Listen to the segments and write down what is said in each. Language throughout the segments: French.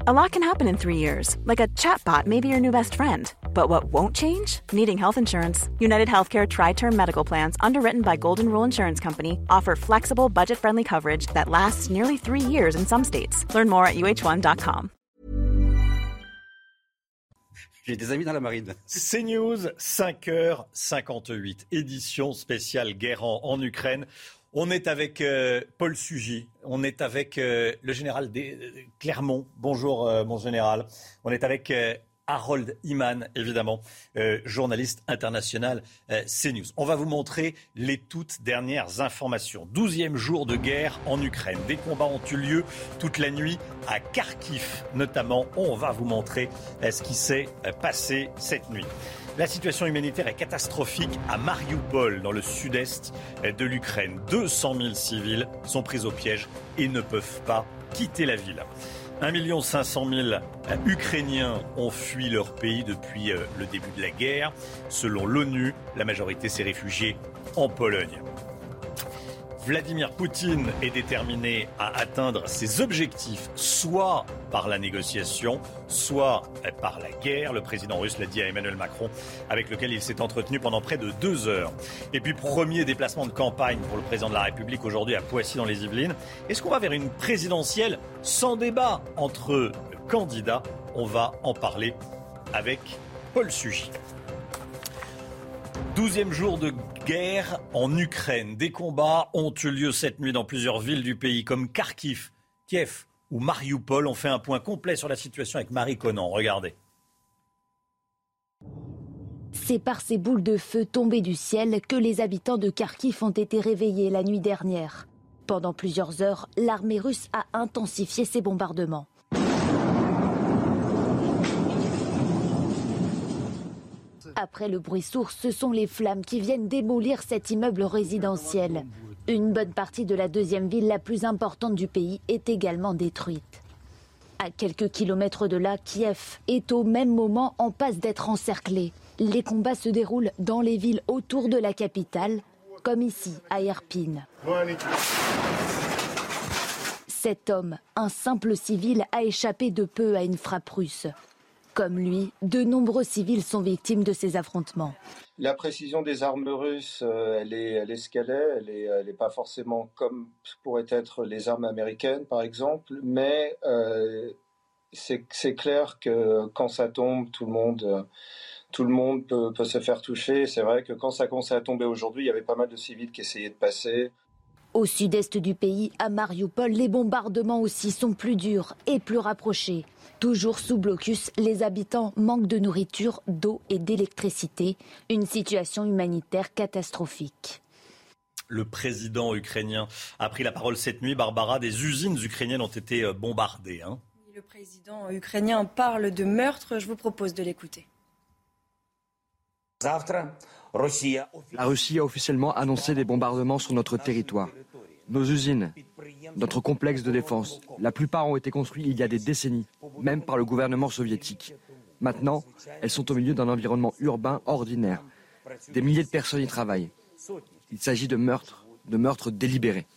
A lot can happen in 3 years, like a chatbot may be your new best friend. But what won't change? Needing health insurance. United Healthcare Tri-Term Medical Plans, underwritten by Golden Rule Insurance Company, offer flexible, budget-friendly coverage that lasts nearly 3 years in some states. Learn more at uh1.com. J'ai des amis dans la marine. CNews, 5h58, édition spéciale guerre en Ukraine. On est avec Paul Sugy, on est avec le général Clermont. Bonjour mon général. On est avec Harold Iman, évidemment, journaliste international CNews. On va vous montrer les toutes dernières informations. 12e jour de guerre en Ukraine. Des combats ont eu lieu toute la nuit à Kharkiv, notamment. On va vous montrer ce qui s'est passé cette nuit. La situation humanitaire est catastrophique à Mariupol, dans le sud-est de l'Ukraine. 200 000 civils sont pris au piège et ne peuvent pas quitter la ville. 1 500 000 Ukrainiens ont fui leur pays depuis le début de la guerre. Selon l'ONU, la majorité s'est réfugiée en Pologne. Vladimir Poutine est déterminé à atteindre ses objectifs, soit par la négociation, soit par la guerre. Le président russe l'a dit à Emmanuel Macron, avec lequel il s'est entretenu pendant près de 2 heures. Et puis, premier déplacement de campagne pour le président de la République aujourd'hui à Poissy dans les Yvelines. Est-ce qu'on va vers une présidentielle sans débat entre candidats? On va en parler avec Paul Sugy. 12e jour de guerre en Ukraine. Des combats ont eu lieu cette nuit dans plusieurs villes du pays comme Kharkiv, Kiev ou Mariupol. On fait un point complet sur la situation avec Marie Conan. Regardez. C'est par ces boules de feu tombées du ciel que les habitants de Kharkiv ont été réveillés la nuit dernière. Pendant plusieurs heures, l'armée russe a intensifié ses bombardements. Après le bruit sourd, ce sont les flammes qui viennent démolir cet immeuble résidentiel. Une bonne partie de la deuxième ville la plus importante du pays est également détruite. À quelques kilomètres de là, Kiev est au même moment en passe d'être encerclée. Les combats se déroulent dans les villes autour de la capitale, comme ici à Irpin. Cet homme, un simple civil, a échappé de peu à une frappe russe. Comme lui, de nombreux civils sont victimes de ces affrontements. La précision des armes russes, elle est ce qu'elle est. Elle est pas forcément comme pourraient être les armes américaines, par exemple. Mais c'est clair que quand ça tombe, tout le monde peut se faire toucher. C'est vrai que quand ça commence à tomber aujourd'hui, il y avait pas mal de civils qui essayaient de passer. Au sud-est du pays, à Mariupol, les bombardements aussi sont plus durs et plus rapprochés. Toujours sous blocus, les habitants manquent de nourriture, d'eau et d'électricité. Une situation humanitaire catastrophique. Le président ukrainien a pris la parole cette nuit. Barbara, des usines ukrainiennes ont été bombardées. Le président ukrainien parle de meurtre. Je vous propose de l'écouter. La Russie a officiellement annoncé des bombardements sur notre territoire. Nos usines, notre complexe de défense, la plupart ont été construits il y a des décennies, même par le gouvernement soviétique. Maintenant, elles sont au milieu d'un environnement urbain ordinaire. Des milliers de personnes y travaillent. Il s'agit de meurtres délibérés.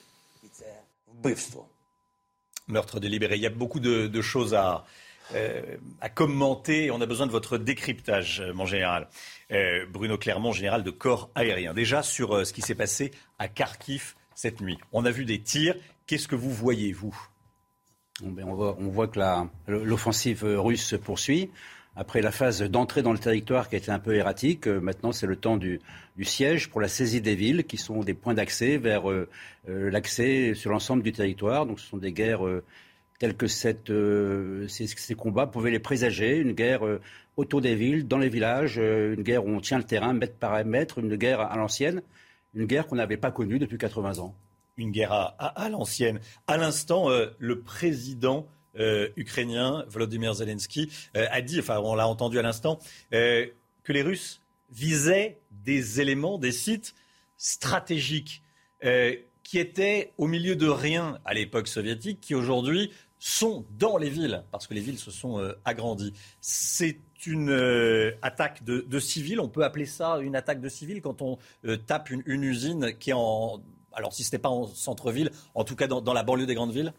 Meurtre délibéré. Il y a beaucoup de choses à commenter. On a besoin de votre décryptage, mon général. Bruno Clermont, général de corps aérien. Déjà sur ce qui s'est passé à Kharkiv cette nuit. On a vu des tirs. Qu'est-ce que vous voyez, vous ? On voit que l'offensive russe se poursuit. Après la phase d'entrée dans le territoire qui a été un peu erratique, maintenant c'est le temps du siège pour la saisie des villes qui sont des points d'accès vers l'accès sur l'ensemble du territoire. Donc ce sont des guerres telles que ces combats pouvaient les présager. Une guerre autour des villes, dans les villages, une guerre où on tient le terrain mètre par mètre, une guerre à l'ancienne, une guerre qu'on n'avait pas connue depuis 80 ans. Une guerre à l'ancienne. À l'instant, le président ukrainien, Volodymyr Zelensky, a dit, enfin on l'a entendu à l'instant, que les Russes visaient des éléments, des sites stratégiques qui étaient au milieu de rien à l'époque soviétique, qui aujourd'hui sont dans les villes, parce que les villes se sont agrandies. C'est une attaque de civils, on peut appeler ça une attaque de civils quand on tape une usine qui est en... Alors si ce n'est pas en centre-ville, en tout cas dans la banlieue des grandes villes ?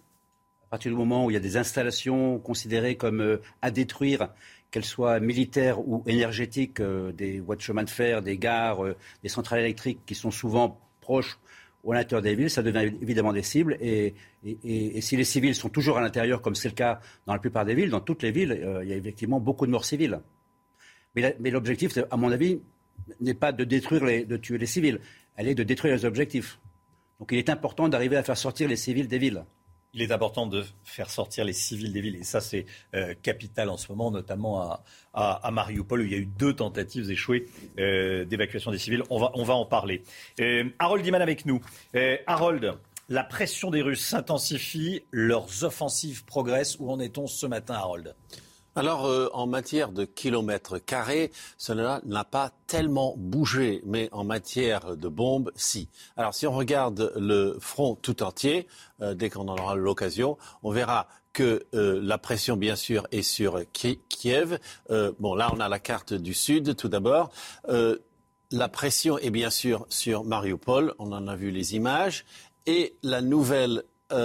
À partir du moment où il y a des installations considérées comme à détruire, qu'elles soient militaires ou énergétiques, des voies de chemin de fer, des gares, des centrales électriques qui sont souvent proches ou à l'intérieur des villes, ça devient évidemment des cibles. Et si les civils sont toujours à l'intérieur, comme c'est le cas dans la plupart des villes, dans toutes les villes, il y a effectivement beaucoup de morts civiles. Mais l'objectif, à mon avis, n'est pas de de tuer les civils, elle est de détruire les objectifs. Donc il est important d'arriver à faire sortir les civils des villes. Il est important de faire sortir les civils des villes. Et ça, c'est capital en ce moment, notamment à Mariupol, où il y a eu 2 tentatives échouées d'évacuation des civils. On va en parler. Harold Iman avec nous. Harold, la pression des Russes s'intensifie, leurs offensives progressent. Où en est-on ce matin, Harold ? Alors, en matière de kilomètres carrés, cela n'a pas tellement bougé, mais en matière de bombes, si. Alors, si on regarde le front tout entier, dès qu'on en aura l'occasion, on verra que la pression, bien sûr, est sur Kiev. Bon, là, on a la carte du Sud, tout d'abord. La pression est bien sûr sur Mariupol, on en a vu les images. Et la nouvelle...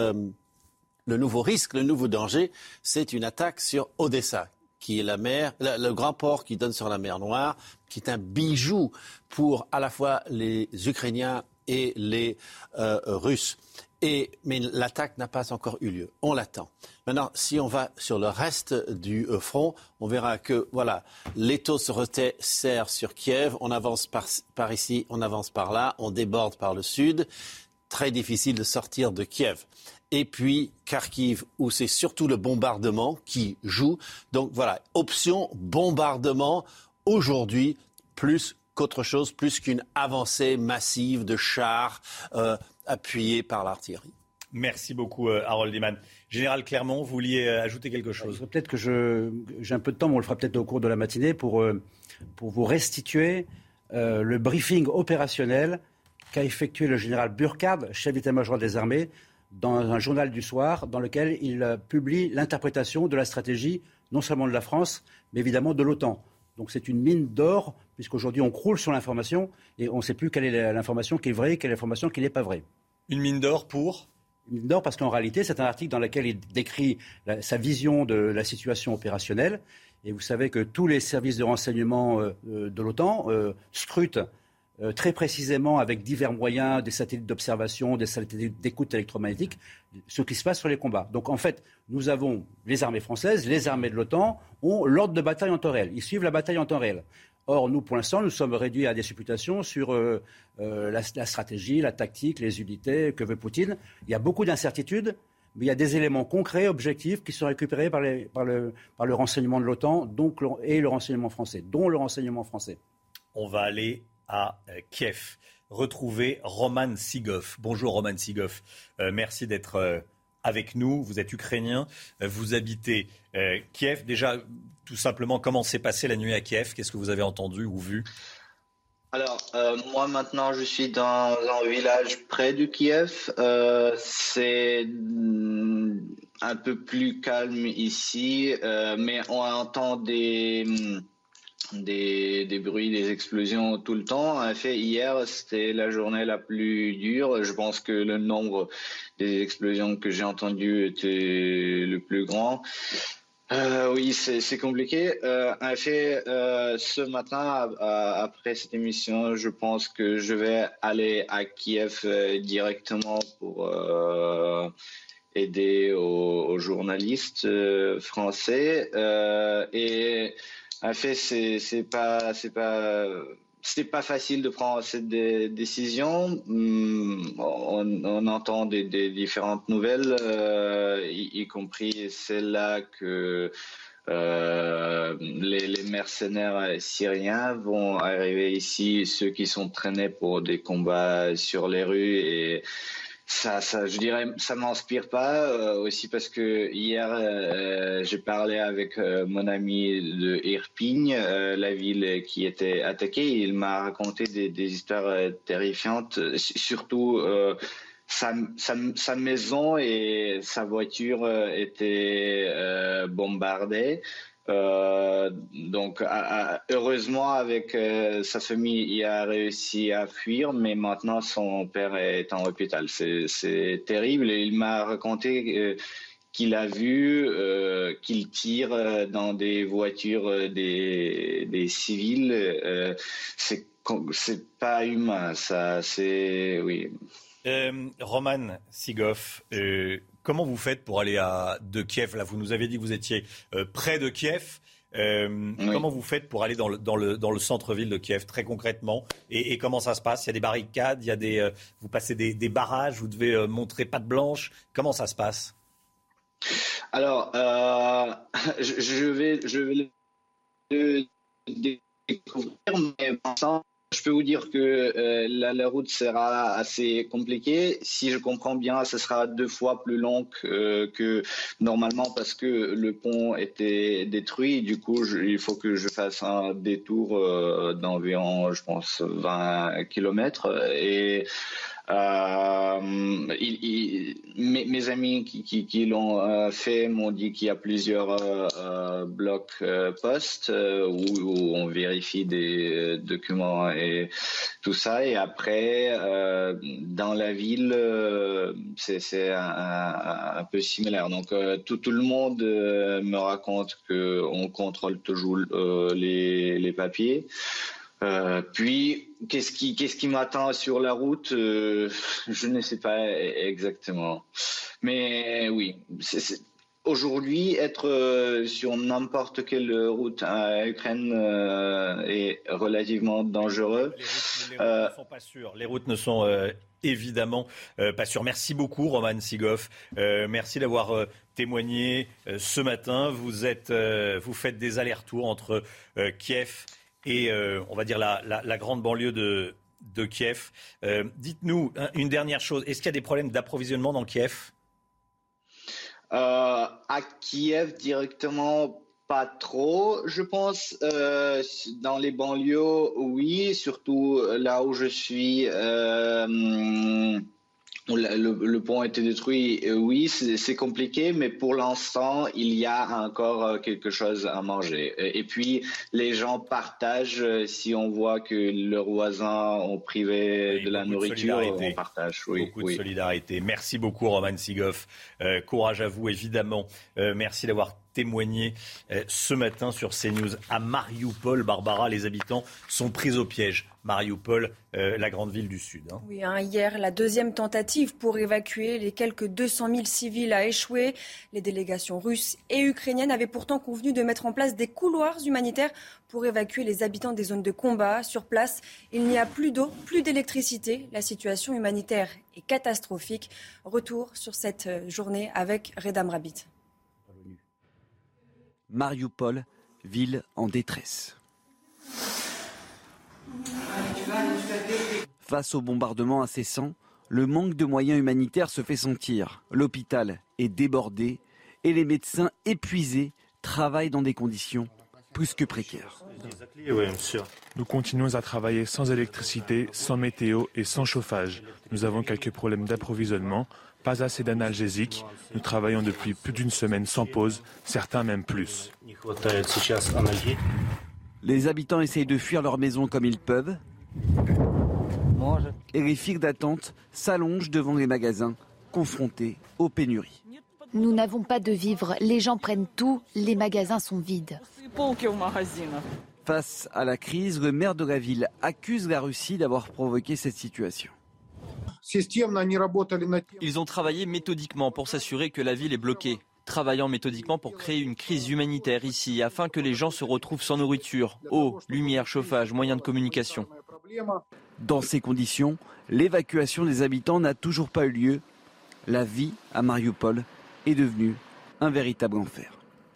Le nouveau risque, le nouveau danger, c'est une attaque sur Odessa, qui est la mer, le grand port qui donne sur la mer Noire, qui est un bijou pour à la fois les Ukrainiens et les Russes. Mais l'attaque n'a pas encore eu lieu. On l'attend. Maintenant, si on va sur le reste du front, on verra que voilà, l'étau se resserre sur Kiev. On avance par ici, on avance par là, on déborde par le sud. Très difficile de sortir de Kiev. Et puis Kharkiv, où c'est surtout le bombardement qui joue. Donc voilà, option bombardement aujourd'hui, plus qu'autre chose, plus qu'une avancée massive de chars appuyés par l'artillerie. Merci beaucoup, Harold Iman. Général Clermont, vous vouliez ajouter quelque chose ? Peut-être que j'ai un peu de temps, mais on le fera peut-être au cours de la matinée pour vous restituer le briefing opérationnel qu'a effectué le général Burkhard, chef d'état-major des armées, dans un journal du soir, dans lequel il publie l'interprétation de la stratégie, non seulement de la France, mais évidemment de l'OTAN. Donc c'est une mine d'or, puisqu'aujourd'hui on croule sur l'information, et on ne sait plus quelle est l'information qui est vraie et quelle est l'information qui n'est pas vraie. Une mine d'or pour ? Une mine d'or parce qu'en réalité, c'est un article dans lequel il décrit sa vision de la situation opérationnelle. Et vous savez que tous les services de renseignement de l'OTAN scrutent très précisément avec divers moyens, des satellites d'observation, des satellites d'écoute électromagnétique, ce qui se passe sur les combats. Donc en fait, nous avons les armées françaises, les armées de l'OTAN ont l'ordre de bataille en temps réel. Ils suivent la bataille en temps réel. Or, nous, pour l'instant, nous sommes réduits à des supputations sur la stratégie, la tactique, les unités, que veut Poutine. Il y a beaucoup d'incertitudes, mais il y a des éléments concrets, objectifs, qui sont récupérés par le renseignement de l'OTAN et le renseignement français, dont le renseignement français. On va aller à Kiev. Retrouver Roman Sigov. Bonjour Roman Sigov. Merci d'être avec nous. Vous êtes ukrainien. Vous habitez Kiev. Déjà, tout simplement, comment s'est passée la nuit à Kiev ? Qu'est-ce que vous avez entendu ou vu ? Alors, moi maintenant, je suis dans un village près de Kiev. C'est un peu plus calme ici, mais on entend des bruits, des explosions tout le temps. En fait, hier, c'était la journée la plus dure. Je pense que le nombre des explosions que j'ai entendues était le plus grand. Oui, c'est compliqué. En fait, ce matin, après cette émission, je pense que je vais aller à Kiev directement pour aider aux journalistes français. Et en fait, c'était pas facile de prendre cette décision. On entend des différentes nouvelles, y compris celle-là que les mercenaires syriens vont arriver ici, ceux qui sont traînés pour des combats sur les rues, et ça, je dirais, ça m'inspire pas. Aussi parce que hier, j'ai parlé avec mon ami de Irpin, la ville qui était attaquée. Il m'a raconté des histoires terrifiantes, surtout sa maison et sa voiture étaient bombardées. Donc heureusement avec sa famille il a réussi à fuir, mais maintenant son père est en hôpital. C'est terrible, et il m'a raconté qu'il a vu qu'il tire dans des voitures des civils. C'est pas humain, ça. C'est oui. Roman Sigov, comment vous faites pour aller de Kiev? Là, vous nous avez dit que vous étiez près de Kiev. Oui. Comment vous faites pour aller dans le centre-ville de Kiev, très concrètement, et comment ça se passe? Il y a des barricades, vous passez des barrages, vous devez montrer patte blanche. Comment ça se passe? Alors, je vais le découvrir, mais je peux vous dire que la route sera assez compliquée. Si je comprends bien, ce sera 2 fois plus long que normalement parce que le pont était détruit. Du coup, il faut que je fasse un détour d'environ, je pense, 20 kilomètres. Et mes amis qui l'ont fait m'ont dit qu'il y a plusieurs blocs postes où on vérifie des documents et tout ça. Et après, dans la ville, c'est un peu similaire. Donc, tout le monde me raconte qu'on contrôle toujours les papiers. Puis, qu'est-ce qui m'attend sur la route? Je ne sais pas exactement. Mais oui, aujourd'hui, être sur n'importe quelle route en Ukraine est relativement dangereux. Les routes ne sont pas sûres. Les routes ne sont évidemment pas sûres. Merci beaucoup, Roman Sigov. Merci d'avoir témoigné ce matin. Vous faites des allers-retours entre Kiev et on va dire la grande banlieue de Kiev. Dites-nous une dernière chose. Est-ce qu'il y a des problèmes d'approvisionnement dans Kiev? À Kiev directement, pas trop, je pense. Dans les banlieues, oui, surtout là où je suis. Le pont a été détruit, oui, c'est compliqué, mais pour l'instant, il y a encore quelque chose à manger. Et puis, les gens partagent. Si on voit que leurs voisins ont privé de la nourriture, on partage. Oui, beaucoup de solidarité. Merci beaucoup, Roman Sigov. Courage à vous, évidemment. Merci d'avoir témoigné ce matin sur CNews. À Marioupol, Barbara, les habitants sont pris au piège. Marioupol, la grande ville du Sud. Oui, hier, la deuxième tentative pour évacuer les quelques 200 000 civils a échoué. Les délégations russes et ukrainiennes avaient pourtant convenu de mettre en place des couloirs humanitaires pour évacuer les habitants des zones de combat. Sur place, il n'y a plus d'eau, plus d'électricité. La situation humanitaire est catastrophique. Retour sur cette journée avec Reda Mrabit. Marioupol, ville en détresse. Face aux bombardements incessants, le manque de moyens humanitaires se fait sentir. L'hôpital est débordé et les médecins épuisés travaillent dans des conditions plus que précaires. Nous continuons à travailler sans électricité, sans météo et sans chauffage. Nous avons quelques problèmes d'approvisionnement, pas assez d'analgésiques. Nous travaillons depuis plus d'une semaine sans pause, certains même plus. Les habitants essayent de fuir leur maison comme ils peuvent. Et les files d'attente s'allongent devant les magasins, confrontés aux pénuries. Nous n'avons pas de vivres, les gens prennent tout, les magasins sont vides. Face à la crise, le maire de la ville accuse la Russie d'avoir provoqué cette situation. Ils ont travaillé méthodiquement pour s'assurer que la ville est bloquée, travaillant méthodiquement pour créer une crise humanitaire ici, afin que les gens se retrouvent sans nourriture, eau, lumière, chauffage, moyens de communication. Dans ces conditions, l'évacuation des habitants n'a toujours pas eu lieu. La vie à Marioupol est devenue un véritable enfer.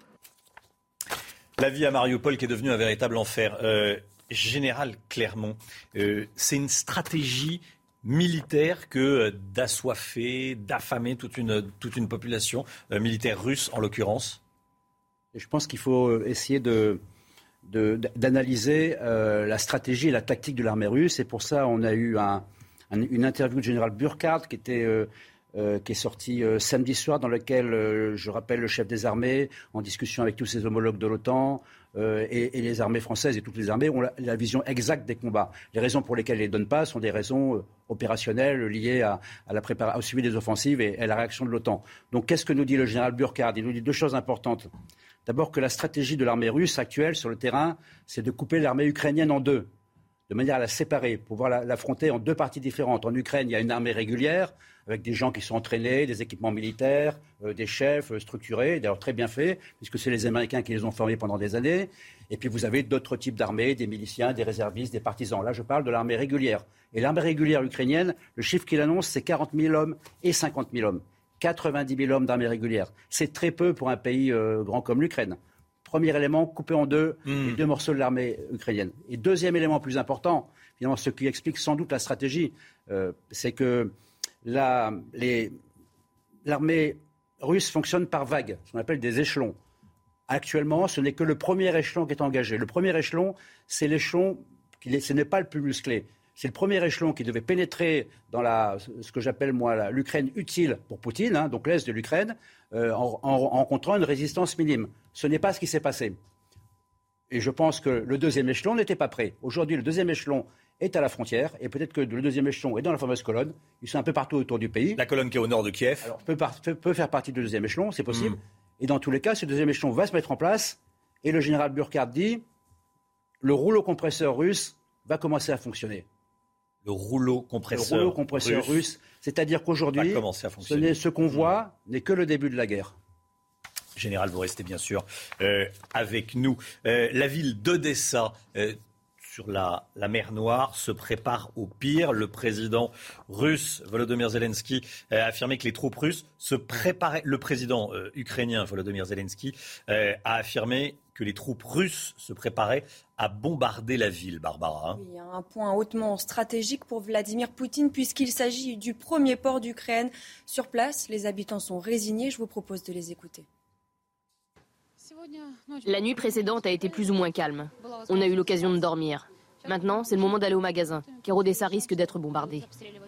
La vie à Marioupol qui est devenue un véritable enfer. Général Clermont, c'est une stratégie militaire que d'assoiffer, d'affamer toute une population militaire russe en l'occurrence? Et je pense qu'il faut essayer d'analyser la stratégie et la tactique de l'armée russe. Et pour ça, on a eu une interview du général Burkhardt qui était qui est sorti samedi soir, dans lequel je rappelle le chef des armées, en discussion avec tous ses homologues de l'OTAN et les armées françaises et toutes les armées, ont la vision exacte des combats. Les raisons pour lesquelles ils ne les donnent pas sont des raisons opérationnelles liées au suivi des offensives et à la réaction de l'OTAN. Donc qu'est-ce que nous dit le général Burkhardt ? Il nous dit deux choses importantes. D'abord que la stratégie de l'armée russe actuelle sur le terrain, c'est de couper l'armée ukrainienne en deux, de manière à la séparer, pour pouvoir l'affronter en deux parties différentes. En Ukraine, il y a une armée régulière, avec des gens qui sont entraînés, des équipements militaires, des chefs structurés, d'ailleurs très bien faits, puisque c'est les Américains qui les ont formés pendant des années. Et puis vous avez d'autres types d'armées, des miliciens, des réservistes, des partisans. Là, je parle de l'armée régulière. Et l'armée régulière ukrainienne, le chiffre qu'il annonce, c'est 40 000 hommes et 50 000 hommes. 90 000 hommes d'armée régulière. C'est très peu pour un pays grand comme l'Ukraine. Premier élément, coupé en deux les deux morceaux de l'armée ukrainienne. Et deuxième élément plus important, finalement, ce qui explique sans doute la stratégie, c'est que l'armée russe fonctionne par vagues, ce qu'on appelle des échelons. Actuellement, ce n'est que le premier échelon qui est engagé. Le premier échelon, c'est l'échelon, ce n'est pas le plus musclé. C'est le premier échelon qui devait pénétrer dans ce que j'appelle moi l'Ukraine utile pour Poutine, donc l'est de l'Ukraine, en rencontrant une résistance minime. Ce n'est pas ce qui s'est passé. Et je pense que le deuxième échelon n'était pas prêt. Aujourd'hui, le deuxième échelon est à la frontière, et peut-être que le deuxième échelon est dans la fameuse colonne. Ils sont un peu partout autour du pays. La colonne qui est au nord de Kiev. Alors, peut faire partie du deuxième échelon, c'est possible. Et dans tous les cas, ce deuxième échelon va se mettre en place. Et le général Burkhardt dit, le rouleau compresseur russe va commencer à fonctionner. Le rouleau compresseur russe. C'est-à-dire qu'aujourd'hui, ce qu'on voit n'est que le début de la guerre. Général, vous restez bien sûr avec nous. La ville d'Odessa, sur la mer Noire, se prépare au pire. Le président russe, Volodymyr Zelensky, a affirmé que les troupes russes se préparaient. Le président ukrainien, Volodymyr Zelensky, a affirmé que les troupes russes se préparaient à bombarder la ville, Barbara. Oui, il y a un point hautement stratégique pour Vladimir Poutine puisqu'il s'agit du premier port d'Ukraine. Sur place, les habitants sont résignés. Je vous propose de les écouter. La nuit précédente a été plus ou moins calme. On a eu l'occasion de dormir. Maintenant, c'est le moment d'aller au magasin, car Odessa risque d'être bombardée.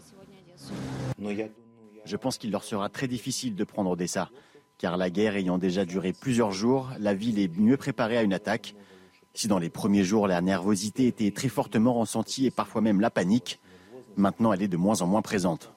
Je pense qu'il leur sera très difficile de prendre Odessa, car la guerre ayant déjà duré plusieurs jours, la ville est mieux préparée à une attaque. Si dans les premiers jours, la nervosité était très fortement ressentie et parfois même la panique, maintenant elle est de moins en moins présente.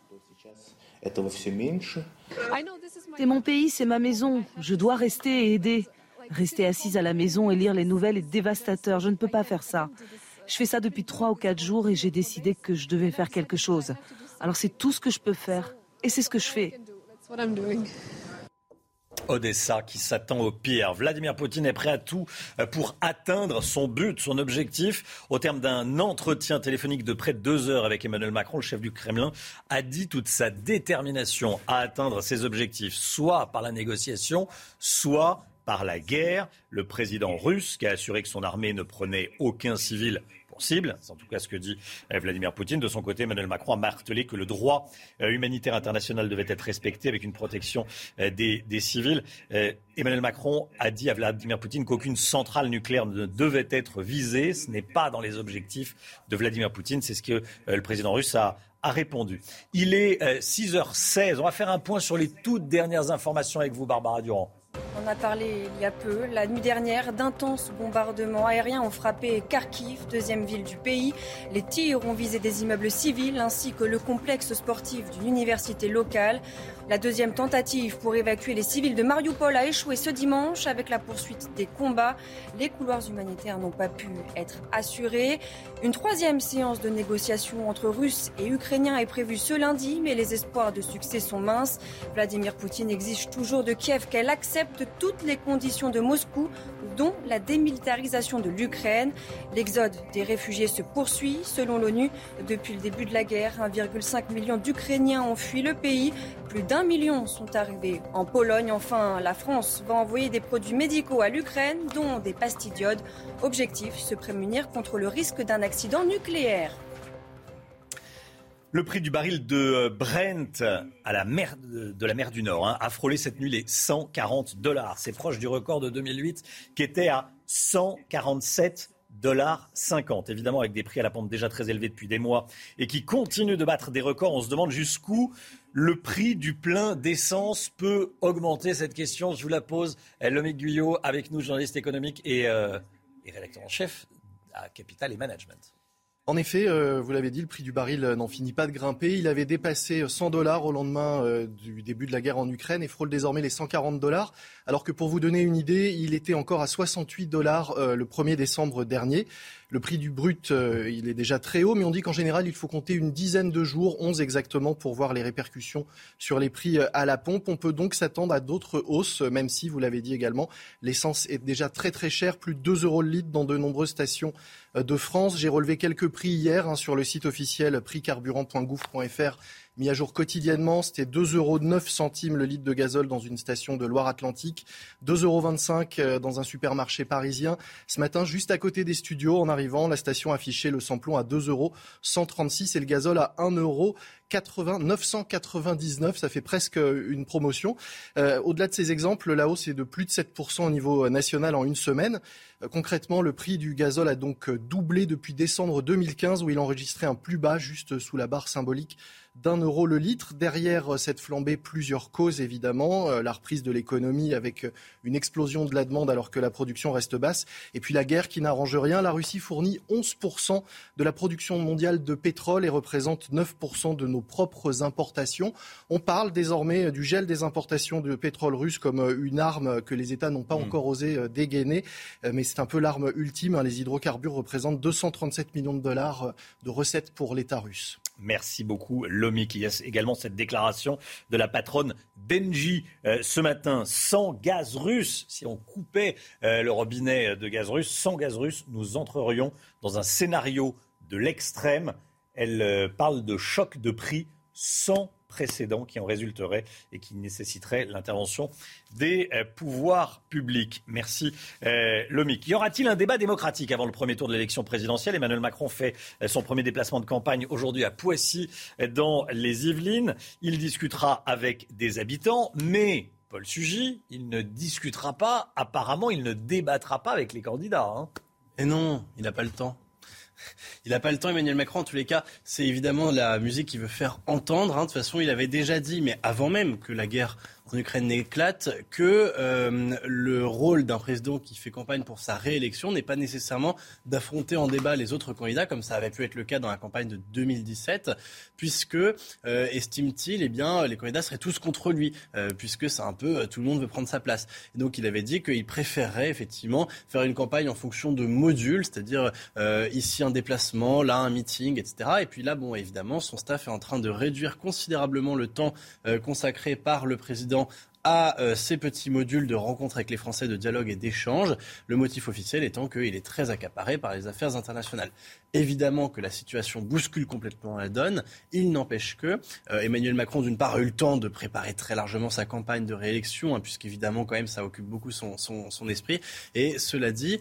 C'est mon pays, c'est ma maison. Je dois rester et aider. Rester assise à la maison et lire les nouvelles est dévastateur. Je ne peux pas faire ça. Je fais ça depuis 3 ou 4 jours et j'ai décidé que je devais faire quelque chose. Alors c'est tout ce que je peux faire. Et c'est ce que je fais. Odessa qui s'attend au pire. Vladimir Poutine est prêt à tout pour atteindre son but, son objectif. Au terme d'un entretien téléphonique de près de 2 heures avec Emmanuel Macron, le chef du Kremlin a dit toute sa détermination à atteindre ses objectifs, soit par la négociation, soit par la guerre. Le président russe qui a assuré que son armée ne prenait aucun civil pour cible, c'est en tout cas ce que dit Vladimir Poutine. De son côté, Emmanuel Macron a martelé que le droit humanitaire international devait être respecté avec une protection des civils. Emmanuel Macron a dit à Vladimir Poutine qu'aucune centrale nucléaire ne devait être visée. Ce n'est pas dans les objectifs de Vladimir Poutine. C'est ce que le président russe a répondu. Il est 6h16. On va faire un point sur les toutes dernières informations avec vous, Barbara Durand. On a parlé il y a peu, la nuit dernière, d'intenses bombardements aériens ont frappé Kharkiv, deuxième ville du pays. Les tirs ont visé des immeubles civils ainsi que le complexe sportif d'une université locale. La deuxième tentative pour évacuer les civils de Mariupol a échoué ce dimanche avec la poursuite des combats. Les couloirs humanitaires n'ont pas pu être assurés. Une troisième séance de négociation entre Russes et Ukrainiens est prévue ce lundi, mais les espoirs de succès sont minces. Vladimir Poutine exige toujours de Kiev qu'elle accepte toutes les conditions de Moscou, dont la démilitarisation de l'Ukraine. L'exode des réfugiés se poursuit. Selon l'ONU, depuis le début de la guerre, 1,5 million d'Ukrainiens ont fui le pays. Plus d'1 million sont arrivés en Pologne. Enfin, la France va envoyer des produits médicaux à l'Ukraine, dont des pastilles d'iode. Objectif, se prémunir contre le risque d'un accident nucléaire. Le prix du baril de Brent de la mer du Nord a frôlé cette nuit les $140. C'est proche du record de 2008 qui était à $147. $1,50. Évidemment, avec des prix à la pompe déjà très élevés depuis des mois et qui continuent de battre des records, on se demande jusqu'où le prix du plein d'essence peut augmenter. Cette question, je vous la pose. Lomique Guyot, avec nous, journaliste économique et rédacteur en chef à Capital et Management. En effet, vous l'avez dit, le prix du baril n'en finit pas de grimper. Il avait dépassé $100 au lendemain du début de la guerre en Ukraine et frôle désormais les $140. Alors que pour vous donner une idée, il était encore à $68 le 1er décembre dernier. Le prix du brut, il est déjà très haut, mais on dit qu'en général, il faut compter une dizaine de jours, 11 exactement, pour voir les répercussions sur les prix à la pompe. On peut donc s'attendre à d'autres hausses, même si, vous l'avez dit également, l'essence est déjà très très chère, plus de 2 € le litre dans de nombreuses stations de France. J'ai relevé quelques prix hier sur le site officiel prixcarburant.gouv.fr. Mis à jour quotidiennement, c'était 2,09 € le litre de gazole dans une station de Loire-Atlantique, 2,25 € dans un supermarché parisien. Ce matin, juste à côté des studios, en arrivant, la station affichait le samplon à 2,136 € et le gazole à 999, ça fait presque une promotion. Au-delà de ces exemples, la hausse est de plus de 7% au niveau national en une semaine. Concrètement, le prix du gazole a donc doublé depuis décembre 2015 où il enregistrait un plus bas juste sous la barre symbolique d'1 € le litre. Derrière cette flambée, plusieurs causes évidemment. La reprise de l'économie avec une explosion de la demande alors que la production reste basse. Et puis la guerre qui n'arrange rien. La Russie fournit 11% de la production mondiale de pétrole et représente 9% de nos propres importations. On parle désormais du gel des importations de pétrole russe comme une arme que les États n'ont pas encore osé dégainer. Mais c'est un peu l'arme ultime. Les hydrocarbures représentent $237 millions de recettes pour l'État russe. Merci beaucoup, Lomique. Il y a également cette déclaration de la patronne d'Engie ce matin. Sans gaz russe, si on coupait le robinet de gaz russe, sans gaz russe, nous entrerions dans un scénario de l'extrême. Elle parle de choc de prix sans précédent qui en résulterait et qui nécessiterait l'intervention des pouvoirs publics. Merci Lomique. Y aura-t-il un débat démocratique avant le premier tour de l'élection présidentielle ? Emmanuel Macron fait son premier déplacement de campagne aujourd'hui à Poissy dans les Yvelines. Il discutera avec des habitants, mais Paul Sugy, il ne discutera pas, apparemment il ne débattra pas avec les candidats. Et non, il n'a pas le temps. Il n'a pas le temps, Emmanuel Macron. En tous les cas, c'est évidemment la musique qu'il veut faire entendre. De toute façon, il avait déjà dit, mais avant même que la guerre en Ukraine n'éclate, que le rôle d'un président qui fait campagne pour sa réélection n'est pas nécessairement d'affronter en débat les autres candidats, comme ça avait pu être le cas dans la campagne de 2017, puisque, estime-t-il, eh bien, les candidats seraient tous contre lui, puisque c'est un peu tout le monde veut prendre sa place. Et donc, il avait dit qu'il préférerait effectivement faire une campagne en fonction de modules, c'est-à-dire ici un déplacement, là un meeting, etc. Et puis là, bon, évidemment, son staff est en train de réduire considérablement le temps consacré par le président à ces petits modules de rencontres avec les Français, de dialogue et d'échange. Le motif officiel étant qu'il est très accaparé par les affaires internationales. Évidemment que la situation bouscule complètement la donne. Il n'empêche que Emmanuel Macron, d'une part, a eu le temps de préparer très largement sa campagne de réélection, puisqu'évidemment, quand même, ça occupe beaucoup son esprit. Et cela dit,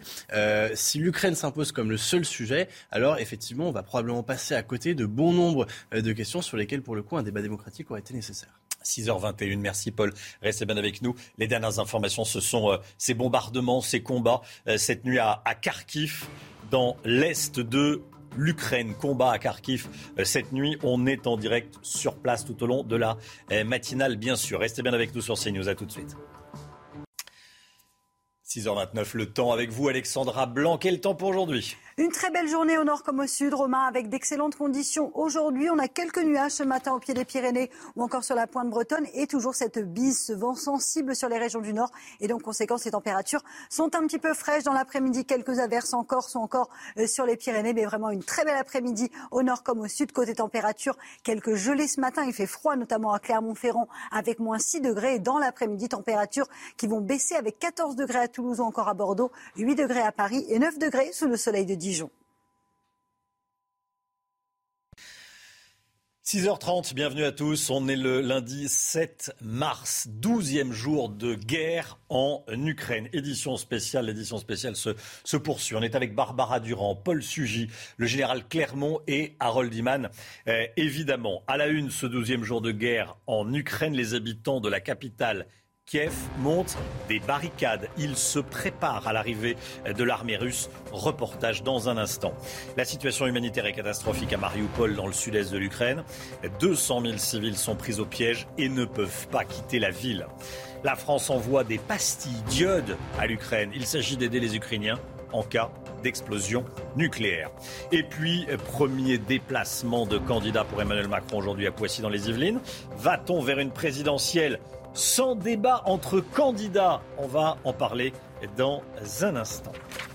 si l'Ukraine s'impose comme le seul sujet, alors effectivement, on va probablement passer à côté de bon nombre de questions sur lesquelles, pour le coup, un débat démocratique aurait été nécessaire. 6h21, merci Paul. Restez bien avec nous. Les dernières informations, ce sont ces bombardements, ces combats cette nuit à Kharkiv, dans l'est de l'Ukraine. Combat à Kharkiv cette nuit. On est en direct sur place tout au long de la matinale, bien sûr. Restez bien avec nous sur CNews. À tout de suite. 6h29, le temps avec vous, Alexandra Blanc. Quel temps pour aujourd'hui ? Une très belle journée au nord comme au sud, Romain, avec d'excellentes conditions. Aujourd'hui, on a quelques nuages ce matin au pied des Pyrénées ou encore sur la pointe bretonne et toujours cette bise, ce vent sensible sur les régions du nord. Et donc, conséquence, les températures sont un petit peu fraîches dans l'après-midi. Quelques averses en Corse ou encore sur les Pyrénées, mais vraiment une très belle après-midi au nord comme au sud. Côté température, quelques gelées ce matin. Il fait froid, notamment à Clermont-Ferrand, avec moins 6 degrés. Et dans l'après-midi, températures qui vont baisser avec 14 degrés à Toulouse ou encore à Bordeaux, 8 degrés à Paris et 9 degrés sous le soleil de Dijon. 6h30, bienvenue à tous. On est le lundi 7 mars, 12e jour de guerre en Ukraine. Édition spéciale, l'édition spéciale se poursuit. On est avec Barbara Durand, Paul Sugy, le général Clermont et Harold Iman. Évidemment, à la une, ce 12e jour de guerre en Ukraine, les habitants de la capitale Kiev monte des barricades. Il se prépare à l'arrivée de l'armée russe. Reportage dans un instant. La situation humanitaire est catastrophique à Mariupol, dans le sud-est de l'Ukraine. 200 000 civils sont pris au piège et ne peuvent pas quitter la ville. La France envoie des pastilles d'iode à l'Ukraine. Il s'agit d'aider les Ukrainiens en cas d'explosion nucléaire. Et puis, premier déplacement de candidat pour Emmanuel Macron aujourd'hui à Poissy dans les Yvelines. Va-t-on vers une présidentielle sans débat entre candidats? On va en parler dans un instant.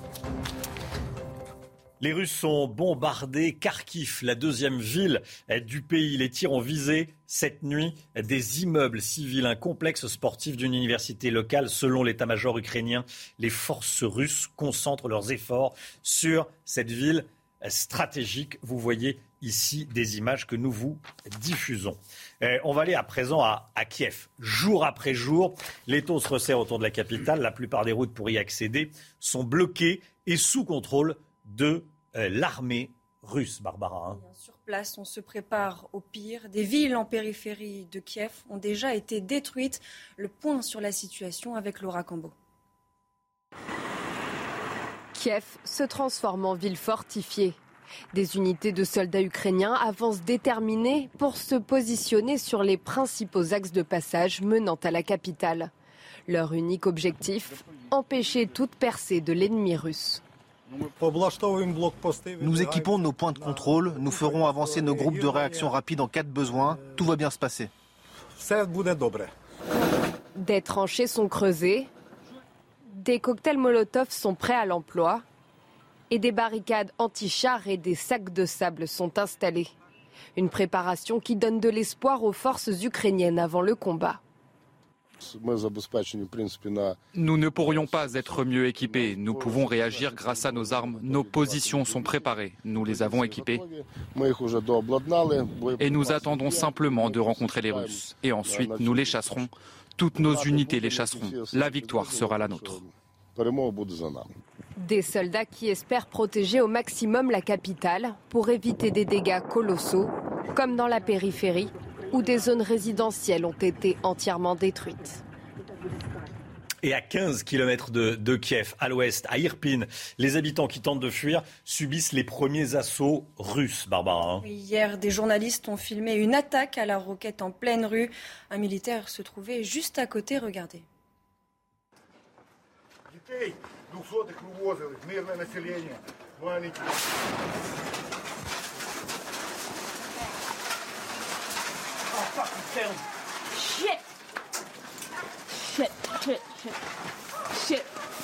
Les Russes ont bombardé Kharkiv, la deuxième ville du pays. Les tirs ont visé cette nuit des immeubles civils, un complexe sportif d'une université locale. Selon l'état-major ukrainien, les forces russes concentrent leurs efforts sur cette ville stratégique. Vous voyez ici des images que nous vous diffusons. On va aller à présent à Kiev. Jour après jour, l'étau se resserre autour de la capitale. La plupart des routes pour y accéder sont bloquées et sous contrôle de l'armée russe, Barbara. Sur place, on se prépare au pire. Des villes en périphérie de Kiev ont déjà été détruites. Le point sur la situation avec Laura Cambo. Kiev se transforme en ville fortifiée. Des unités de soldats ukrainiens avancent déterminés pour se positionner sur les principaux axes de passage menant à la capitale. Leur unique objectif, empêcher toute percée de l'ennemi russe. Nous équipons nos points de contrôle, nous ferons avancer nos groupes de réaction rapide en cas de besoin. Tout va bien se passer. Des tranchées sont creusées, des cocktails Molotov sont prêts à l'emploi et des barricades anti-chars et des sacs de sable sont installés. Une préparation qui donne de l'espoir aux forces ukrainiennes avant le combat. Nous ne pourrions pas être mieux équipés. Nous pouvons réagir grâce à nos armes. Nos positions sont préparées. Nous les avons équipées. Et nous attendons simplement de rencontrer les Russes. Et ensuite, nous les chasserons. Toutes nos unités les chasseront. La victoire sera la nôtre. Des soldats qui espèrent protéger au maximum la capitale pour éviter des dégâts colossaux, comme dans la périphérie, où des zones résidentielles ont été entièrement détruites. Et à 15 km de Kiev, à l'ouest, à Irpin, les habitants qui tentent de fuir subissent les premiers assauts russes, Barbara. Hier, des journalistes ont filmé une attaque à la roquette en pleine rue. Un militaire se trouvait juste à côté, regardez. Shit! Shit, shit, shit, shit.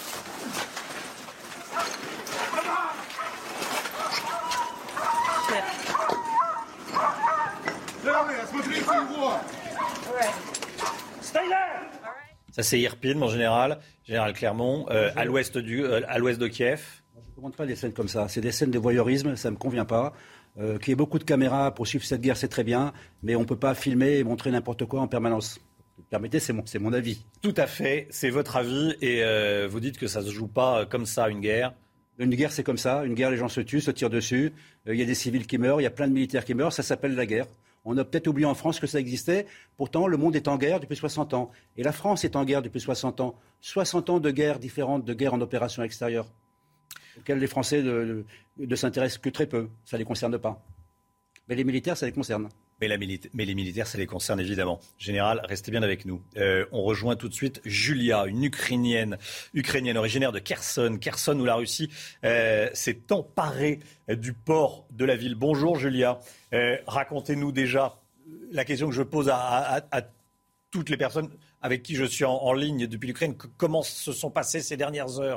Ça c'est Irpin en général Clermont, à l'ouest de Kiev. Je ne commande pas des scènes comme ça. C'est des scènes de voyeurisme, ça ne me convient pas. Qu'il y ait beaucoup de caméras pour suivre cette guerre, c'est très bien, mais on ne peut pas filmer et montrer n'importe quoi en permanence. Permettez, c'est mon avis. Tout à fait, c'est votre avis et vous dites que ça ne se joue pas comme ça, une guerre. Une guerre, c'est comme ça. Une guerre, les gens se tuent, se tirent dessus. Il y a des civils qui meurent, il y a plein de militaires qui meurent. Ça s'appelle la guerre. On a peut-être oublié en France que ça existait. Pourtant, le monde est en guerre depuis 60 ans. Et la France est en guerre depuis 60 ans. 60 ans de guerres différentes, de guerres en opération extérieure, auxquelles les Français ne s'intéressent que très peu. Ça ne les concerne pas. Mais les militaires, ça les concerne. Mais les militaires, ça les concerne évidemment. Général, restez bien avec nous. On rejoint tout de suite Julia, une Ukrainienne originaire de Kherson. Kherson où la Russie s'est emparée du port de la ville. Bonjour Julia. Racontez-nous déjà la question que je pose à toutes les personnes avec qui je suis en ligne depuis l'Ukraine. Comment se sont passées ces dernières heures ?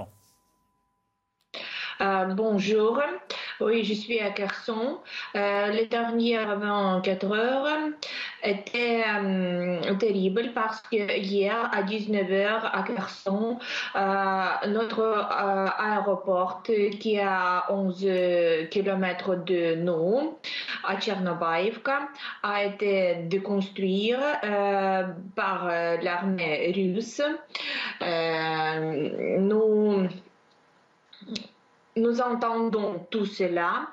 Bonjour, oui, je suis à Kherson. Les dernières 24 heures étaient terribles parce que hier à 19h à Kherson, notre aéroport qui est à 11 km de nous, à Tchernobaïvka, a été déconstruit par l'armée russe. Nous entendons tout cela.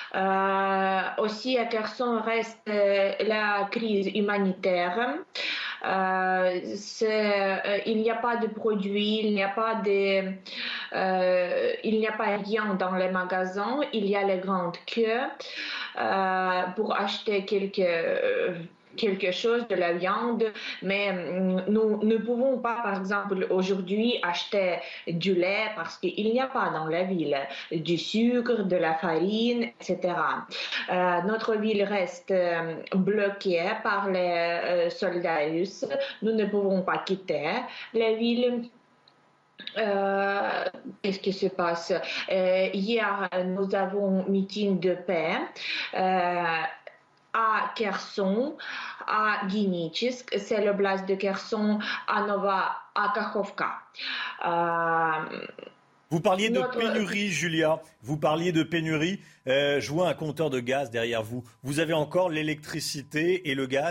Aussi, à Kherson reste la crise humanitaire. il n'y a pas de produits, il n'y a pas rien dans les magasins, il y a les grandes queues pour acheter quelque chose de la viande, mais nous ne pouvons pas, par exemple, aujourd'hui acheter du lait parce qu'il n'y a pas dans la ville du sucre, de la farine, etc. Notre ville reste bloquée par les soldats russes. Nous ne pouvons pas quitter la ville. Qu'est-ce qui se passe? Hier, nous avons un meeting de paix à Kherson, à Guinichisk, c'est l'oblast de Kherson, à Nova, à Kakhovka. Vous parliez de pénurie, Julia. Vous parliez de pénurie. Je vois un compteur de gaz derrière vous. Vous avez encore l'électricité et le gaz ?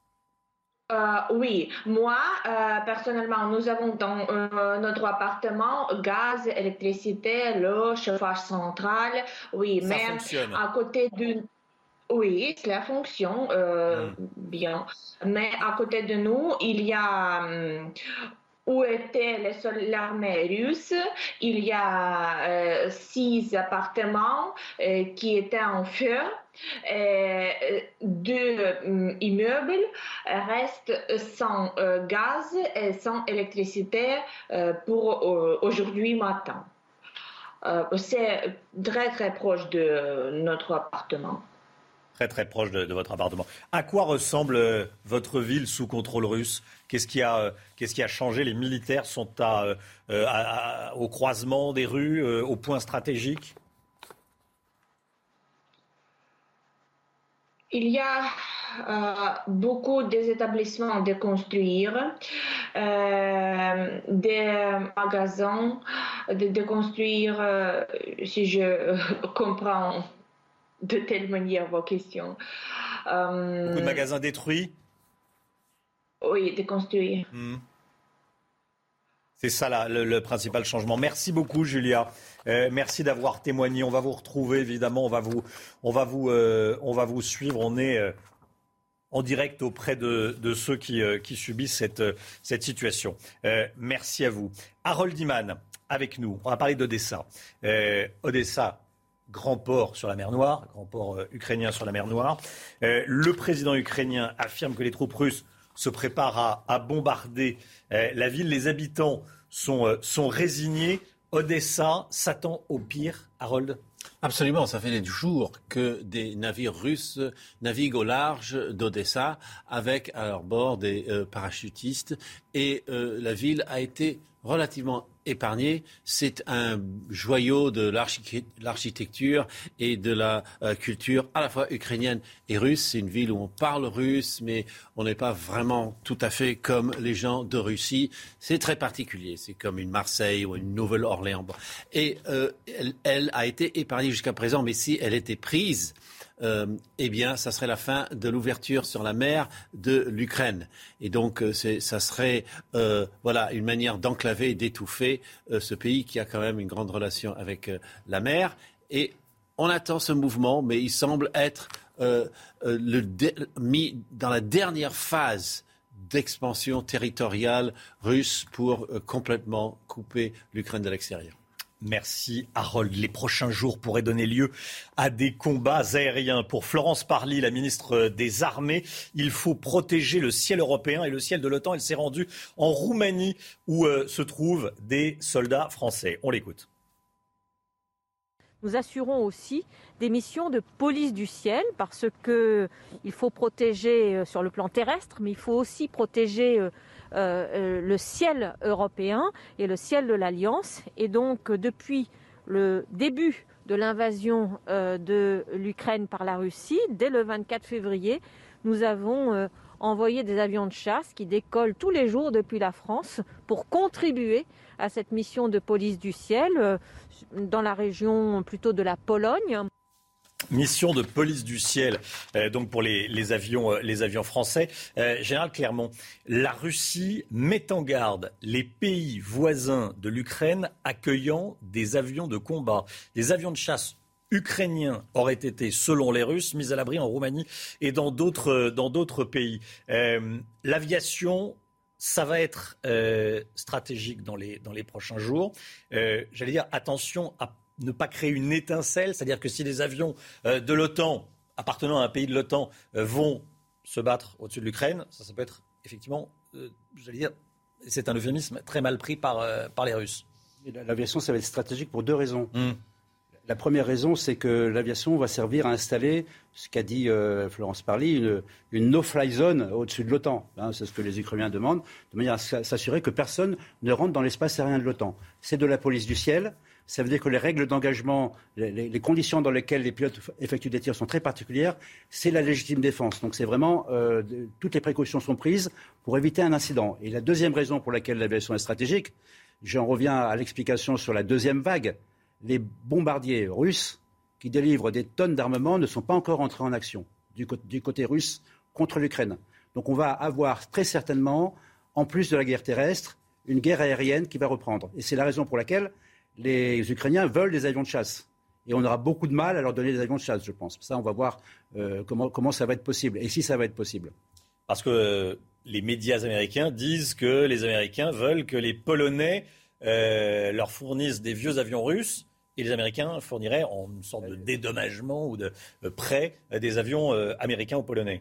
Oui, moi, personnellement, nous avons dans notre appartement gaz, électricité, l'eau, chauffage central. Oui, ça même fonctionne. à côté d'une... Oui, cela fonctionne bien. Mais à côté de nous, il y a où étaient l'armée russe. Il y a 6 appartements qui étaient en feu. 2 immeubles restent sans gaz et sans électricité pour aujourd'hui matin. C'est très très proche de notre appartement. Très très proche de votre appartement. À quoi ressemble votre ville sous contrôle russe ? Qu'est-ce qui a changé ? Les militaires sont au croisement des rues, au point stratégique ? Il y a beaucoup des établissements à déconstruire, des magasins à déconstruire, si je comprends de telle manière vos questions. Beaucoup de magasins détruits ? Oui, déconstruire. C'est ça le principal changement. Merci beaucoup, Julia. Merci d'avoir témoigné. On va vous retrouver, évidemment. On va vous suivre. On est en direct auprès de ceux qui subissent cette situation. Merci à vous. Harold Iman, avec nous. On va parler d'Odessa. Odessa, grand port sur la mer Noire, grand port ukrainien sur la mer Noire. Le président ukrainien affirme que les troupes russes se préparent à bombarder la ville. Les habitants sont résignés. Odessa s'attend au pire, Harold ? Absolument, ça fait des jours que des navires russes naviguent au large d'Odessa avec à leur bord des parachutistes et la ville a été relativement épargnée. C'est un joyau de l'architecture et de la culture à la fois ukrainienne et russe. C'est une ville où on parle russe, mais on n'est pas vraiment tout à fait comme les gens de Russie. C'est très particulier. C'est comme une Marseille ou une Nouvelle-Orléans. Et elle a été épargnée jusqu'à présent, mais si elle était prise, eh bien, ça serait la fin de l'ouverture sur la mer de l'Ukraine. Et donc, ça serait une manière d'enclaver et d'étouffer ce pays qui a quand même une grande relation avec la mer. Et on attend ce mouvement, mais il semble être mis dans la dernière phase d'expansion territoriale russe pour complètement couper l'Ukraine de l'extérieur. Merci Harold. Les prochains jours pourraient donner lieu à des combats aériens. Pour Florence Parly, la ministre des Armées, il faut protéger le ciel européen et le ciel de l'OTAN. Elle s'est rendue en Roumanie où se trouvent des soldats français. On l'écoute. Nous assurons aussi des missions de police du ciel parce qu'il faut protéger sur le plan terrestre, mais il faut aussi protéger le ciel européen et le ciel de l'Alliance. Et donc, depuis le début de l'invasion de l'Ukraine par la Russie, dès le 24 février, nous avons envoyé des avions de chasse qui décollent tous les jours depuis la France pour contribuer à cette mission de police du ciel dans la région plutôt de la Pologne. Mission de police du ciel, donc pour les avions français. Général Clermont, la Russie met en garde les pays voisins de l'Ukraine accueillant des avions de combat. Les avions de chasse ukrainiens auraient été, selon les Russes, mis à l'abri en Roumanie et dans d'autres pays. L'aviation, ça va être stratégique dans les prochains jours. J'allais dire, attention à ne pas créer une étincelle, c'est-à-dire que si les avions de l'OTAN, appartenant à un pays de l'OTAN, vont se battre au-dessus de l'Ukraine, ça peut être effectivement, j'allais dire, c'est un euphémisme très mal pris par les Russes. L'aviation, ça va être stratégique pour deux raisons. La première raison, c'est que l'aviation va servir à installer, ce qu'a dit Florence Parly, une no-fly zone au-dessus de l'OTAN. C'est ce que les Ukrainiens demandent, de manière à s'assurer que personne ne rentre dans l'espace aérien de l'OTAN. C'est de la police du ciel. Ça veut dire que les règles d'engagement, les conditions dans lesquelles les pilotes effectuent des tirs sont très particulières. C'est la légitime défense. Donc c'est vraiment, toutes les précautions sont prises pour éviter un incident. Et la deuxième raison pour laquelle l'aviation est stratégique, j'en reviens à l'explication sur la deuxième vague. Les bombardiers russes qui délivrent des tonnes d'armement ne sont pas encore entrés en action du côté russe contre l'Ukraine. Donc on va avoir très certainement, en plus de la guerre terrestre, une guerre aérienne qui va reprendre. Et c'est la raison pour laquelle les Ukrainiens veulent des avions de chasse. Et on aura beaucoup de mal à leur donner des avions de chasse, je pense. Ça, on va voir comment ça va être possible, et si ça va être possible. Parce que les médias américains disent que les Américains veulent que les Polonais leur fournissent des vieux avions russes, et les Américains fourniraient en une sorte de dédommagement ou de prêt des avions américains aux Polonais.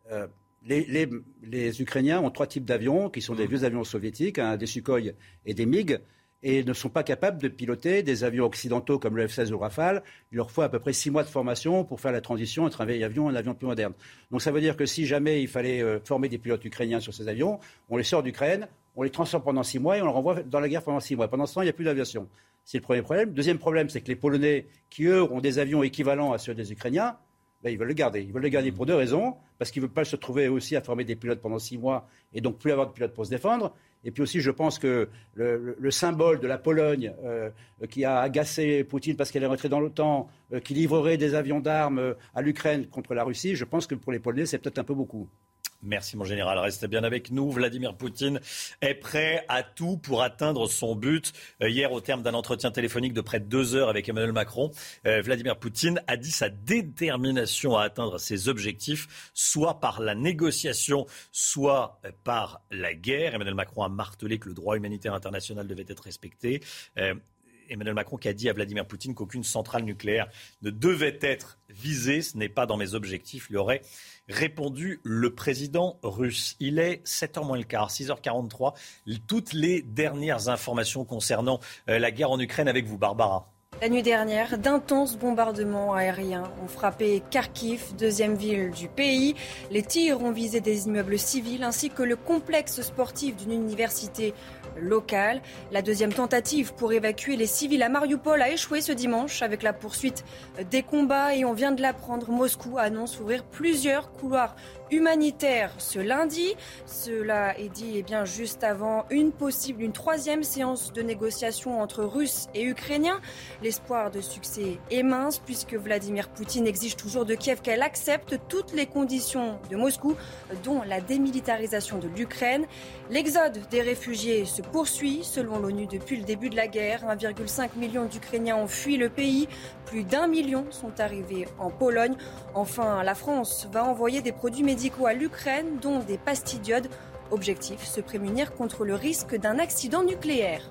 Les Ukrainiens ont trois types d'avions qui sont des vieux avions soviétiques, des Sukhoi et des MiG, et ne sont pas capables de piloter des avions occidentaux comme le F-16 ou Rafale. Il leur faut à peu près 6 mois de formation pour faire la transition entre un vieil avion et un avion plus moderne. Donc ça veut dire que si jamais il fallait former des pilotes ukrainiens sur ces avions, on les sort d'Ukraine, on les transforme pendant 6 mois et on les renvoie dans la guerre pendant 6 mois. Pendant ce temps, il n'y a plus d'aviation. C'est le premier problème. Deuxième problème, c'est que les Polonais, qui eux ont des avions équivalents à ceux des Ukrainiens, ils veulent le garder. Ils veulent le garder pour deux raisons. Parce qu'ils ne veulent pas se trouver aussi à former des pilotes pendant 6 mois et donc plus avoir de pilotes pour se défendre. Et puis aussi, je pense que le symbole de la Pologne qui a agacé Poutine parce qu'elle est rentrée dans l'OTAN, qui livrerait des avions d'armes à l'Ukraine contre la Russie, je pense que pour les Polonais, c'est peut-être un peu beaucoup. Merci mon général, restez bien avec nous. Vladimir Poutine est prêt à tout pour atteindre son but. Hier, au terme d'un entretien téléphonique de près de 2 heures avec Emmanuel Macron, Vladimir Poutine a dit sa détermination à atteindre ses objectifs, soit par la négociation, soit par la guerre. Emmanuel Macron a martelé que le droit humanitaire international devait être respecté. Emmanuel Macron qui a dit à Vladimir Poutine qu'aucune centrale nucléaire ne devait être visée. Ce n'est pas dans mes objectifs, lui aurait répondu le président russe. Il est 7h moins le quart, 6h43. Toutes les dernières informations concernant la guerre en Ukraine avec vous, Barbara. La nuit dernière, d'intenses bombardements aériens ont frappé Kharkiv, deuxième ville du pays. Les tirs ont visé des immeubles civils ainsi que le complexe sportif d'une université locale. La deuxième tentative pour évacuer les civils à Mariupol a échoué ce dimanche avec la poursuite des combats et on vient de l'apprendre, Moscou annonce ouvrir plusieurs couloirs humanitaires ce lundi. Cela est dit juste avant une troisième séance de négociation entre Russes et Ukrainiens. L'espoir de succès est mince puisque Vladimir Poutine exige toujours de Kiev qu'elle accepte toutes les conditions de Moscou, dont la démilitarisation de l'Ukraine. L'exode des réfugiés se poursuit. Selon l'ONU, depuis le début de la guerre, 1,5 million d'Ukrainiens ont fui le pays. Plus d'1 million sont arrivés en Pologne. Enfin, la France va envoyer des produits médicaux à l'Ukraine, dont des pastilles d'iode. Objectif, se prémunir contre le risque d'un accident nucléaire.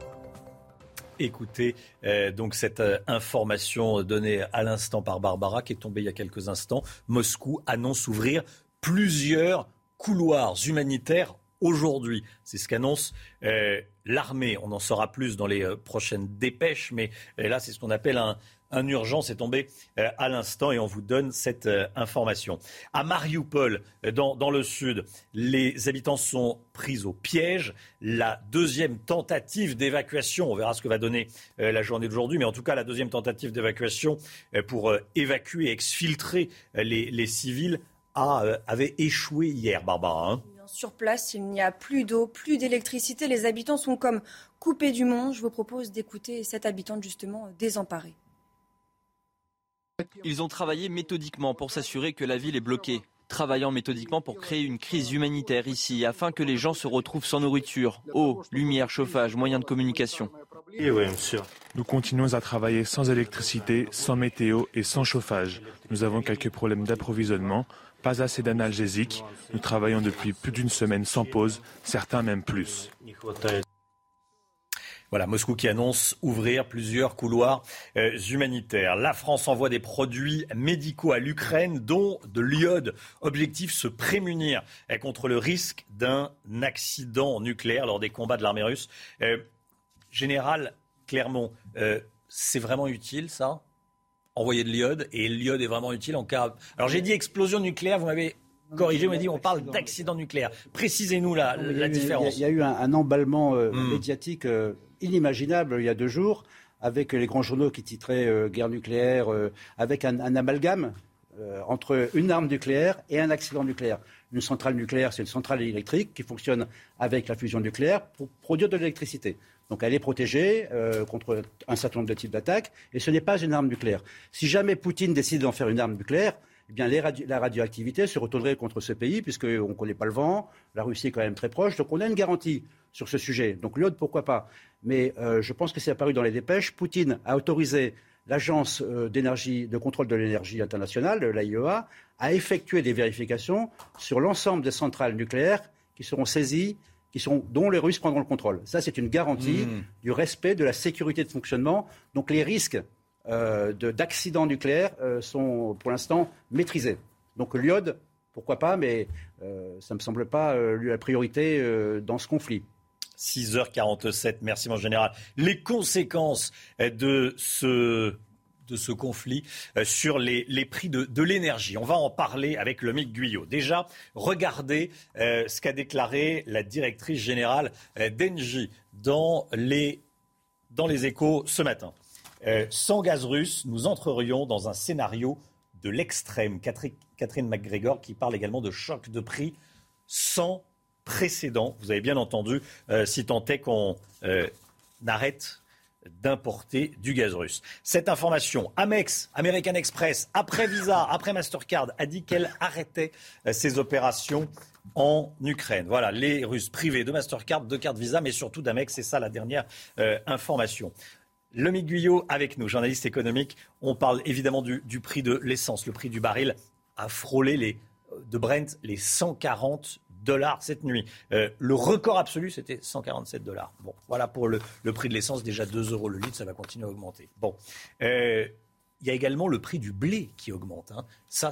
Écoutez donc cette information donnée à l'instant par Barbara qui est tombée il y a quelques instants. Moscou annonce ouvrir plusieurs couloirs humanitaires aujourd'hui. C'est ce qu'annonce l'armée. On en saura plus dans les prochaines dépêches, mais là c'est ce qu'on appelle un urgent, c'est tombé à l'instant et on vous donne cette information. À Mariupol, dans le sud, les habitants sont pris au piège. La deuxième tentative d'évacuation, on verra ce que va donner la journée d'aujourd'hui, mais en tout cas la deuxième tentative d'évacuation pour évacuer, exfiltrer les civils avait échoué hier, Barbara. Sur place, il n'y a plus d'eau, plus d'électricité. Les habitants sont comme coupés du monde. Je vous propose d'écouter cette habitante justement désemparée. Ils ont travaillé méthodiquement pour s'assurer que la ville est bloquée. travaillant méthodiquement pour créer une crise humanitaire ici, afin que les gens se retrouvent sans nourriture, eau, lumière, chauffage, moyens de communication. Oui, monsieur. Nous continuons à travailler sans électricité, sans météo et sans chauffage. Nous avons quelques problèmes d'approvisionnement, pas assez d'analgésiques. Nous travaillons depuis plus d'une semaine sans pause, certains même plus. Voilà, Moscou qui annonce ouvrir plusieurs couloirs humanitaires. La France envoie des produits médicaux à l'Ukraine, dont de l'iode. Objectif, se prémunir contre le risque d'un accident nucléaire lors des combats de l'armée russe. Général Clermont, c'est vraiment utile ça ? Envoyer de l'iode, et l'iode est vraiment utile en cas... Alors j'ai dit explosion nucléaire, vous m'avez corrigé, vous m'avez dit on parle d'accident nucléaire. Précisez-nous la différence. Il y a eu un emballement médiatique inimaginable il y a 2 jours, avec les grands journaux qui titraient guerre nucléaire, avec un amalgame entre une arme nucléaire et un accident nucléaire. Une centrale nucléaire, c'est une centrale électrique qui fonctionne avec la fusion nucléaire pour produire de l'électricité. Donc elle est protégée contre un certain nombre de types d'attaques, et ce n'est pas une arme nucléaire. Si jamais Poutine décide d'en faire une arme nucléaire, eh bien la radioactivité se retournerait contre ce pays, puisqu'on ne connaît pas le vent, la Russie est quand même très proche, donc on a une garantie sur ce sujet. Donc l'iode, pourquoi pas ? Mais je pense que c'est apparu dans les dépêches, Poutine a autorisé l'Agence de contrôle de l'énergie internationale, l'AIEA, à effectuer des vérifications sur l'ensemble des centrales nucléaires qui seront saisies, dont les Russes prendront le contrôle. Ça, c'est une garantie du respect de la sécurité de fonctionnement. Donc les risques d'accidents nucléaires sont pour l'instant maîtrisés. Donc l'iode, pourquoi pas, mais ça ne me semble pas la priorité dans ce conflit. 6h47, merci mon général. Les conséquences de ce conflit sur les prix de l'énergie. On va en parler avec Lomique Guyot. Déjà, regardez ce qu'a déclaré la directrice générale d'Engie dans les Échos ce matin. Sans gaz russe, nous entrerions dans un scénario de l'extrême. Catherine McGregor qui parle également de choc de prix sans précédent. Vous avez bien entendu, si tant est qu'on arrête d'importer du gaz russe. Cette information, Amex, American Express, après Visa, après Mastercard, a dit qu'elle arrêtait ses opérations en Ukraine. Voilà, les Russes privés de Mastercard, de carte Visa, mais surtout d'Amex, c'est ça la dernière information. Lomique Guyot avec nous, journaliste économique. On parle évidemment du prix de l'essence. Le prix du baril a frôlé de Brent les $140 cette nuit. Le record absolu, c'était $147. Bon, voilà pour le prix de l'essence, déjà 2 € le litre, ça va continuer à augmenter. Bon, il y a également le prix du blé qui augmente. Hein. Ça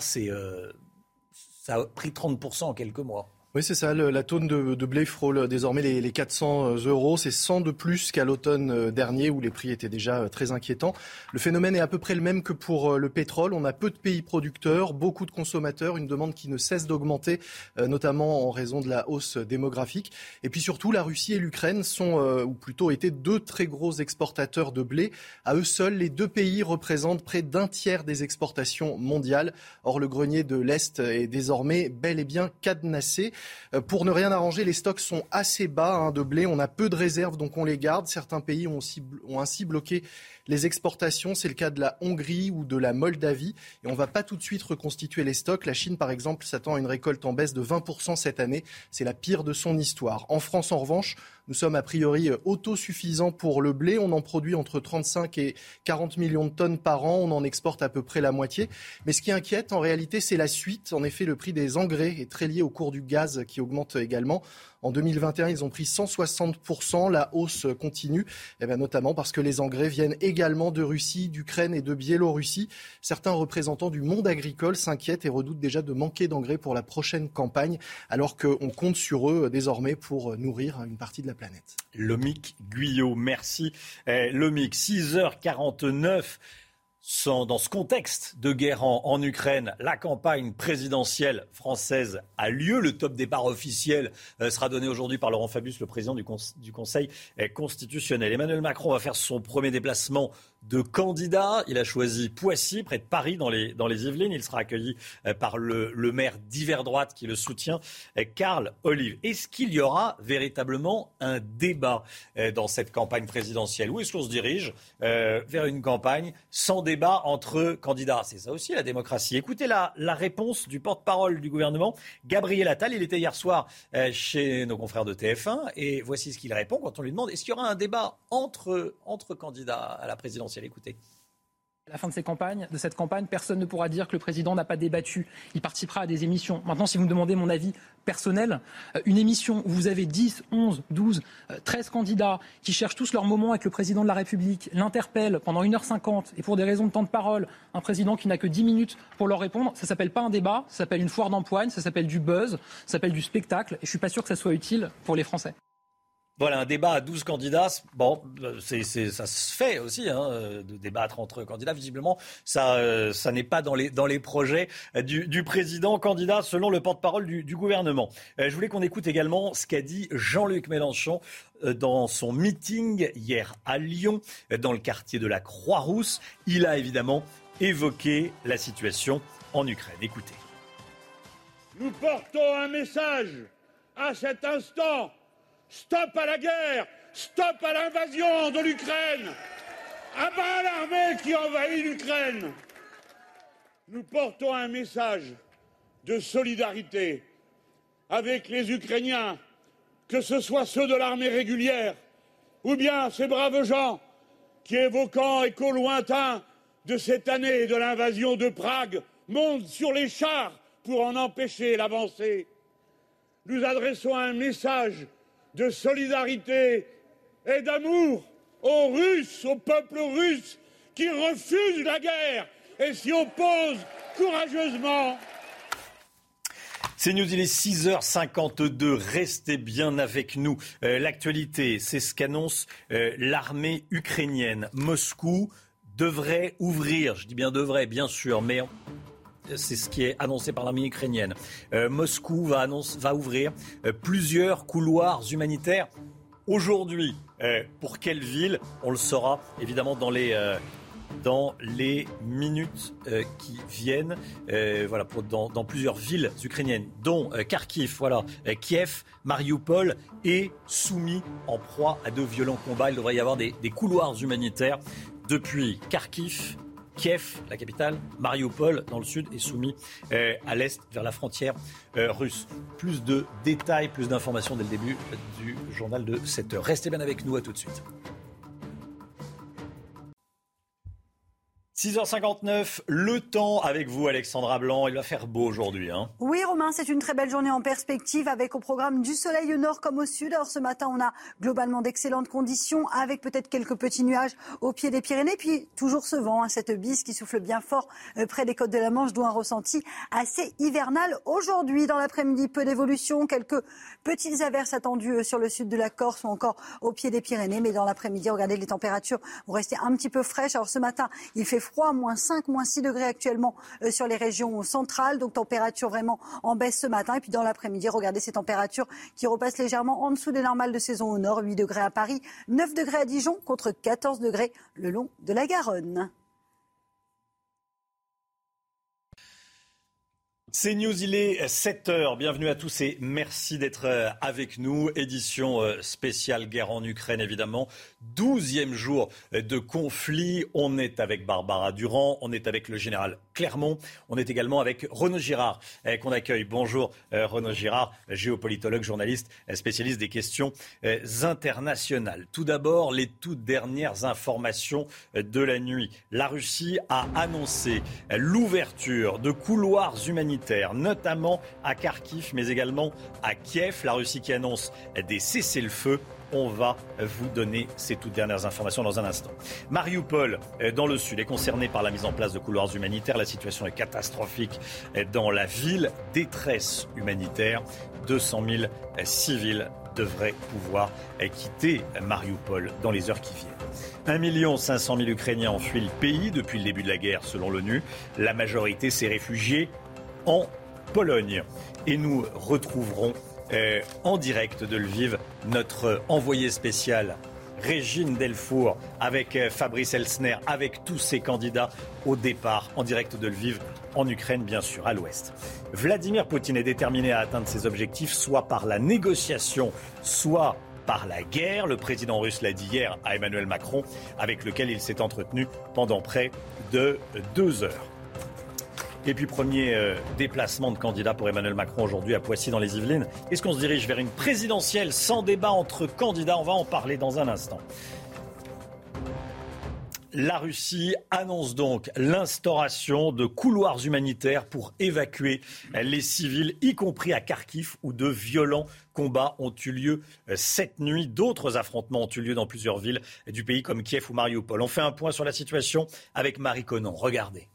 a pris 30% en quelques mois. Oui, c'est ça. La tonne de blé frôle désormais les 400 €. C'est 100 de plus qu'à l'automne dernier où les prix étaient déjà très inquiétants. Le phénomène est à peu près le même que pour le pétrole. On a peu de pays producteurs, beaucoup de consommateurs, une demande qui ne cesse d'augmenter, notamment en raison de la hausse démographique. Et puis surtout, la Russie et l'Ukraine sont, ou plutôt étaient, 2 très gros exportateurs de blé. À eux seuls, les 2 pays représentent près d'1 tiers des exportations mondiales. Or, le grenier de l'Est est désormais bel et bien cadenassé. Pour ne rien arranger, les stocks sont assez bas de blé. On a peu de réserves, donc on les garde. Certains pays ont ainsi bloqué les exportations. C'est le cas de la Hongrie ou de la Moldavie. Et on ne va pas tout de suite reconstituer les stocks. La Chine, par exemple, s'attend à une récolte en baisse de 20% cette année. C'est la pire de son histoire. En France, en revanche, nous sommes a priori autosuffisants pour le blé. On en produit entre 35 et 40 millions de tonnes par an. On en exporte à peu près la moitié. Mais ce qui inquiète, en réalité, c'est la suite. En effet, le prix des engrais est très lié au cours du gaz qui augmente également. En 2021, ils ont pris 160%. La hausse continue, notamment parce que les engrais viennent également de Russie, d'Ukraine et de Biélorussie. Certains représentants du monde agricole s'inquiètent et redoutent déjà de manquer d'engrais pour la prochaine campagne, alors qu'on compte sur eux désormais pour nourrir une partie de la planète. Lomique Guyot, merci. Lomique, 6h49. Dans ce contexte de guerre en Ukraine, la campagne présidentielle française a lieu. Le top départ officiel sera donné aujourd'hui par Laurent Fabius, le président du Conseil constitutionnel. Emmanuel Macron va faire son premier déplacement de candidat. Il a choisi Poissy, près de Paris, dans les Yvelines. Il sera accueilli par le maire d'hiver droite qui le soutient, Carl Olive. Est-ce qu'il y aura véritablement un débat dans cette campagne présidentielle, ou est-ce qu'on se dirige vers une campagne sans débat débat entre candidats. C'est ça aussi la démocratie. Écoutez la réponse du porte-parole du gouvernement, Gabriel Attal. Il était hier soir chez nos confrères de TF1 et voici ce qu'il répond quand on lui demande est-ce qu'il y aura un débat entre candidats à la présidentielle. Écoutez. À la fin de cette campagne, personne ne pourra dire que le président n'a pas débattu. Il participera à des émissions. Maintenant, si vous me demandez mon avis personnel, une émission où vous avez 10, 11, 12, 13 candidats qui cherchent tous leur moment avec le président de la République, l'interpellent pendant 1h50 et pour des raisons de temps de parole, un président qui n'a que 10 minutes pour leur répondre, ça s'appelle pas un débat, ça s'appelle une foire d'empoigne, ça s'appelle du buzz, ça s'appelle du spectacle et je suis pas sûr que ça soit utile pour les Français. Voilà, un débat à 12 candidats, bon, ça se fait aussi, de débattre entre candidats. Visiblement, ça n'est pas dans les projets du président candidat, selon le porte-parole du gouvernement. Je voulais qu'on écoute également ce qu'a dit Jean-Luc Mélenchon dans son meeting hier à Lyon, dans le quartier de la Croix-Rousse. Il a évidemment évoqué la situation en Ukraine. Écoutez. Nous portons un message à cet instant. Stop à la guerre! Stop à l'invasion de l'Ukraine! À bas l'armée qui envahit l'Ukraine! Nous portons un message de solidarité avec les Ukrainiens, que ce soit ceux de l'armée régulière ou bien ces braves gens qui, évoquant écho lointain de cette année de l'invasion de Prague, montent sur les chars pour en empêcher l'avancée. Nous adressons un message de solidarité et d'amour aux Russes, au peuple russe qui refuse la guerre et s'y oppose courageusement. C'est News, il est 6h52, restez bien avec nous. L'actualité, c'est ce qu'annonce l'armée ukrainienne. Moscou devrait ouvrir, je dis bien devrait, bien sûr, mais c'est ce qui est annoncé par l'armée ukrainienne. Moscou va ouvrir plusieurs couloirs humanitaires aujourd'hui. Pour quelle ville ? On le saura évidemment dans les minutes qui viennent. Voilà, dans plusieurs villes ukrainiennes, dont Kharkiv, Kiev, Mariupol est soumis en proie à de violents combats. Il devrait y avoir des couloirs humanitaires depuis Kharkiv, Kiev, la capitale, Mariupol, dans le sud, est soumis à l'est, vers la frontière russe. Plus de détails, plus d'informations dès le début du journal de 7h. Restez bien avec nous, à tout de suite. 6h59, le temps avec vous, Alexandra Blanc. Il va faire beau aujourd'hui. Oui, Romain, c'est une très belle journée en perspective avec au programme du soleil au nord comme au sud. Alors ce matin, on a globalement d'excellentes conditions avec peut-être quelques petits nuages au pied des Pyrénées. Puis toujours ce vent, cette bise qui souffle bien fort près des côtes de la Manche, d'où un ressenti assez hivernal. Aujourd'hui, dans l'après-midi, peu d'évolution, quelques petites averses attendues sur le sud de la Corse ou encore au pied des Pyrénées. Mais dans l'après-midi, regardez, les températures vont rester un petit peu fraîches. Alors ce matin, il fait froid, moins 5, moins 6 degrés actuellement sur les régions centrales. Donc température vraiment en baisse ce matin. Et puis dans l'après-midi, regardez ces températures qui repassent légèrement en dessous des normales de saison au nord. 8 degrés à Paris, 9 degrés à Dijon contre 14 degrés le long de la Garonne. C'est News, il est 7h. Bienvenue à tous et merci d'être avec nous. Édition spéciale guerre en Ukraine, évidemment. 12e jour de conflit. On est avec Barbara Durand, on est avec le général Clermont, on est également avec Renaud Girard qu'on accueille. Bonjour Renaud Girard, géopolitologue, journaliste, spécialiste des questions internationales. Tout d'abord, les toutes dernières informations de la nuit. La Russie a annoncé l'ouverture de couloirs humanitaires, notamment à Kharkiv, mais également à Kiev. La Russie qui annonce des cessez-le-feu. On va vous donner ces toutes dernières informations dans un instant. Mariupol, dans le sud, est concerné par la mise en place de couloirs humanitaires. La situation est catastrophique dans la ville. Détresse humanitaire. 200 000 civils devraient pouvoir quitter Mariupol dans les heures qui viennent. 1 500 000 Ukrainiens ont fui le pays depuis le début de la guerre, selon l'ONU. La majorité s'est réfugiée en Pologne. Et nous retrouverons en direct de Lviv notre envoyé spécial Régine Delfour avec Fabrice Elsner, avec tous ses candidats au départ en direct de Lviv en Ukraine, bien sûr, à l'ouest. Vladimir Poutine est déterminé à atteindre ses objectifs, soit par la négociation, soit par la guerre. Le président russe l'a dit hier à Emmanuel Macron, avec lequel il s'est entretenu pendant près de 2 heures. Et puis premier déplacement de candidat pour Emmanuel Macron aujourd'hui à Poissy dans les Yvelines. Est-ce qu'on se dirige vers une présidentielle sans débat entre candidats? On va en parler dans un instant. La Russie annonce donc l'instauration de couloirs humanitaires pour évacuer les civils, y compris à Kharkiv, où de violents combats ont eu lieu cette nuit. D'autres affrontements ont eu lieu dans plusieurs villes du pays comme Kiev ou Mariupol. On fait un point sur la situation avec Marie Conan. Regardez.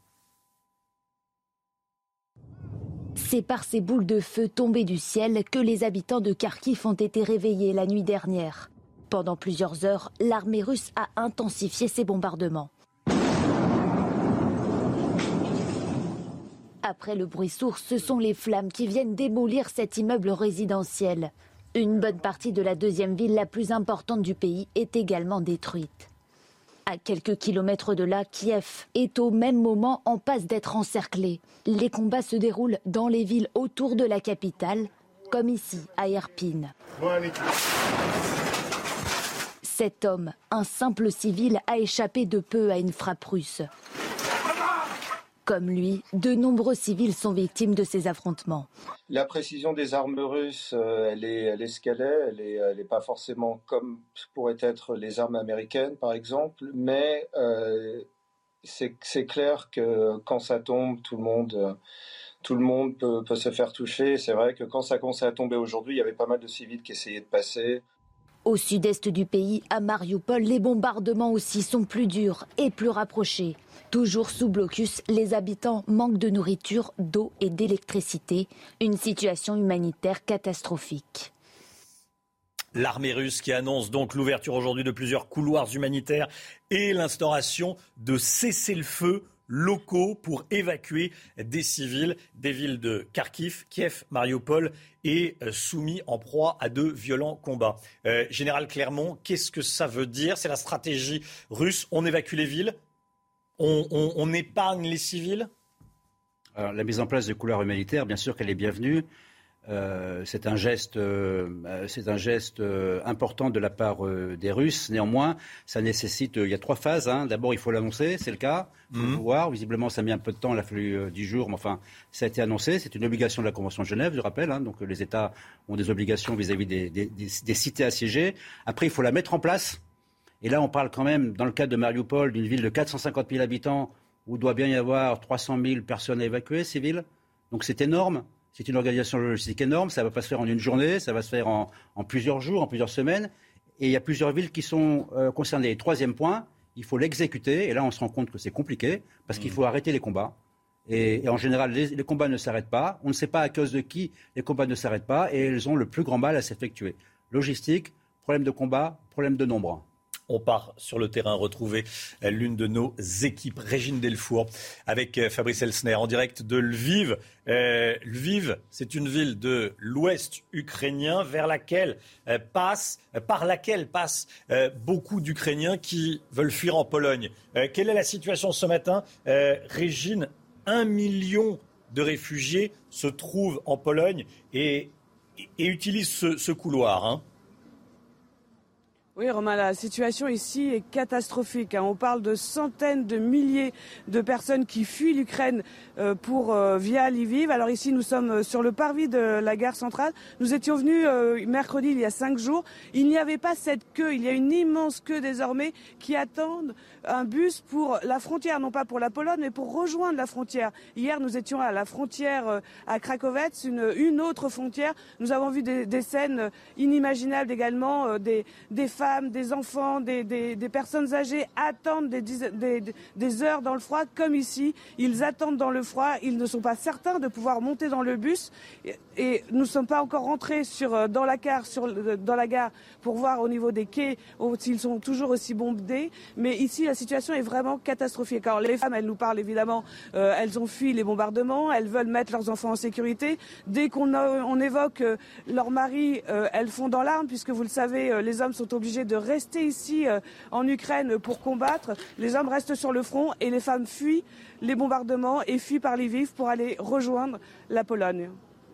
C'est par ces boules de feu tombées du ciel que les habitants de Kharkiv ont été réveillés la nuit dernière. Pendant plusieurs heures, l'armée russe a intensifié ses bombardements. Après le bruit sourd, ce sont les flammes qui viennent démolir cet immeuble résidentiel. Une bonne partie de la deuxième ville la plus importante du pays est également détruite. À quelques kilomètres de là, Kiev est au même moment en passe d'être encerclée. Les combats se déroulent dans les villes autour de la capitale, comme ici, à Irpin. Cet homme, un simple civil, a échappé de peu à une frappe russe. Comme lui, de nombreux civils sont victimes de ces affrontements. La précision des armes russes, elle est ce qu'elle est. Elle n'est pas forcément comme pourraient être les armes américaines, par exemple. Mais c'est clair que quand ça tombe, tout le monde peut se faire toucher. C'est vrai que quand ça commençait à tomber aujourd'hui, il y avait pas mal de civils qui essayaient de passer. Au sud-est du pays, à Mariupol, les bombardements aussi sont plus durs et plus rapprochés. Toujours sous blocus, les habitants manquent de nourriture, d'eau et d'électricité. Une situation humanitaire catastrophique. L'armée russe qui annonce donc l'ouverture aujourd'hui de plusieurs couloirs humanitaires et l'instauration de cessez-le-feu locaux pour évacuer des civils des villes de Kharkiv, Kiev, Mariupol et soumis en proie à de violents combats. Général Clermont, qu'est-ce que ça veut dire? C'est la stratégie russe. On évacue les villes, on épargne les civils? Alors, la mise en place de couloirs humanitaires, bien sûr qu'elle est bienvenue. C'est un geste important de la part des Russes. Néanmoins, ça nécessite. Il y a 3 phases. D'abord, il faut l'annoncer, c'est le cas. Il faut le voir. Visiblement, ça a mis un peu de temps. Il a fallu 10 jours, mais enfin, ça a été annoncé. C'est une obligation de la Convention de Genève, je rappelle. Donc, les États ont des obligations vis-à-vis des cités assiégées. Après, il faut la mettre en place. Et là, on parle quand même, dans le cadre de Mariupol, d'une ville de 450 000 habitants, où il doit bien y avoir 300 000 personnes à évacuer, civiles. Donc, c'est énorme. C'est une organisation logistique énorme, ça ne va pas se faire en une journée, ça va se faire en plusieurs jours, en plusieurs semaines. Et il y a plusieurs villes qui sont concernées. Et 3e point, il faut l'exécuter. Et là, on se rend compte que c'est compliqué, parce qu'il faut arrêter les combats. Et en général, les combats ne s'arrêtent pas. On ne sait pas à cause de qui les combats ne s'arrêtent pas. Et elles ont le plus grand mal à s'effectuer. Logistique, problème de combat, problème de nombre. On part sur le terrain retrouver l'une de nos équipes, Régine Delfour, avec Fabrice Elsner, en direct de Lviv. Lviv, c'est une ville de l'ouest ukrainien par laquelle passent beaucoup d'Ukrainiens qui veulent fuir en Pologne. Quelle est la situation ce matin? Régine, 1 million de réfugiés se trouvent en Pologne et utilisent ce couloir. Oui, Romain, la situation ici est catastrophique. On parle de centaines de milliers de personnes qui fuient l'Ukraine via Lviv. Alors ici, nous sommes sur le parvis de la gare centrale. Nous étions venus mercredi, il y a 5 jours. Il n'y avait pas cette queue. Il y a une immense queue désormais qui attendent un bus pour la frontière, non pas pour la Pologne, mais pour rejoindre la frontière. Hier, nous étions à la frontière à Krakowec, une autre frontière. Nous avons vu des scènes inimaginables également, des femmes, des enfants, des personnes âgées attendent des heures dans le froid, comme ici. Ils attendent dans le froid, ils ne sont pas certains de pouvoir monter dans le bus. Et nous ne sommes pas encore rentrés dans la gare pour voir au niveau des quais s'ils sont toujours aussi bombés. Mais ici, la situation est vraiment catastrophique. Alors les femmes, elles nous parlent évidemment, elles ont fui les bombardements, elles veulent mettre leurs enfants en sécurité. Dès qu'on évoque leurs maris, elles font dans l'arme, puisque vous le savez, les hommes sont obligés de rester ici en Ukraine pour combattre. Les hommes restent sur le front et les femmes fuient les bombardements et fuient par Lviv pour aller rejoindre la Pologne.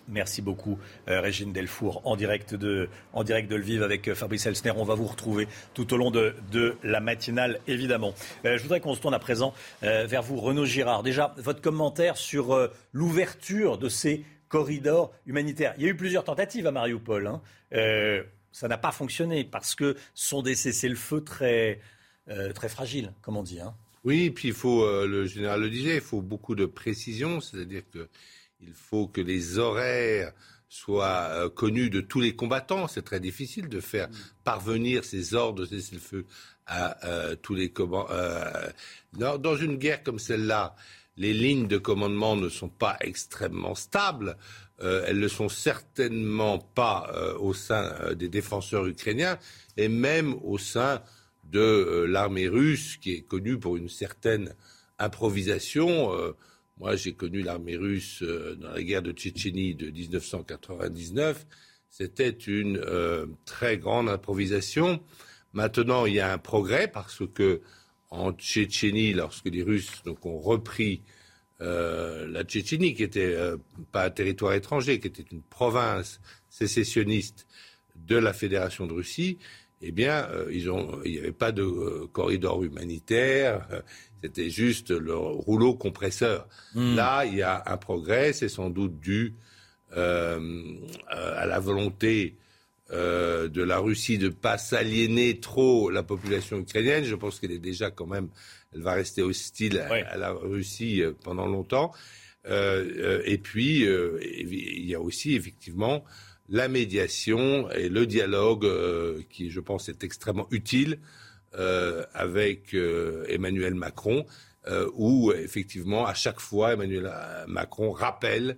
Merci beaucoup, Régine Delfour, en direct de Lviv avec Fabrice Elsner. On va vous retrouver tout au long de la matinale, évidemment. Je voudrais qu'on se tourne à présent vers vous, Renaud Girard. Déjà, votre commentaire sur l'ouverture de ces corridors humanitaires. Il y a eu plusieurs tentatives à Mariupol. Ça n'a pas fonctionné parce que ce sont des cessez-le-feu très fragiles, comme on dit. Oui, puis il faut, le général le disait, il faut beaucoup de précision, c'est-à-dire qu'il faut que les horaires soient connus de tous les combattants. C'est très difficile de faire parvenir ces ordres de cessez-le-feu à tous les combattants. Dans une guerre comme celle-là, les lignes de commandement ne sont pas extrêmement stables. Elles ne sont certainement pas au sein des défenseurs ukrainiens et même au sein de l'armée russe qui est connue pour une certaine improvisation. Moi, j'ai connu l'armée russe dans la guerre de Tchétchénie de 1999. C'était une très grande improvisation. Maintenant, il y a un progrès parce que en Tchétchénie, lorsque les Russes ont repris la Tchétchénie, qui n'était pas un territoire étranger, qui était une province sécessionniste de la Fédération de Russie, eh bien, il n'y avait pas de corridor humanitaire, c'était juste le rouleau compresseur. Là, il y a un progrès, c'est sans doute dû à la volonté de la Russie de ne pas s'aliéner trop la population ukrainienne. Je pense qu'elle est déjà quand même, elle va rester hostile à la Russie pendant longtemps. Et puis, il y a aussi effectivement la médiation et le dialogue qui, je pense, est extrêmement utile avec Emmanuel Macron, où effectivement, à chaque fois, Emmanuel Macron rappelle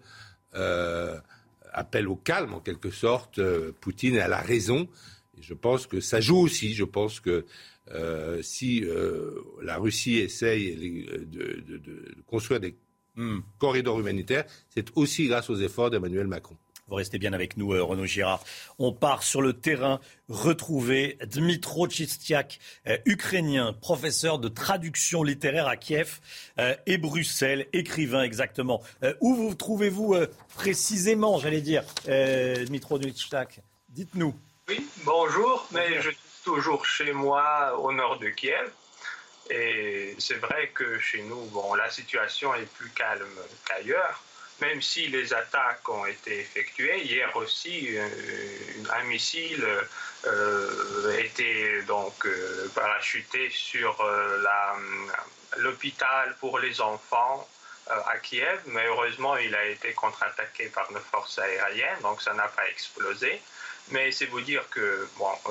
au calme, en quelque sorte, Poutine à la raison. Et je pense que ça joue aussi. Je pense que si la Russie essaye de construire des corridors humanitaires, c'est aussi grâce aux efforts d'Emmanuel Macron. Vous restez bien avec nous, Renaud Girard. On part sur le terrain retrouver Dmytro Chistiak, ukrainien, professeur de traduction littéraire à Kiev et Bruxelles, écrivain exactement. Où vous trouvez-vous précisément, j'allais dire, Dmytro Chistiak? Dites-nous. Oui, bonjour, mais je suis toujours chez moi au nord de Kiev. Et c'est vrai que chez nous, la situation est plus calme qu'ailleurs. Même si les attaques ont été effectuées, hier aussi, un missile était donc parachuté sur l'hôpital pour les enfants à Kiev, mais heureusement, il a été contre-attaqué par nos forces aériennes, donc ça n'a pas explosé. Mais c'est vous dire que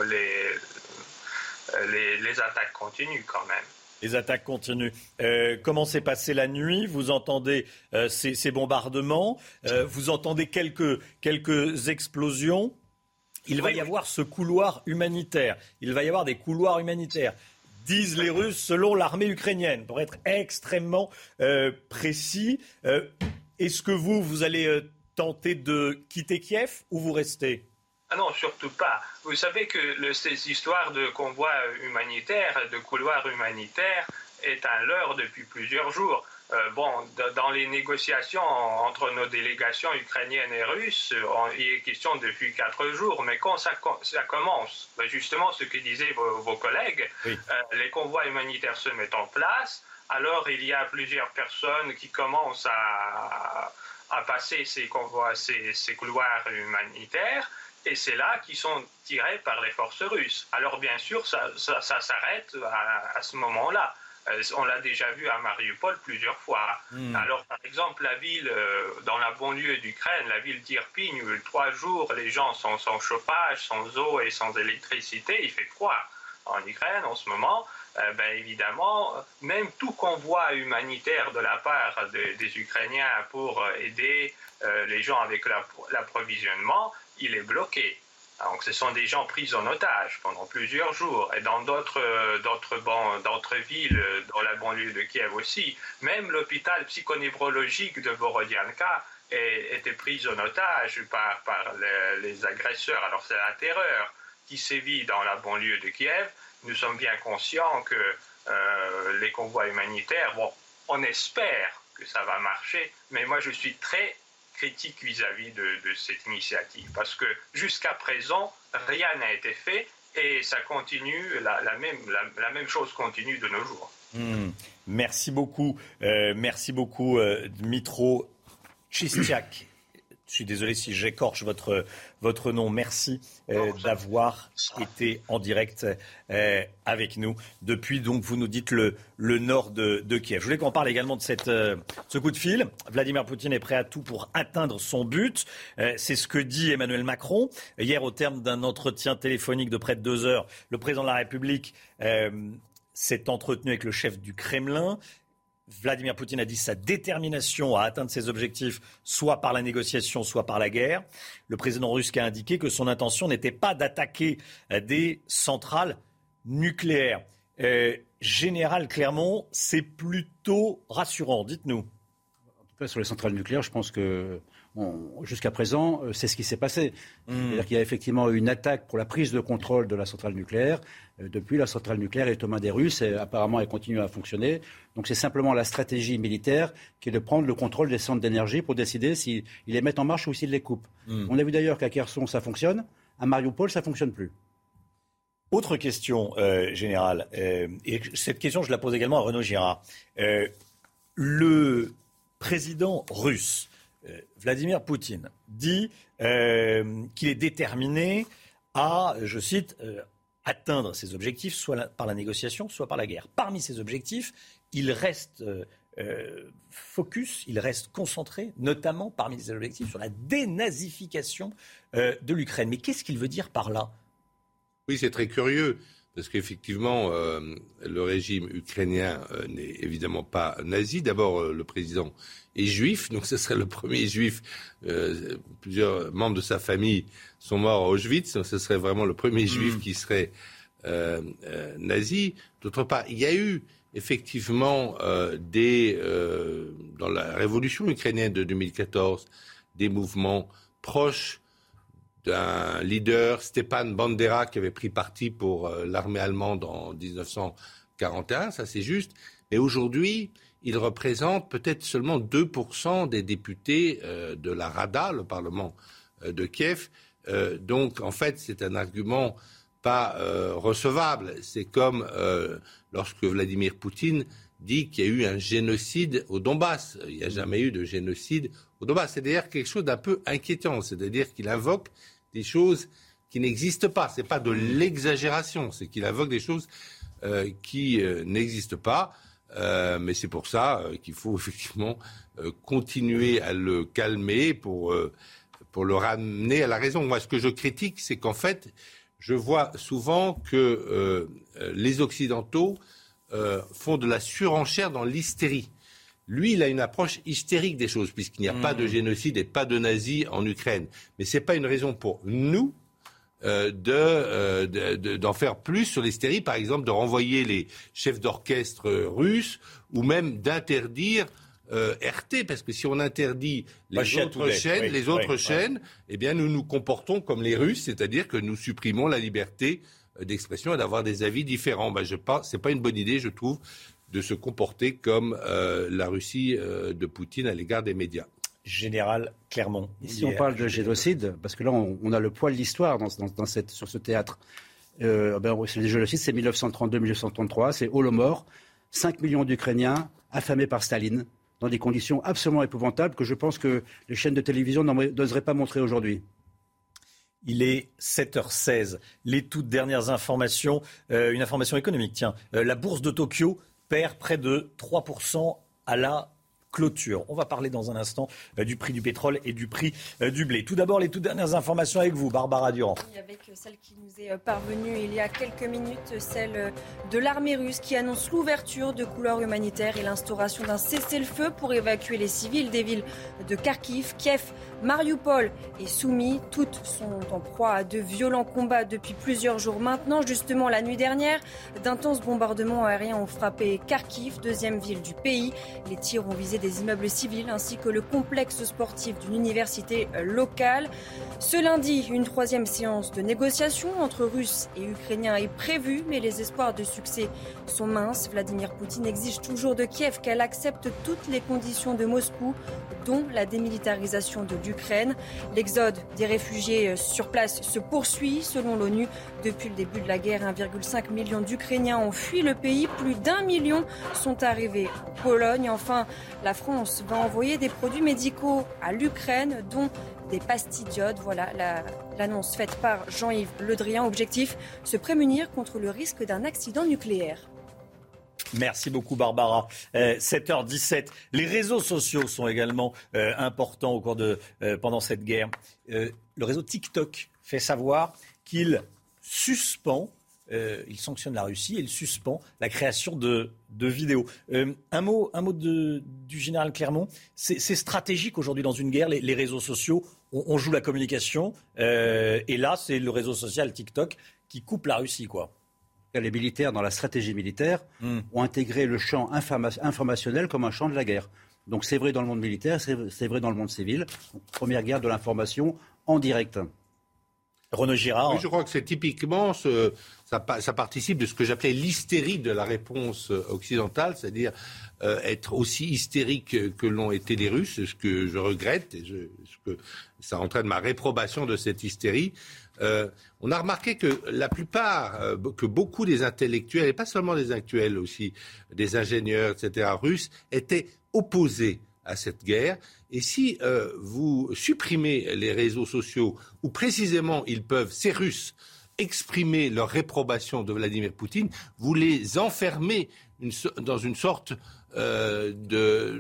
les attaques continuent quand même. Les attaques continuent. Comment s'est passée la nuit? Vous entendez ces bombardements, vous entendez quelques explosions. Il va y avoir ce couloir humanitaire. Il va y avoir des couloirs humanitaires, disent les Russes, selon l'armée ukrainienne, pour être extrêmement précis. Est-ce que vous allez tenter de quitter Kiev ou vous restez? Ah non, surtout pas. Vous savez que ces histoires de convois humanitaires, de couloirs humanitaires, est un leurre depuis plusieurs jours. Dans les négociations entre nos délégations ukrainiennes et russes, il est question depuis 4 jours. Mais quand ça commence, justement ce que disaient vos collègues, les convois humanitaires se mettent en place. Alors il y a plusieurs personnes qui commencent à passer ces couloirs humanitaires. Et c'est là qu'ils sont tirés par les forces russes. Alors bien sûr, ça s'arrête à ce moment-là. On l'a déjà vu à Mariupol plusieurs fois. Alors par exemple, la ville dans la banlieue d'Ukraine, la ville d'Irpin, où 3 jours les gens sont sans chauffage, sans eau et sans électricité, il fait froid en Ukraine en ce moment. Évidemment, même tout convoi humanitaire de la part des Ukrainiens pour aider les gens avec l'approvisionnement, il est bloqué. Donc ce sont des gens pris en otage pendant plusieurs jours. Et dans d'autres villes, dans la banlieue de Kiev aussi, même l'hôpital psychonévrologique de Borodianka était pris en otage par les agresseurs. Alors c'est la terreur qui sévit dans la banlieue de Kiev. Nous sommes bien conscients que les convois humanitaires, on espère que ça va marcher, mais moi je suis très critique vis-à-vis de cette initiative. Parce que jusqu'à présent, rien n'a été fait et ça continue, la même chose continue de nos jours. Merci beaucoup, Dmytro Chistiak. Je suis désolé si j'écorche votre nom. Merci d'avoir été en direct avec nous depuis, donc, vous nous dites, le nord de Kiev. Je voulais qu'on parle également de ce coup de fil. Vladimir Poutine est prêt à tout pour atteindre son but. C'est ce que dit Emmanuel Macron. Hier, au terme d'un entretien téléphonique de près de 2 heures, le président de la République s'est entretenu avec le chef du Kremlin. Vladimir Poutine a dit sa détermination à atteindre ses objectifs, soit par la négociation, soit par la guerre. Le président russe a indiqué que son intention n'était pas d'attaquer des centrales nucléaires. Général Clermont, c'est plutôt rassurant. Dites-nous. En tout cas, sur les centrales nucléaires, je pense que jusqu'à présent, c'est ce qui s'est passé. C'est-à-dire qu'il y a effectivement eu une attaque pour la prise de contrôle de la centrale nucléaire. Depuis, la centrale nucléaire est aux mains des Russes et apparemment elle continue à fonctionner. Donc c'est simplement la stratégie militaire qui est de prendre le contrôle des centres d'énergie pour décider s'ils les mettent en marche ou s'ils les coupent. On a vu d'ailleurs qu'à Kherson, ça fonctionne. À Mariupol, ça ne fonctionne plus. Autre question, Général. Et cette question, je la pose également à Renaud Girard. Le président russe, Vladimir Poutine, dit qu'il est déterminé à, je cite, atteindre ses objectifs, soit par la négociation, soit par la guerre. Parmi ces objectifs, il reste focus, il reste concentré, notamment parmi les objectifs, sur la dénazification de l'Ukraine. Mais qu'est-ce qu'il veut dire par là ? Oui, c'est très curieux, parce qu'effectivement, le régime ukrainien n'est évidemment pas nazi. D'abord, le président est juif, donc ce serait le premier juif. Plusieurs membres de sa famille sont morts à Auschwitz, donc ce serait vraiment le premier juif qui serait nazi. D'autre part, il y a eu effectivement dans la révolution ukrainienne de 2014, des mouvements proches d'un leader, Stepan Bandera, qui avait pris parti pour l'armée allemande en 1941, ça c'est juste. Mais aujourd'hui, il représente peut-être seulement 2% des députés de la Rada, le Parlement de Kiev. Donc, en fait, c'est un argument pas recevable. C'est comme lorsque Vladimir Poutine dit qu'il y a eu un génocide au Donbass. Il n'y a jamais eu de génocide au Donbass. C'est d'ailleurs quelque chose d'un peu inquiétant. C'est-à-dire qu'il invoque des choses qui n'existent pas. Ce n'est pas de l'exagération. C'est qu'il invoque des choses qui n'existent pas. Mais c'est pour ça qu'il faut effectivement continuer à le calmer pour le ramener à la raison. Moi, ce que je critique, c'est qu'en fait, je vois souvent que les Occidentaux font de la surenchère dans l'hystérie. Lui, il a une approche hystérique des choses, puisqu'il n'y a pas de génocide et pas de nazis en Ukraine. Mais ce n'est pas une raison pour nous d'en faire plus sur l'hystérie, par exemple, de renvoyer les chefs d'orchestre russes, ou même d'interdire RT, parce que si on interdit les autres chaînes, eh bien nous nous comportons comme les Russes, c'est-à-dire que nous supprimons la liberté d'expression et d'avoir des avis différents. C'est pas une bonne idée, je trouve, de se comporter comme la Russie de Poutine à l'égard des médias. Général Clermont. Si on parle de génocide, parce que là on a le poids de l'histoire sur ce théâtre. Le génocide, c'est 1932-1933, c'est Holodomor, 5 millions d'Ukrainiens affamés par Staline, dans des conditions absolument épouvantables que je pense que les chaînes de télévision n'oseraient pas montrer aujourd'hui. Il est 7h16. Les toutes dernières informations, une information économique, tiens. La bourse de Tokyo perd près de 3% à la clôture. On va parler dans un instant du prix du pétrole et du prix du blé. Tout d'abord, les toutes dernières informations avec vous, Barbara Durand. Oui, avec celle qui nous est parvenue il y a quelques minutes, celle de l'armée russe qui annonce l'ouverture de couloirs humanitaires et l'instauration d'un cessez-le-feu pour évacuer les civils des villes de Kharkiv, Kiev, Mariupol et Soumy. Toutes sont en proie à de violents combats depuis plusieurs jours maintenant. Justement, la nuit dernière, d'intenses bombardements aériens ont frappé Kharkiv, deuxième ville du pays. Les tirs ont visé des immeubles civils ainsi que le complexe sportif d'une université locale. Ce lundi, une troisième séance de négociation entre Russes et Ukrainiens est prévue, mais les espoirs de succès sont minces. Vladimir Poutine exige toujours de Kiev qu'elle accepte toutes les conditions de Moscou, dont la démilitarisation de l'Ukraine. L'exode des réfugiés sur place se poursuit. Selon l'ONU, depuis le début de la guerre, 1,5 million d'Ukrainiens ont fui le pays. Plus d'1 million sont arrivés en Pologne. Enfin, la France va envoyer des produits médicaux à l'Ukraine, dont des pastilles d'iode. Voilà l'annonce faite par Jean-Yves Le Drian. Objectif, se prémunir contre le risque d'un accident nucléaire. Merci beaucoup Barbara. 7h17. Les réseaux sociaux sont également importants pendant cette guerre. Le réseau TikTok fait savoir qu'il suspend, il sanctionne la Russie et il suspend la création de vidéos. Un mot du général Clermont. C'est stratégique aujourd'hui dans une guerre, les réseaux sociaux. On joue la communication et là, c'est le réseau social TikTok qui coupe la Russie, quoi. Les militaires, dans la stratégie militaire, ont intégré le champ informationnel comme un champ de la guerre. Donc c'est vrai dans le monde militaire, c'est vrai dans le monde civil. Première guerre de l'information en direct. Renaud Girard. Oui, je crois que c'est typiquement, ça participe de ce que j'appelais l'hystérie de la réponse occidentale, c'est-à-dire être aussi hystérique que l'ont été les Russes, ce que je regrette, et que ça entraîne ma réprobation de cette hystérie. On a remarqué que la plupart, que beaucoup des intellectuels, et pas seulement des intellectuels aussi, des ingénieurs, etc., russes, étaient opposés à cette guerre. Et si vous supprimez les réseaux sociaux, où précisément ces Russes, exprimer leur réprobation de Vladimir Poutine, vous les enfermez dans une sorte de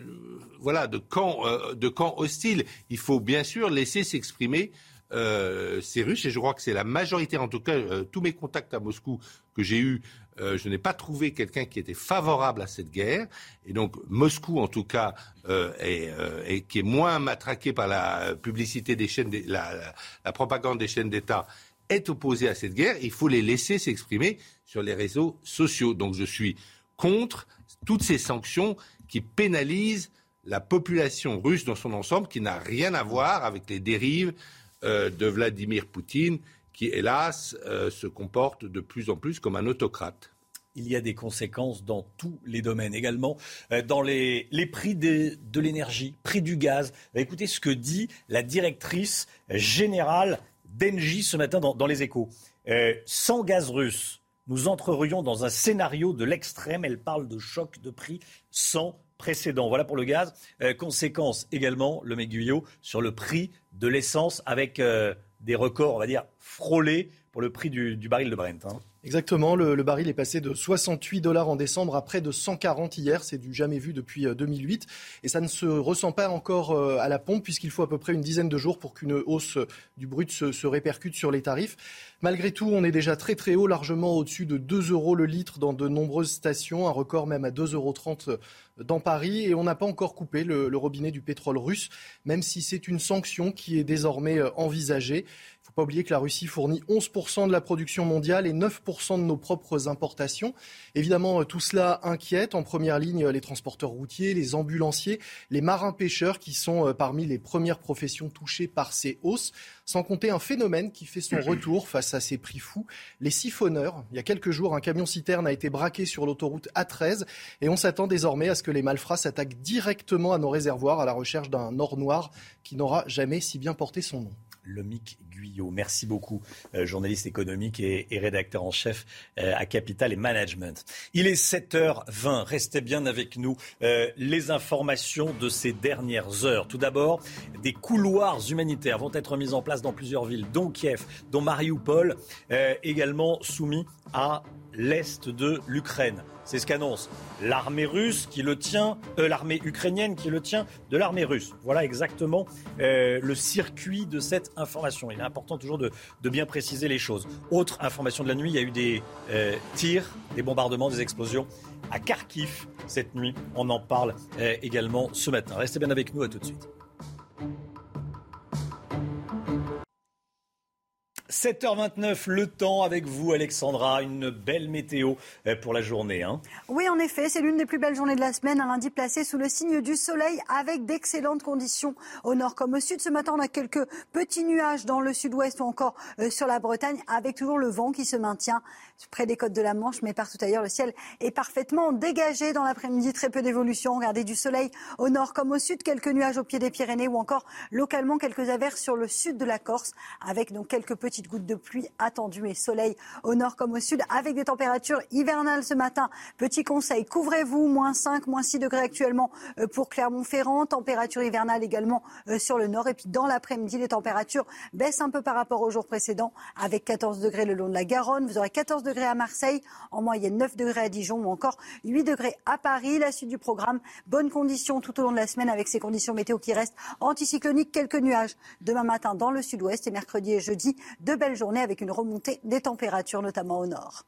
camp hostile. Il faut bien sûr laisser s'exprimer ces Russes, et je crois que c'est la majorité, en tout cas, tous mes contacts à Moscou que j'ai eus, je n'ai pas trouvé quelqu'un qui était favorable à cette guerre, et donc Moscou, en tout cas, qui est moins matraqué par la publicité des chaînes, la propagande des chaînes d'État, est opposé à cette guerre. Il faut les laisser s'exprimer sur les réseaux sociaux. Donc je suis contre toutes ces sanctions qui pénalisent la population russe dans son ensemble, qui n'a rien à voir avec les dérives de Vladimir Poutine, qui, hélas, se comporte de plus en plus comme un autocrate. Il y a des conséquences dans tous les domaines, également dans les prix de l'énergie, prix du gaz. Écoutez ce que dit la directrice générale d'Engie ce matin dans Les Échos. Sans gaz russe, nous entrerions dans un scénario de l'extrême. Elle parle de choc de prix sans précédent. Voilà pour le gaz. Conséquence également, le Guyot, sur le prix de l'essence, avec des records, on va dire, frôlés pour le prix du baril de Brent. Exactement, le baril est passé de 68 $ en décembre à près de 140 hier, c'est du jamais vu depuis 2008, et ça ne se ressent pas encore à la pompe, puisqu'il faut à peu près une dizaine de jours pour qu'une hausse du brut se répercute sur les tarifs. Malgré tout, on est déjà très très haut, largement au-dessus de 2 € le litre dans de nombreuses stations, un record même à 2,30 € dans Paris, et on n'a pas encore coupé le robinet du pétrole russe, même si c'est une sanction qui est désormais envisagée. Il ne faut pas oublier que la Russie fournit 11% de la production mondiale et 9% de nos propres importations. Évidemment, tout cela inquiète. En première ligne, les transporteurs routiers, les ambulanciers, les marins-pêcheurs qui sont parmi les premières professions touchées par ces hausses. Sans compter un phénomène qui fait son retour face à ces prix fous, les siphonneurs. Il y a quelques jours, un camion-citerne a été braqué sur l'autoroute A13 et on s'attend désormais à ce que les malfrats s'attaquent directement à nos réservoirs à la recherche d'un or noir qui n'aura jamais si bien porté son nom. Lomique Guyot, merci beaucoup, journaliste économique et rédacteur en chef à Capital et Management. Il est 7h20, restez bien avec nous. Les informations de ces dernières heures. Tout d'abord, des couloirs humanitaires vont être mis en place dans plusieurs villes, dont Kiev, dont Marioupol, également soumis à l'est de l'Ukraine. C'est ce qu'annonce l'armée russe qui le tient, l'armée ukrainienne qui le tient de l'armée russe. Voilà exactement le circuit de cette information. Il est important toujours de bien préciser les choses. Autre information de la nuit, il y a eu des tirs, des bombardements, des explosions à Kharkiv cette nuit. On en parle également ce matin. Restez bien avec nous, à tout de suite. 7h29, le temps avec vous, Alexandra. Une belle météo pour la journée. Oui, en effet, c'est l'une des plus belles journées de la semaine. Un lundi placé sous le signe du soleil avec d'excellentes conditions au nord comme au sud. Ce matin, on a quelques petits nuages dans le sud-ouest ou encore sur la Bretagne avec toujours le vent qui se maintient près des côtes de la Manche. Mais partout ailleurs, le ciel est parfaitement dégagé. Dans l'après-midi, très peu d'évolution. Regardez, du soleil au nord comme au sud. Quelques nuages au pied des Pyrénées ou encore localement quelques averses sur le sud de la Corse avec donc quelques petites gouttes de pluie attendues et soleil au nord comme au sud avec des températures hivernales ce matin. Petit conseil, couvrez-vous, -5, -6 degrés actuellement pour Clermont-Ferrand, température hivernale également sur le nord et puis dans l'après-midi les températures baissent un peu par rapport au jour précédent avec 14 degrés le long de la Garonne, vous aurez 14 degrés à Marseille, en moyenne 9 degrés à Dijon ou encore 8 degrés à Paris. La suite du programme, bonnes conditions tout au long de la semaine avec ces conditions météo qui restent anticycloniques, quelques nuages demain matin dans le sud-ouest et mercredi et jeudi, de belles journées avec une remontée des températures, notamment au nord.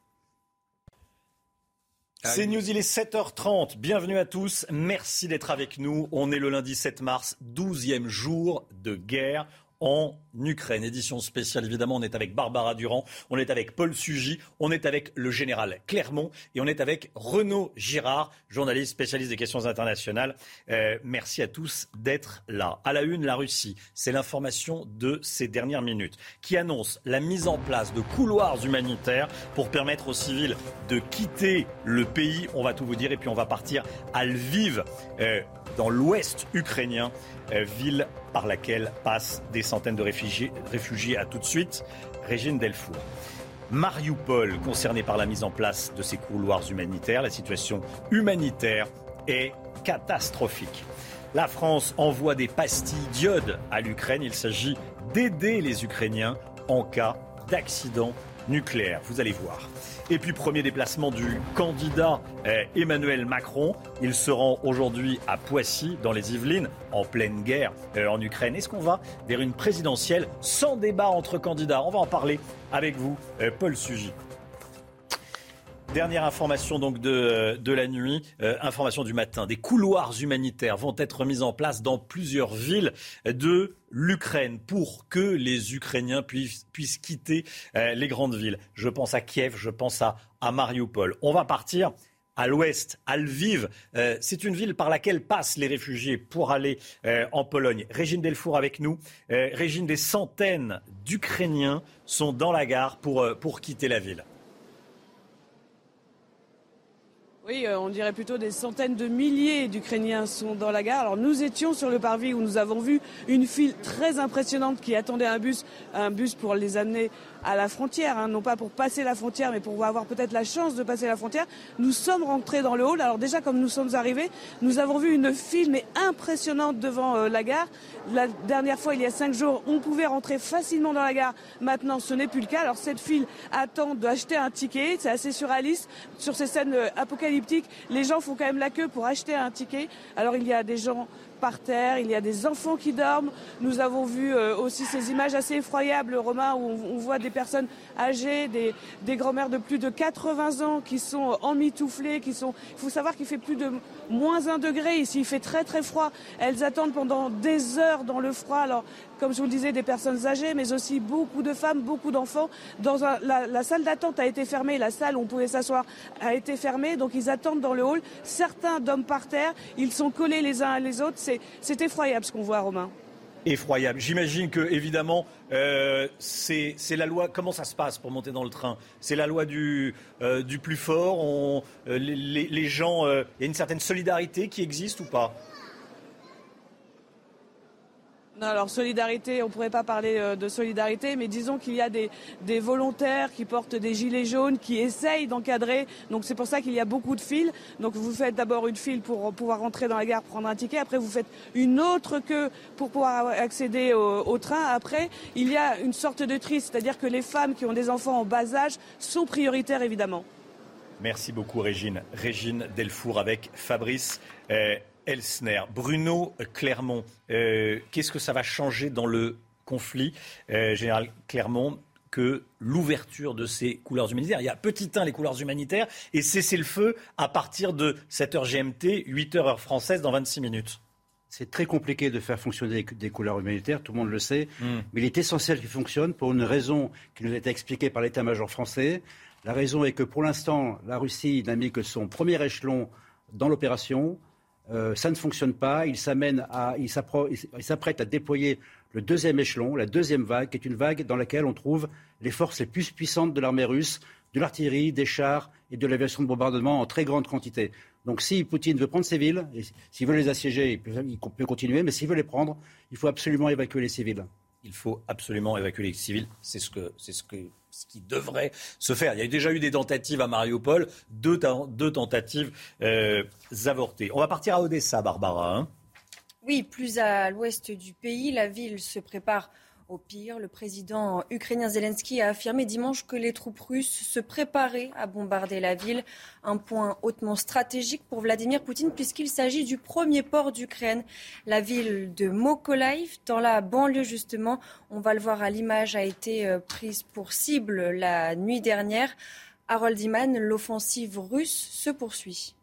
C'est News, il est 7h30. Bienvenue à tous. Merci d'être avec nous. On est le lundi 7 mars, 12e jour de guerre en Ukraine. Édition spéciale, évidemment, on est avec Barbara Durand, on est avec Paul Sugy, on est avec le général Clermont et on est avec Renaud Girard, journaliste spécialiste des questions internationales. Merci à tous d'être là. À la une, la Russie, c'est l'information de ces dernières minutes qui annonce la mise en place de couloirs humanitaires pour permettre aux civils de quitter le pays. On va tout vous dire et puis on va partir à Lviv, dans l'ouest ukrainien, ville par laquelle passent des centaines de réfugiés. À tout de suite, Régine Delfour. Marioupol, concerné par la mise en place de ces couloirs humanitaires, la situation humanitaire est catastrophique. La France envoie des pastilles d'iode à l'Ukraine. Il s'agit d'aider les Ukrainiens en cas d'accident nucléaire. Vous allez voir. Et puis, premier déplacement du candidat Emmanuel Macron. Il se rend aujourd'hui à Poissy, dans les Yvelines, en pleine guerre en Ukraine. Est-ce qu'on va vers une présidentielle sans débat entre candidats ? On va en parler avec vous, Paul Sugy. Dernière information donc de la nuit, information du matin. Des couloirs humanitaires vont être mis en place dans plusieurs villes de l'Ukraine pour que les Ukrainiens puissent quitter les grandes villes. Je pense à Kiev, je pense à Marioupol. On va partir à l'ouest, à Lviv. C'est une ville par laquelle passent les réfugiés pour aller en Pologne. Régine Delfour avec nous. Régine, des centaines d'Ukrainiens sont dans la gare pour quitter la ville. Oui, on dirait plutôt des centaines de milliers d'Ukrainiens sont dans la gare. Alors nous étions sur le parvis où nous avons vu une file très impressionnante qui attendait un bus pour les amener à la frontière, non pas pour passer la frontière, mais pour avoir peut-être la chance de passer la frontière. Nous sommes rentrés dans le hall. Alors déjà, comme nous sommes arrivés, nous avons vu une file mais impressionnante devant la gare. La dernière fois, il y a 5 jours, on pouvait rentrer facilement dans la gare. Maintenant, ce n'est plus le cas. Alors cette file attend d'acheter un ticket. C'est assez surréaliste. Sur ces scènes apocalyptiques, les gens font quand même la queue pour acheter un ticket. Alors il y a des gens par terre, il y a des enfants qui dorment. Nous avons vu aussi ces images assez effroyables, Romain, où on voit des personnes âgées, des grand-mères de plus de 80 ans qui sont emmitouflées, il faut savoir qu'il fait plus de -1 degré ici, il fait très très froid. Elles attendent pendant des heures dans le froid. Alors, comme je vous le disais, des personnes âgées, mais aussi beaucoup de femmes, beaucoup d'enfants. La salle d'attente a été fermée, la salle où on pouvait s'asseoir a été fermée, donc ils attendent dans le hall. Certains dorment par terre, ils sont collés les uns à les autres. C'est effroyable ce qu'on voit, Romain. Effroyable. J'imagine que, évidemment, c'est la loi. Comment ça se passe pour monter dans le train ? C'est la loi du plus fort. Les gens, il y a une certaine solidarité qui existe ou pas ? Non, alors solidarité, on ne pourrait pas parler de solidarité, mais disons qu'il y a des volontaires qui portent des gilets jaunes, qui essayent d'encadrer. Donc c'est pour ça qu'il y a beaucoup de files. Donc vous faites d'abord une file pour pouvoir rentrer dans la gare, prendre un ticket. Après vous faites une autre queue pour pouvoir accéder au train. Après, il y a une sorte de tri, c'est-à-dire que les femmes qui ont des enfants en bas âge sont prioritaires évidemment. Merci beaucoup Régine. Régine Delfour avec Fabrice Elsner. Bruno Clermont, qu'est-ce que ça va changer dans le conflit, Général Clermont, que l'ouverture de ces couloirs humanitaires? Il y a petit 1 les couloirs humanitaires et cessez-le-feu à partir de 7h GMT, 8h heure française dans 26 minutes. C'est très compliqué de faire fonctionner des couloirs humanitaires, tout le monde le sait, mais il est essentiel qu'ils fonctionnent pour une raison qui nous a été expliquée par l'état-major français. La raison est que pour l'instant, la Russie n'a mis que son premier échelon dans l'opération. Ça ne fonctionne pas. Il s'apprête à déployer le deuxième échelon, la deuxième vague, qui est une vague dans laquelle on trouve les forces les plus puissantes de l'armée russe, de l'artillerie, des chars et de l'aviation de bombardement en très grande quantité. Donc si Poutine veut prendre ces villes, et s'il veut les assiéger, il peut continuer, mais s'il veut les prendre, il faut absolument évacuer les civils. Il faut absolument évacuer les civils. C'est ce qui devrait se faire. Il y a déjà eu des tentatives à Mariupol, deux tentatives avortées. On va partir à Odessa, Barbara. Oui, plus à l'ouest du pays, la ville se prépare au pire. Le président ukrainien Zelensky a affirmé dimanche que les troupes russes se préparaient à bombarder la ville. Un point hautement stratégique pour Vladimir Poutine puisqu'il s'agit du premier port d'Ukraine, la ville de Mykolaiv, dans la banlieue justement. On va le voir à l'image, a été prise pour cible la nuit dernière. Harold Iman, l'offensive russe se poursuit.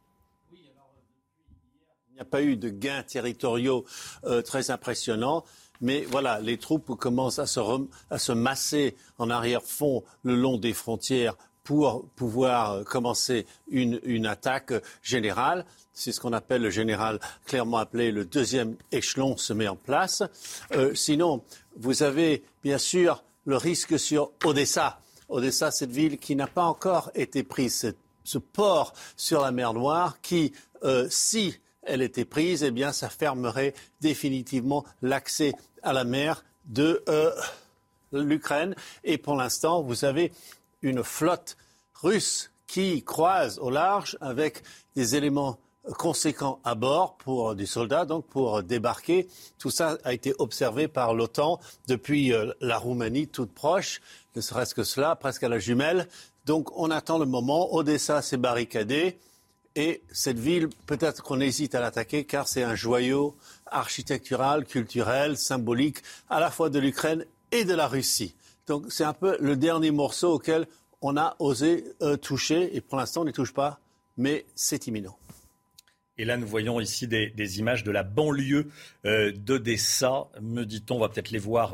Il n'y a pas eu de gains territoriaux très impressionnants. Mais voilà, les troupes commencent à se masser en arrière-fond le long des frontières pour pouvoir commencer une attaque générale. C'est ce qu'on appelle, le général clairement appelé, le deuxième échelon se met en place. Sinon, vous avez bien sûr le risque sur Odessa. Odessa, cette ville qui n'a pas encore été prise, ce port sur la mer Noire qui, si elle était prise, eh bien, ça fermerait définitivement l'accès à la mer de l'Ukraine. Et pour l'instant, vous avez une flotte russe qui croise au large avec des éléments conséquents à bord pour des soldats, donc pour débarquer. Tout ça a été observé par l'OTAN depuis la Roumanie toute proche, ne serait-ce que cela, presque à la jumelle. Donc on attend le moment. Odessa s'est barricadée. Et cette ville, peut-être qu'on hésite à l'attaquer car c'est un joyau architectural, culturel, symbolique, à la fois de l'Ukraine et de la Russie. Donc c'est un peu le dernier morceau auquel on a osé toucher. Et pour l'instant, on n'y touche pas, mais c'est imminent. Et là, nous voyons ici des images de la banlieue d'Odessa. Me dit-on, on va peut-être les voir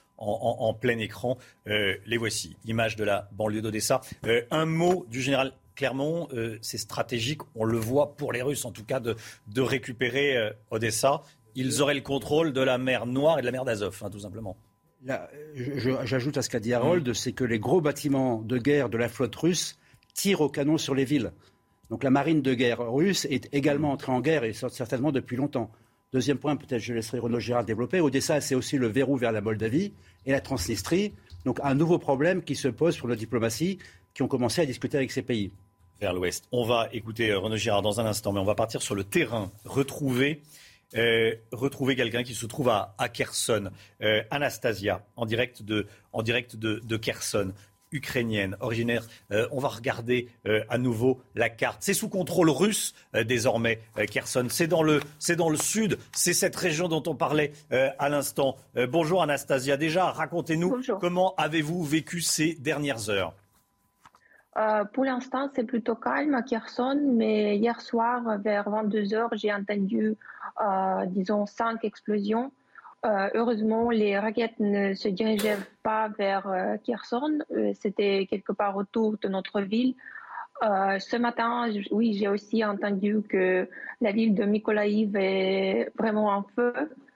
en plein écran. Les voici, images de la banlieue d'Odessa. Un mot du général Clermont, c'est stratégique, on le voit pour les Russes en tout cas, de récupérer Odessa. Ils auraient le contrôle de la mer Noire et de la mer d'Azov, tout simplement. Là, j'ajoute à ce qu'a dit Harold, c'est que les gros bâtiments de guerre de la flotte russe tirent au canon sur les villes. Donc la marine de guerre russe est également entrée en guerre et certainement depuis longtemps. Deuxième point, peut-être je laisserai Renaud Girard développer. Odessa, c'est aussi le verrou vers la Moldavie et la Transnistrie. Donc un nouveau problème qui se pose pour la diplomatie qui ont commencé à discuter avec ces pays. Vers l'ouest. On va écouter Renaud Girard dans un instant, mais on va partir sur le terrain, retrouver quelqu'un qui se trouve à Kherson, Anastasia, en direct de Kherson, ukrainienne, originaire. On va regarder à nouveau la carte. C'est sous contrôle russe désormais, Kherson. C'est dans le sud, c'est cette région dont on parlait à l'instant. Bonjour Anastasia, déjà racontez-nous comment avez-vous vécu ces dernières heures. Pour l'instant, c'est plutôt calme à Kherson, mais hier soir, vers 22h, j'ai entendu, 5 explosions. Heureusement, les raquettes ne se dirigeaient pas vers Kherson. C'était quelque part autour de notre ville. Ce matin, oui, j'ai aussi entendu que la ville de Mykolaiv est vraiment en feu.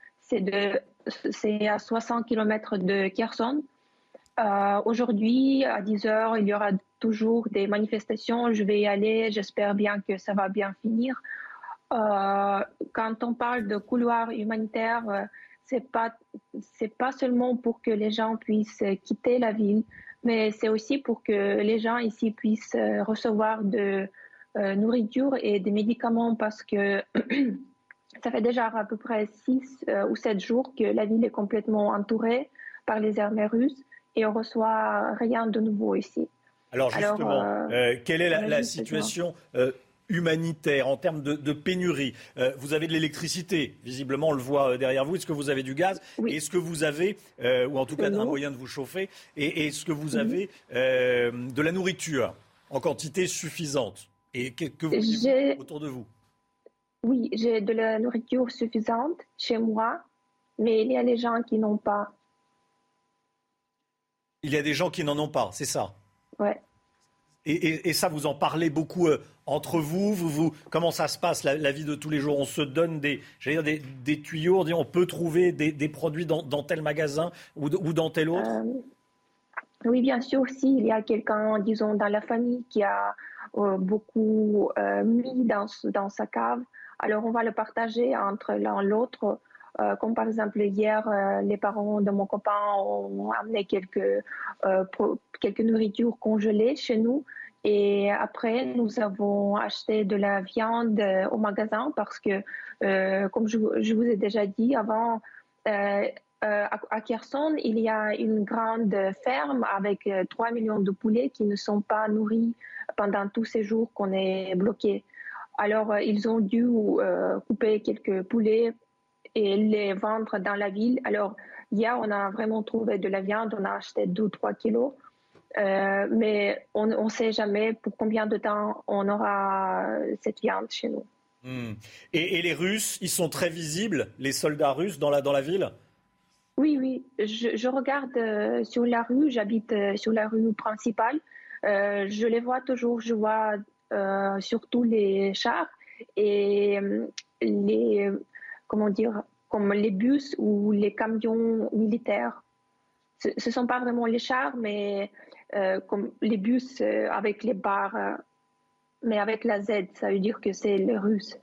C'est à 60 km de Kherson. Aujourd'hui, à 10h, il y aura toujours des manifestations. Je vais y aller. J'espère bien que ça va bien finir. Quand on parle de couloir humanitaire, c'est pas seulement pour que les gens puissent quitter la ville, mais c'est aussi pour que les gens ici puissent recevoir de nourriture et des médicaments parce que ça fait déjà à peu près 6 ou 7 jours que la ville est complètement entourée par les armées russes et on reçoit rien de nouveau ici. Alors justement, quelle est la situation humanitaire en termes de pénurie? Vous avez de l'électricité, visiblement on le voit derrière vous. Est-ce que vous avez du gaz? Oui. Est-ce que vous avez, ou en tout cas un moyen de vous chauffer, et est-ce que vous avez de la nourriture en quantité suffisante? Et que vous avez autour de vous? Oui, j'ai de la nourriture suffisante chez moi, mais il y a les gens qui n'ont pas. Il y a des gens qui n'en ont pas, c'est ça? Ouais. Et ça, vous en parlez beaucoup entre vous, comment ça se passe, la vie de tous les jours? On se donne des tuyaux, on peut trouver des produits dans tel magasin ou dans tel autre? Oui, bien sûr, s'il y a quelqu'un, disons, dans la famille qui a beaucoup mis dans sa cave, alors on va le partager entre l'un et l'autre. Comme par exemple hier, les parents de mon copain ont amené quelques nourritures congelées chez nous. Et après, nous avons acheté de la viande au magasin parce que, comme je vous ai déjà dit avant, à Kherson, il y a une grande ferme avec 3 millions de poulets qui ne sont pas nourris pendant tous ces jours qu'on est bloqués. Alors, ils ont dû couper quelques poulets et les vendre dans la ville. Alors, hier, on a vraiment trouvé de la viande, on a acheté 2 ou 3 kilos. Mais on ne sait jamais pour combien de temps on aura cette viande chez nous. Et les Russes, ils sont très visibles, les soldats russes dans la ville? Oui. Je regarde sur la rue, j'habite sur la rue principale. Je les vois toujours, je vois surtout les chars et comme les bus ou les camions militaires. Ce ne sont pas vraiment les chars, mais comme les bus avec les barres, mais avec la Z, ça veut dire que c'est les Russes.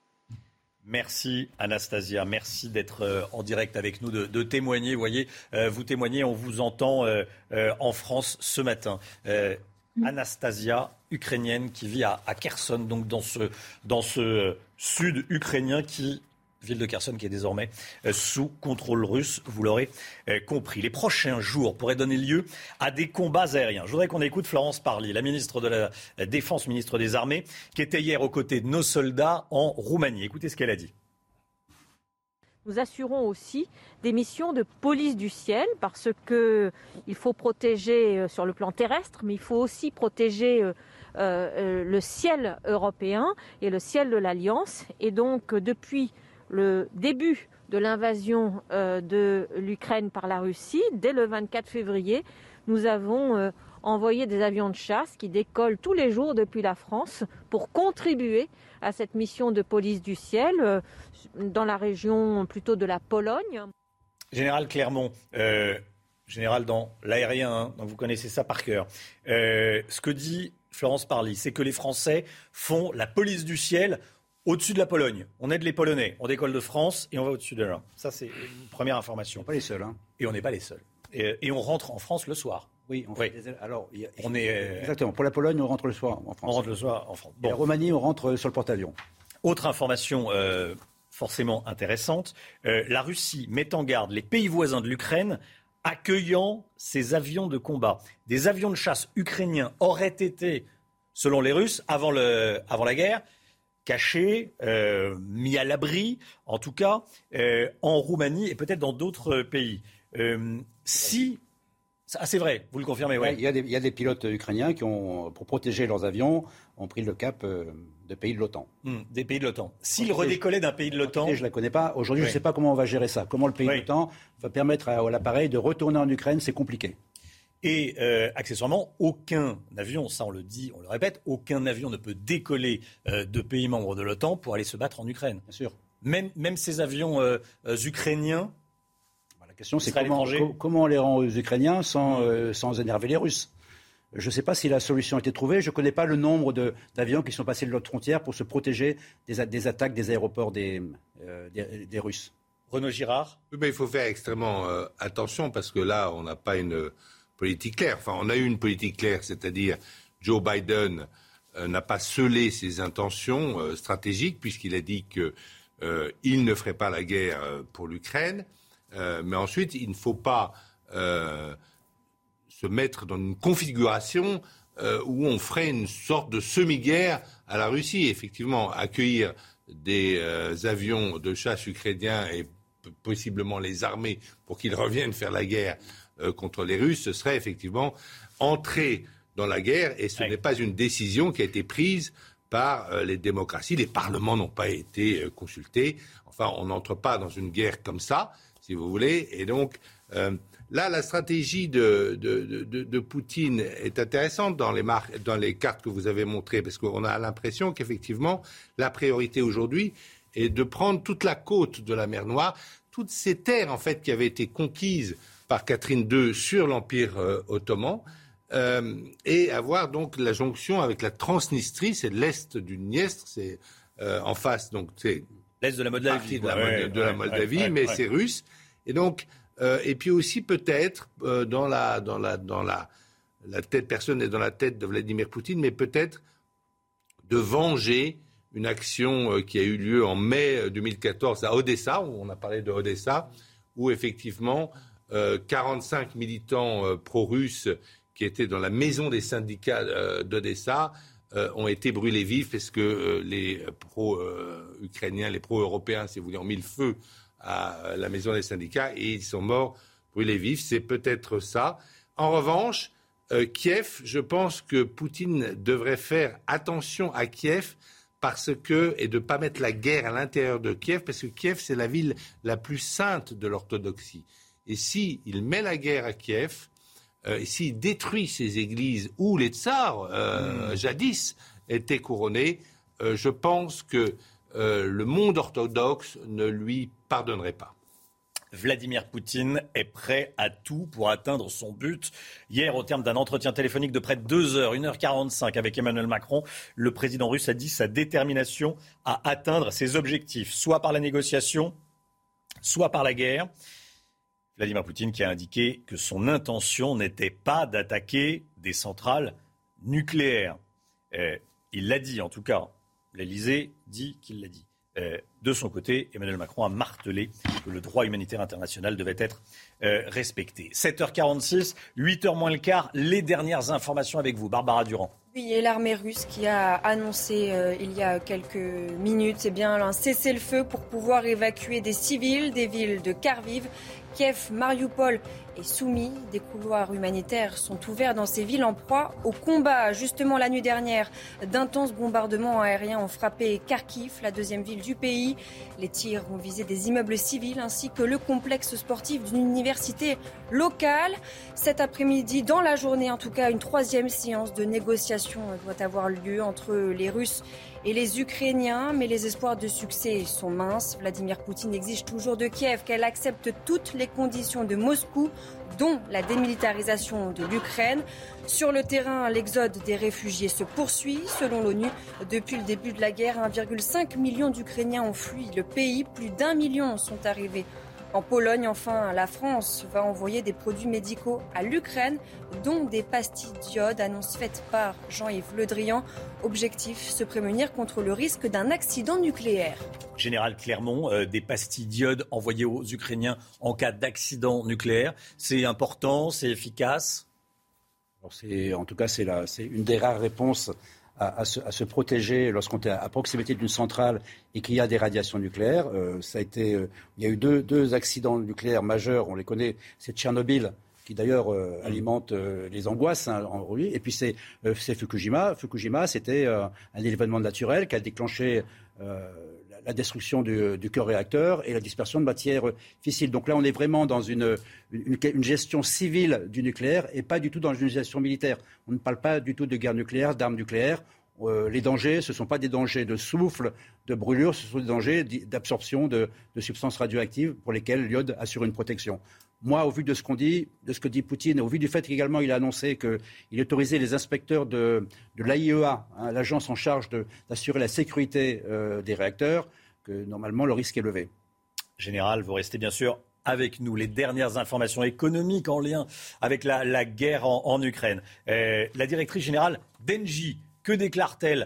Merci Anastasia, merci d'être en direct avec nous, de témoigner. Vous voyez, vous témoignez, on vous entend en France ce matin. Anastasia, ukrainienne, qui vit à Kherson, donc dans ce sud ukrainien ville de Kherson qui est désormais sous contrôle russe, vous l'aurez compris. Les prochains jours pourraient donner lieu à des combats aériens. Je voudrais qu'on écoute Florence Parly, la ministre de la Défense, ministre des Armées, qui était hier aux côtés de nos soldats en Roumanie. Écoutez ce qu'elle a dit. Nous assurons aussi des missions de police du ciel parce qu'il faut protéger sur le plan terrestre, mais il faut aussi protéger le ciel européen et le ciel de l'Alliance. Et donc, depuis le début de l'invasion de l'Ukraine par la Russie, dès le 24 février, nous avons envoyé des avions de chasse qui décollent tous les jours depuis la France pour contribuer à cette mission de police du ciel dans la région plutôt de la Pologne. Général Clermont, général dans l'aérien, donc vous connaissez ça par cœur. Ce que dit Florence Parly, c'est que les Français font la police du ciel au-dessus de la Pologne. On aide les Polonais, on décolle de France et on va au-dessus de là. Ça, c'est une première information. Pas les seuls. Hein. Et on n'est pas les seuls. Et on rentre en France le soir. Oui, alors, on est... Exactement. Pour la Pologne, on rentre le soir en France. On rentre le soir en France. Bon. Et la Roumanie, on rentre sur le porte-avions. Autre information forcément intéressante. La Russie met en garde les pays voisins de l'Ukraine accueillant ces avions de combat. Des avions de chasse ukrainiens auraient été, selon les Russes, avant la guerre, cachés, mis à l'abri, en tout cas, en Roumanie et peut-être dans d'autres pays. C'est vrai, vous le confirmez, oui. Il y a des pilotes ukrainiens qui pour protéger leurs avions, ont pris le cap de pays de l'OTAN. Des pays de l'OTAN. S'ils redécollaient d'un pays de l'OTAN... Je ne la connais pas. Aujourd'hui, je ne sais pas comment on va gérer ça. Comment le pays de l'OTAN va permettre à l'appareil de retourner en Ukraine, c'est compliqué. Et accessoirement, aucun avion, ça on le dit, on le répète, aucun avion ne peut décoller de pays membres de l'OTAN pour aller se battre en Ukraine. Bien sûr. Même ces avions ukrainiens. La question c'est comment on les rend aux Ukrainiens sans énerver les Russes. Je ne sais pas si la solution a été trouvée. Je ne connais pas le nombre d'avions qui sont passés de l'autre frontière pour se protéger des attaques des aéroports des Russes. Renaud Girard. Oui, mais il faut faire extrêmement attention parce que là, on n'a pas une politique claire. Enfin, on a eu une politique claire, c'est-à-dire Joe Biden n'a pas scellé ses intentions stratégiques puisqu'il a dit qu'il ne ferait pas la guerre pour l'Ukraine. Mais ensuite, il ne faut pas se mettre dans une configuration où on ferait une sorte de semi-guerre à la Russie. Effectivement, accueillir des avions de chasse ukrainiens et possiblement les armer pour qu'ils reviennent faire la guerre contre les Russes, ce serait effectivement entrer dans la guerre et ce n'est pas une décision qui a été prise par les démocraties. Les parlements n'ont pas été consultés. Enfin, on n'entre pas dans une guerre comme ça, si vous voulez. Et donc, là, la stratégie de Poutine est intéressante dans les cartes que vous avez montrées, parce qu'on a l'impression qu'effectivement, la priorité aujourd'hui est de prendre toute la côte de la mer Noire, toutes ces terres, en fait, qui avaient été conquises par Catherine II sur l'Empire ottoman, et avoir donc la jonction avec la Transnistrie, c'est l'est du Dniestre, c'est en face, donc c'est l'est de la Moldavie, de la Moldavie, mais c'est russe. Et donc, et puis aussi peut-être dans la tête, personne n'est dans la tête de Vladimir Poutine, mais peut-être de venger une action qui a eu lieu en mai 2014 à Odessa, où on a parlé de Odessa, où effectivement 45 militants pro-russes qui étaient dans la maison des syndicats d'Odessa ont été brûlés vifs parce que les pro-ukrainiens, les pro-européens, si vous voulez, ont mis le feu à la maison des syndicats et ils sont morts brûlés vifs. C'est peut-être ça. En revanche, Kiev, je pense que Poutine devrait faire attention à Kiev et de ne pas mettre la guerre à l'intérieur de Kiev, parce que Kiev, c'est la ville la plus sainte de l'orthodoxie. Et s'il met la guerre à Kiev, et s'il détruit ces églises où les tsars, jadis, étaient couronnés, je pense que le monde orthodoxe ne lui pardonnerait pas. Vladimir Poutine est prêt à tout pour atteindre son but. Hier, au terme d'un entretien téléphonique de près de 2 heures, 1h45 avec Emmanuel Macron, le président russe a dit sa détermination à atteindre ses objectifs, soit par la négociation, soit par la guerre. Vladimir Poutine qui a indiqué que son intention n'était pas d'attaquer des centrales nucléaires. Il l'a dit en tout cas. L'Elysée dit qu'il l'a dit. De son côté, Emmanuel Macron a martelé que le droit humanitaire international devait être respecté. 7h46, 8h moins le quart, les dernières informations avec vous. Barbara Durand. Oui, et l'armée russe qui a annoncé il y a quelques minutes un cessez-le-feu pour pouvoir évacuer des civils des villes de Kharkiv, Kiev, Mariupol et Soumy. Des couloirs humanitaires sont ouverts dans ces villes en proie au combat. Justement, la nuit dernière, d'intenses bombardements aériens ont frappé Kharkiv, la deuxième ville du pays. Les tirs ont visé des immeubles civils ainsi que le complexe sportif d'une université locale. Cet après-midi, dans la journée en tout cas, une 3e séance de négociation doit avoir lieu entre les Russes et les Ukrainiens, mais les espoirs de succès sont minces. Vladimir Poutine exige toujours de Kiev qu'elle accepte toutes les conditions de Moscou, dont la démilitarisation de l'Ukraine. Sur le terrain, l'exode des réfugiés se poursuit. Selon l'ONU, depuis le début de la guerre, 1,5 million d'Ukrainiens ont fui le pays. Plus d'1 million sont arrivés en Pologne. Enfin, la France va envoyer des produits médicaux à l'Ukraine, dont des pastilles d'iode, annonce faite par Jean-Yves Le Drian. Objectif, se prémunir contre le risque d'un accident nucléaire. Général Clermont, des pastilles d'iode envoyées aux Ukrainiens en cas d'accident nucléaire. C'est important, c'est efficace. Alors en tout cas, c'est une des rares réponses à se protéger lorsqu'on est à proximité d'une centrale et qu'il y a des radiations nucléaires. Il y a eu deux accidents nucléaires majeurs, on les connaît, c'est Tchernobyl, qui d'ailleurs alimente les angoisses en Russie. Et puis c'est Fukushima. Fukushima, c'était un événement naturel qui a déclenché la destruction du cœur réacteur et la dispersion de matières fissiles. Donc là, on est vraiment dans une gestion civile du nucléaire et pas du tout dans une gestion militaire. On ne parle pas du tout de guerre nucléaire, d'armes nucléaires. Les dangers, ce ne sont pas des dangers de souffle, de brûlure, ce sont des dangers d'absorption de substances radioactives pour lesquelles l'iode assure une protection. Moi, au vu de ce qu'on dit, de ce que dit Poutine, au vu du fait qu'également il a annoncé qu'il autorisait les inspecteurs de l'AIEA, l'agence en charge d'assurer la sécurité des réacteurs, que normalement le risque est levé. Général, vous restez bien sûr avec nous. Les dernières informations économiques en lien avec la guerre en Ukraine. La directrice générale d'Engie, que déclare-t-elle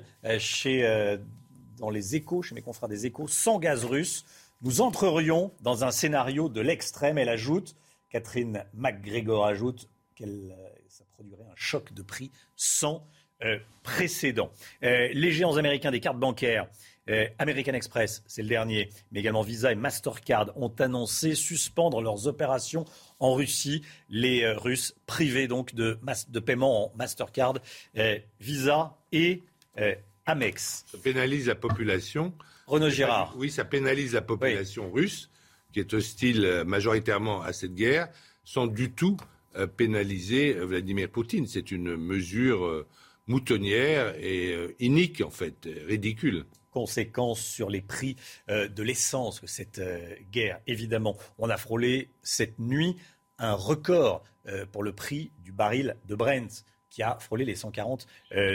dans les Échos, chez mes confrères des Échos, sans gaz russe, nous entrerions dans un scénario de l'extrême. Elle ajoute, Catherine McGregor ajoute que ça produirait un choc de prix sans précédent. Les géants américains des cartes bancaires, American Express, c'est le dernier, mais également Visa et Mastercard ont annoncé suspendre leurs opérations en Russie. Les Russes privés donc de paiement en Mastercard, Visa et Amex. Ça pénalise la population. Renaud Girard. Oui, ça pénalise la population russe, qui est hostile majoritairement à cette guerre, sans du tout pénaliser Vladimir Poutine. C'est une mesure moutonnière et inique, en fait, ridicule. Conséquences sur les prix de l'essence que cette guerre, évidemment. On a frôlé cette nuit un record pour le prix du baril de Brent, qui a frôlé les $140.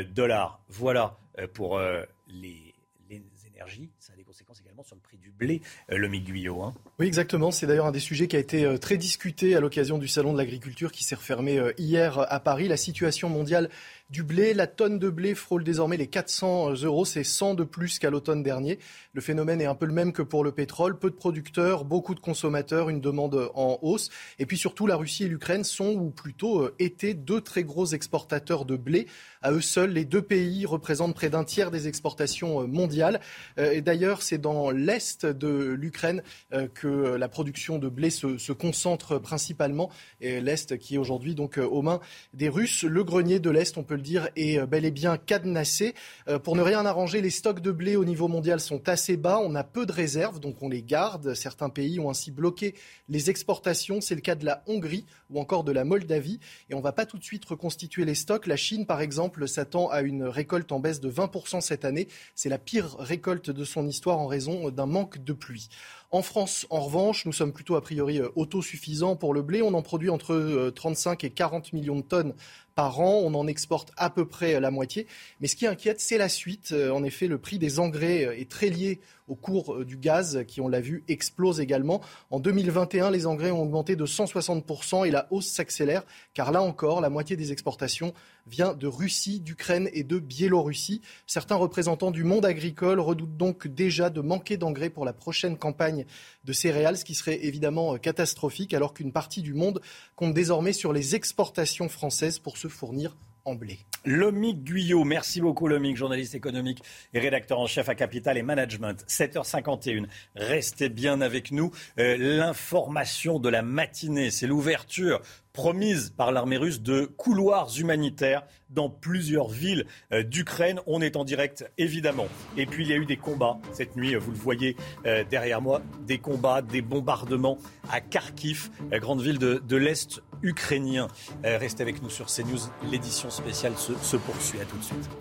Voilà pour les énergies. Ça a des conséquences également sur le prix du blé, Lomique Guyot. Oui, exactement. C'est d'ailleurs un des sujets qui a été très discuté à l'occasion du Salon de l'agriculture qui s'est refermé hier à Paris. La situation mondiale du blé, la tonne de blé frôle désormais les 400 €, c'est 100 de plus qu'à l'automne dernier. Le phénomène est un peu le même que pour le pétrole, peu de producteurs, beaucoup de consommateurs, une demande en hausse. Et puis surtout, la Russie et l'Ukraine sont, ou plutôt étaient, deux très gros exportateurs de blé. À eux seuls, les deux pays représentent près d'un tiers des exportations mondiales. Et d'ailleurs, c'est dans l'est de l'Ukraine que la production de blé se concentre principalement. Et l'est qui est aujourd'hui donc aux mains des Russes. Le grenier de l'est, on peut le dire, est bel et bien cadenassé. Pour ne rien arranger, les stocks de blé au niveau mondial sont assez bas. On a peu de réserves, donc on les garde. Certains pays ont ainsi bloqué les exportations. C'est le cas de la Hongrie ou encore de la Moldavie. Et on ne va pas tout de suite reconstituer les stocks. La Chine, par exemple, s'attend à une récolte en baisse de 20% cette année. C'est la pire récolte de son histoire en raison d'un manque de pluie. En France, en revanche, nous sommes plutôt a priori autosuffisants pour le blé. On en produit entre 35 et 40 millions de tonnes par an. On en exporte à peu près la moitié. Mais ce qui inquiète, c'est la suite. En effet, le prix des engrais est très lié au cours du gaz qui, on l'a vu, explose également. En 2021, les engrais ont augmenté de 160% et la hausse s'accélère car là encore, la moitié des exportations vient de Russie, d'Ukraine et de Biélorussie. Certains représentants du monde agricole redoutent donc déjà de manquer d'engrais pour la prochaine campagne de céréales, ce qui serait évidemment catastrophique alors qu'une partie du monde compte désormais sur les exportations françaises pour se fournir en blé. Lomique Guyot, merci beaucoup Lomique, journaliste économique et rédacteur en chef à Capital et Management. 7h51, restez bien avec nous. L'information de la matinée, c'est l'ouverture promise par l'armée russe de couloirs humanitaires dans plusieurs villes d'Ukraine. On est en direct, évidemment. Et puis, il y a eu des combats cette nuit, vous le voyez derrière moi, des combats, des bombardements à Kharkiv, grande ville de l'Est ukrainien. Restez avec nous sur CNews, l'édition spéciale se poursuit. À tout de suite.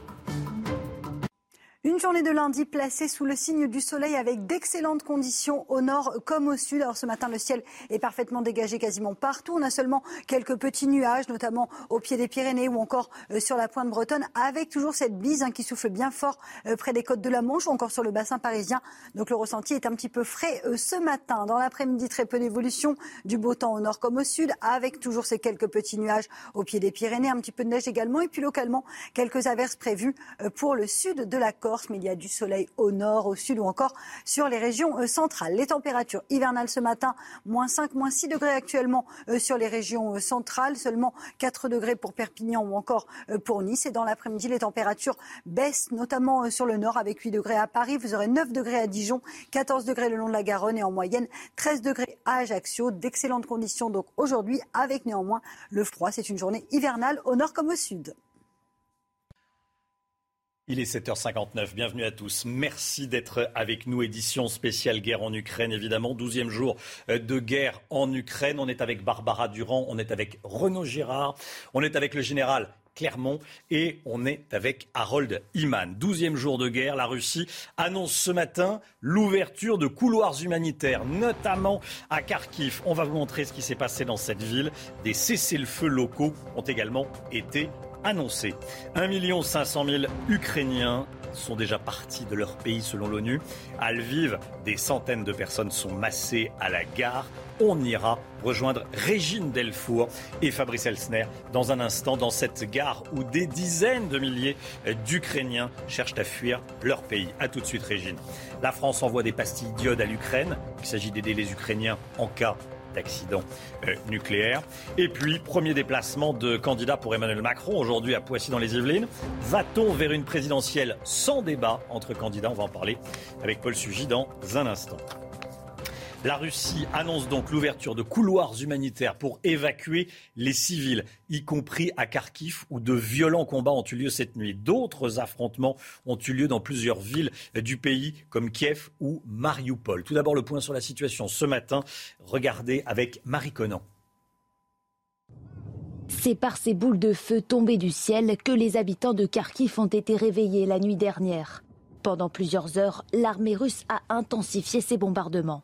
Une journée de lundi placée sous le signe du soleil avec d'excellentes conditions au nord comme au sud. Alors ce matin, le ciel est parfaitement dégagé quasiment partout. On a seulement quelques petits nuages, notamment au pied des Pyrénées ou encore sur la pointe bretonne, avec toujours cette bise qui souffle bien fort près des côtes de la Manche ou encore sur le bassin parisien. Donc le ressenti est un petit peu frais ce matin. Dans l'après-midi, très peu d'évolution, du beau temps au nord comme au sud, avec toujours ces quelques petits nuages au pied des Pyrénées, un petit peu de neige également, et puis localement, quelques averses prévues pour le sud de la Corse. Mais il y a du soleil au nord, au sud ou encore sur les régions centrales. Les températures hivernales ce matin, -5, -6 degrés actuellement sur les régions centrales, seulement 4 degrés pour Perpignan ou encore pour Nice. Et dans l'après-midi, les températures baissent, notamment sur le nord avec 8 degrés à Paris. Vous aurez 9 degrés à Dijon, 14 degrés le long de la Garonne et en moyenne 13 degrés à Ajaccio. D'excellentes conditions donc aujourd'hui avec néanmoins le froid. C'est une journée hivernale au nord comme au sud. Il est 7h59, bienvenue à tous. Merci d'être avec nous. Édition spéciale guerre en Ukraine, évidemment. 12e jour de guerre en Ukraine. On est avec Barbara Durand, on est avec Renaud Girard, on est avec le général Clermont et on est avec Harold Iman. 12e jour de guerre, la Russie annonce ce matin l'ouverture de couloirs humanitaires, notamment à Kharkiv. On va vous montrer ce qui s'est passé dans cette ville. Des cessez-le-feu locaux ont également été annoncé. 1 500 000 Ukrainiens sont déjà partis de leur pays selon l'ONU. À Lviv, des centaines de personnes sont massées à la gare. On ira rejoindre Régine Delfour et Fabrice Elsner dans un instant dans cette gare où des dizaines de milliers d'Ukrainiens cherchent à fuir leur pays. A tout de suite Régine. La France envoie des pastilles d'iode à l'Ukraine. Il s'agit d'aider les Ukrainiens en cas d'accident nucléaire. Et puis, premier déplacement de candidat pour Emmanuel Macron, aujourd'hui à Poissy dans les Yvelines. Va-t-on vers une présidentielle sans débat entre candidats ? On va en parler avec Paul Sugy dans un instant. La Russie annonce donc l'ouverture de couloirs humanitaires pour évacuer les civils, y compris à Kharkiv, où de violents combats ont eu lieu cette nuit. D'autres affrontements ont eu lieu dans plusieurs villes du pays, comme Kiev ou Marioupol. Tout d'abord, le point sur la situation ce matin. Regardez avec Marie Conan. C'est par ces boules de feu tombées du ciel que les habitants de Kharkiv ont été réveillés la nuit dernière. Pendant plusieurs heures, l'armée russe a intensifié ses bombardements.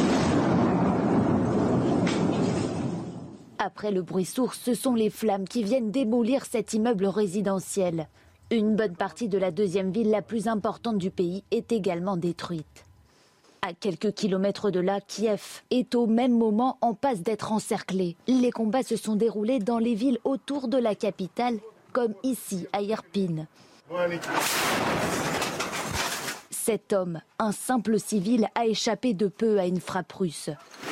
Après le bruit sourd, ce sont les flammes qui viennent démolir cet immeuble résidentiel. Une bonne partie de la deuxième ville la plus importante du pays est également détruite. À quelques kilomètres de là, Kiev est au même moment en passe d'être encerclée. Les combats se sont déroulés dans les villes autour de la capitale, comme ici à Irpin. Cet homme, un simple civil, a échappé de peu à une frappe russe.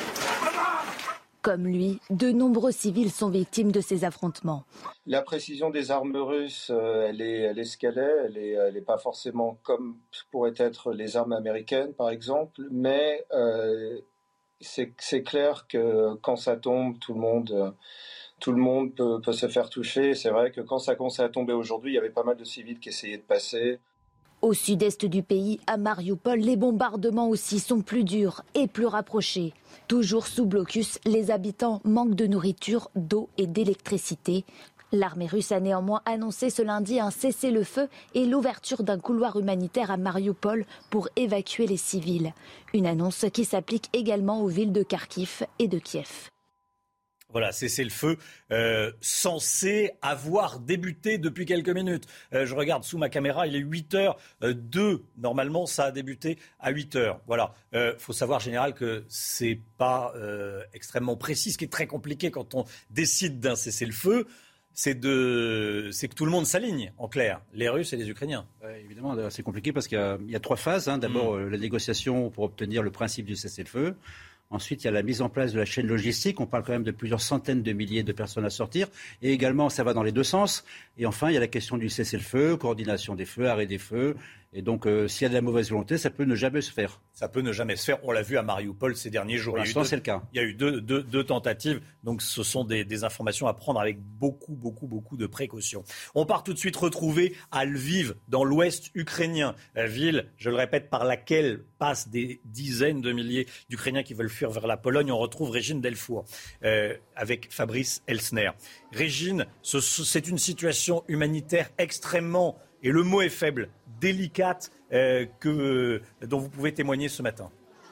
Comme lui, de nombreux civils sont victimes de ces affrontements. La précision des armes russes, elle est ce qu'elle est. Elle est pas forcément comme pourraient être les armes américaines, par exemple. Mais c'est clair que quand ça tombe, tout le monde peut se faire toucher. C'est vrai que quand ça commence à tomber aujourd'hui, il y avait pas mal de civils qui essayaient de passer. Au sud-est du pays, à Marioupol, les bombardements aussi sont plus durs et plus rapprochés. Toujours sous blocus, les habitants manquent de nourriture, d'eau et d'électricité. L'armée russe a néanmoins annoncé ce lundi un cessez-le-feu et l'ouverture d'un couloir humanitaire à Marioupol pour évacuer les civils. Une annonce qui s'applique également aux villes de Kharkiv et de Kiev. Voilà, cessez-le-feu censé avoir débuté depuis quelques minutes. Je regarde sous ma caméra, il est 8h02. Normalement, ça a débuté à 8h. Voilà. Faut savoir, en général, que c'est pas extrêmement précis. Ce qui est très compliqué quand on décide d'un cessez-le-feu, c'est que tout le monde s'aligne, en clair, les Russes et les Ukrainiens. Évidemment, c'est compliqué parce qu'il y a trois phases. D'abord, la négociation pour obtenir le principe du cessez-le-feu. Ensuite, il y a la mise en place de la chaîne logistique. On parle quand même de plusieurs centaines de milliers de personnes à sortir. Et également, ça va dans les deux sens. Et enfin, il y a la question du cessez-le-feu, coordination des feux, arrêt des feux. Et donc, s'il y a de la mauvaise volonté, ça peut ne jamais se faire. Ça peut ne jamais se faire. On l'a vu à Marioupol ces derniers jours. Pour l'instant, c'est le cas. Il y a eu deux tentatives. Donc, ce sont des informations à prendre avec beaucoup de précautions. On part tout de suite retrouver à Lviv, dans l'ouest ukrainien. Ville, je le répète, par laquelle passent des dizaines de milliers d'Ukrainiens qui veulent fuir vers la Pologne. On retrouve Régine Delfour avec Fabrice Elsner. Régine, c'est une situation humanitaire extrêmement, et le mot est faible, délicate dont vous pouvez témoigner ce matin.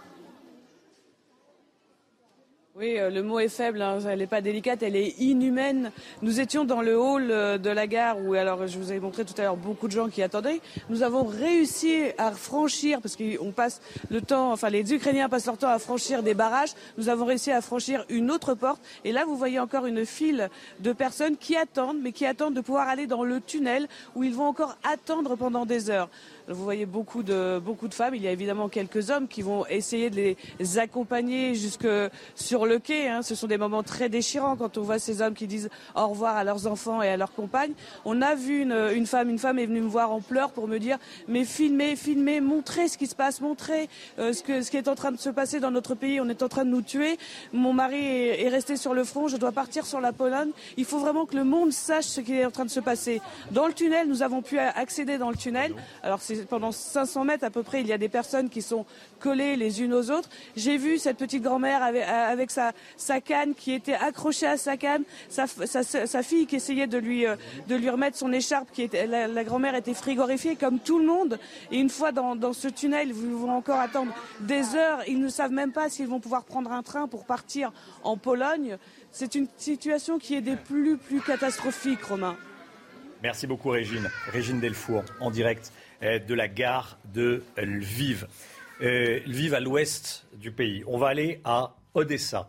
Oui, le mot est faible, elle n'est pas délicate, elle est inhumaine. Nous étions dans le hall de la gare où, alors je vous ai montré tout à l'heure, beaucoup de gens qui attendaient. Nous avons réussi à franchir, parce qu'on passe le temps, enfin les Ukrainiens passent leur temps à franchir des barrages. Nous avons réussi à franchir une autre porte. Et là, vous voyez encore une file de personnes qui attendent, mais qui attendent de pouvoir aller dans le tunnel où ils vont encore attendre pendant des heures. Vous voyez beaucoup de femmes. Il y a évidemment quelques hommes qui vont essayer de les accompagner jusque sur le quai. Ce sont des moments très déchirants quand on voit ces hommes qui disent au revoir à leurs enfants et à leurs compagnes. On a vu une femme est venue me voir en pleurs pour me dire mais filmez, montrez ce qui se passe, montrez ce qui est en train de se passer dans notre pays. On est en train de nous tuer. Mon mari est resté sur le front. Je dois partir sur la Pologne. Il faut vraiment que le monde sache ce qui est en train de se passer. Dans le tunnel, nous avons pu accéder dans le tunnel. Alors pendant 500 mètres à peu près, il y a des personnes qui sont collées les unes aux autres. J'ai vu cette petite grand-mère avec sa canne qui était accrochée à sa canne, sa fille qui essayait de lui remettre son écharpe, la grand-mère était frigorifiée comme tout le monde. Et une fois dans ce tunnel, ils vont encore attendre des heures. Ils ne savent même pas s'ils vont pouvoir prendre un train pour partir en Pologne. C'est une situation qui est des plus catastrophiques, Romain. Merci beaucoup Régine. Régine Delfour, en direct de la gare de Lviv. Lviv à l'ouest du pays. On va aller à Odessa.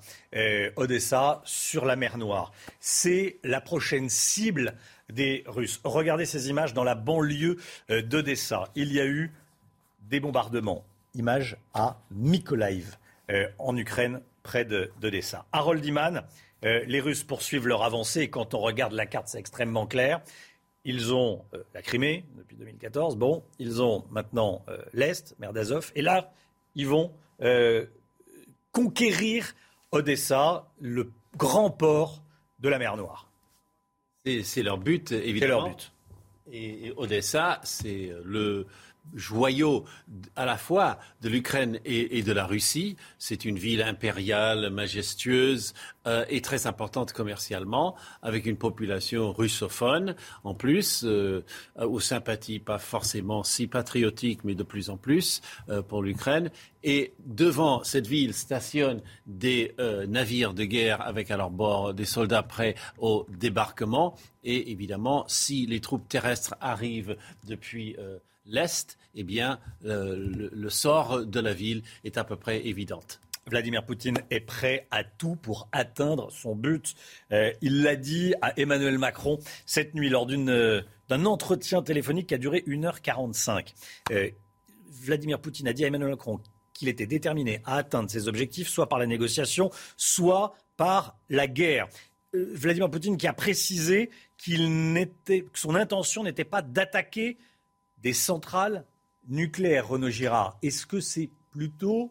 Odessa sur la mer Noire. C'est la prochaine cible des Russes. Regardez ces images dans la banlieue d'Odessa. Il y a eu des bombardements. Images à Mykolaiv, en Ukraine, près d'Odessa. Harold Iman, les Russes poursuivent leur avancée. Et quand on regarde la carte, c'est extrêmement clair. Ils ont la Crimée depuis 2014. Bon, ils ont maintenant l'Est, mer d'Azov. Et là, ils vont conquérir Odessa, le grand port de la mer Noire. C'est leur but, évidemment. C'est leur but. Et Odessa, c'est le joyau à la fois de l'Ukraine et de la Russie. C'est une ville impériale, majestueuse et très importante commercialement, avec une population russophone en plus, aux sympathies pas forcément si patriotiques, mais de plus en plus pour l'Ukraine. Et devant cette ville stationnent des navires de guerre avec à leur bord des soldats prêts au débarquement. Et évidemment, si les troupes terrestres arrivent depuis l'Est, eh bien, le sort de la ville est à peu près évident. Vladimir Poutine est prêt à tout pour atteindre son but. Il l'a dit à Emmanuel Macron cette nuit lors d'un entretien téléphonique qui a duré 1h45. Vladimir Poutine a dit à Emmanuel Macron qu'il était déterminé à atteindre ses objectifs, soit par la négociation, soit par la guerre. Vladimir Poutine qui a précisé que son intention n'était pas d'attaquer des centrales nucléaires, Renaud Girard. Est-ce que c'est plutôt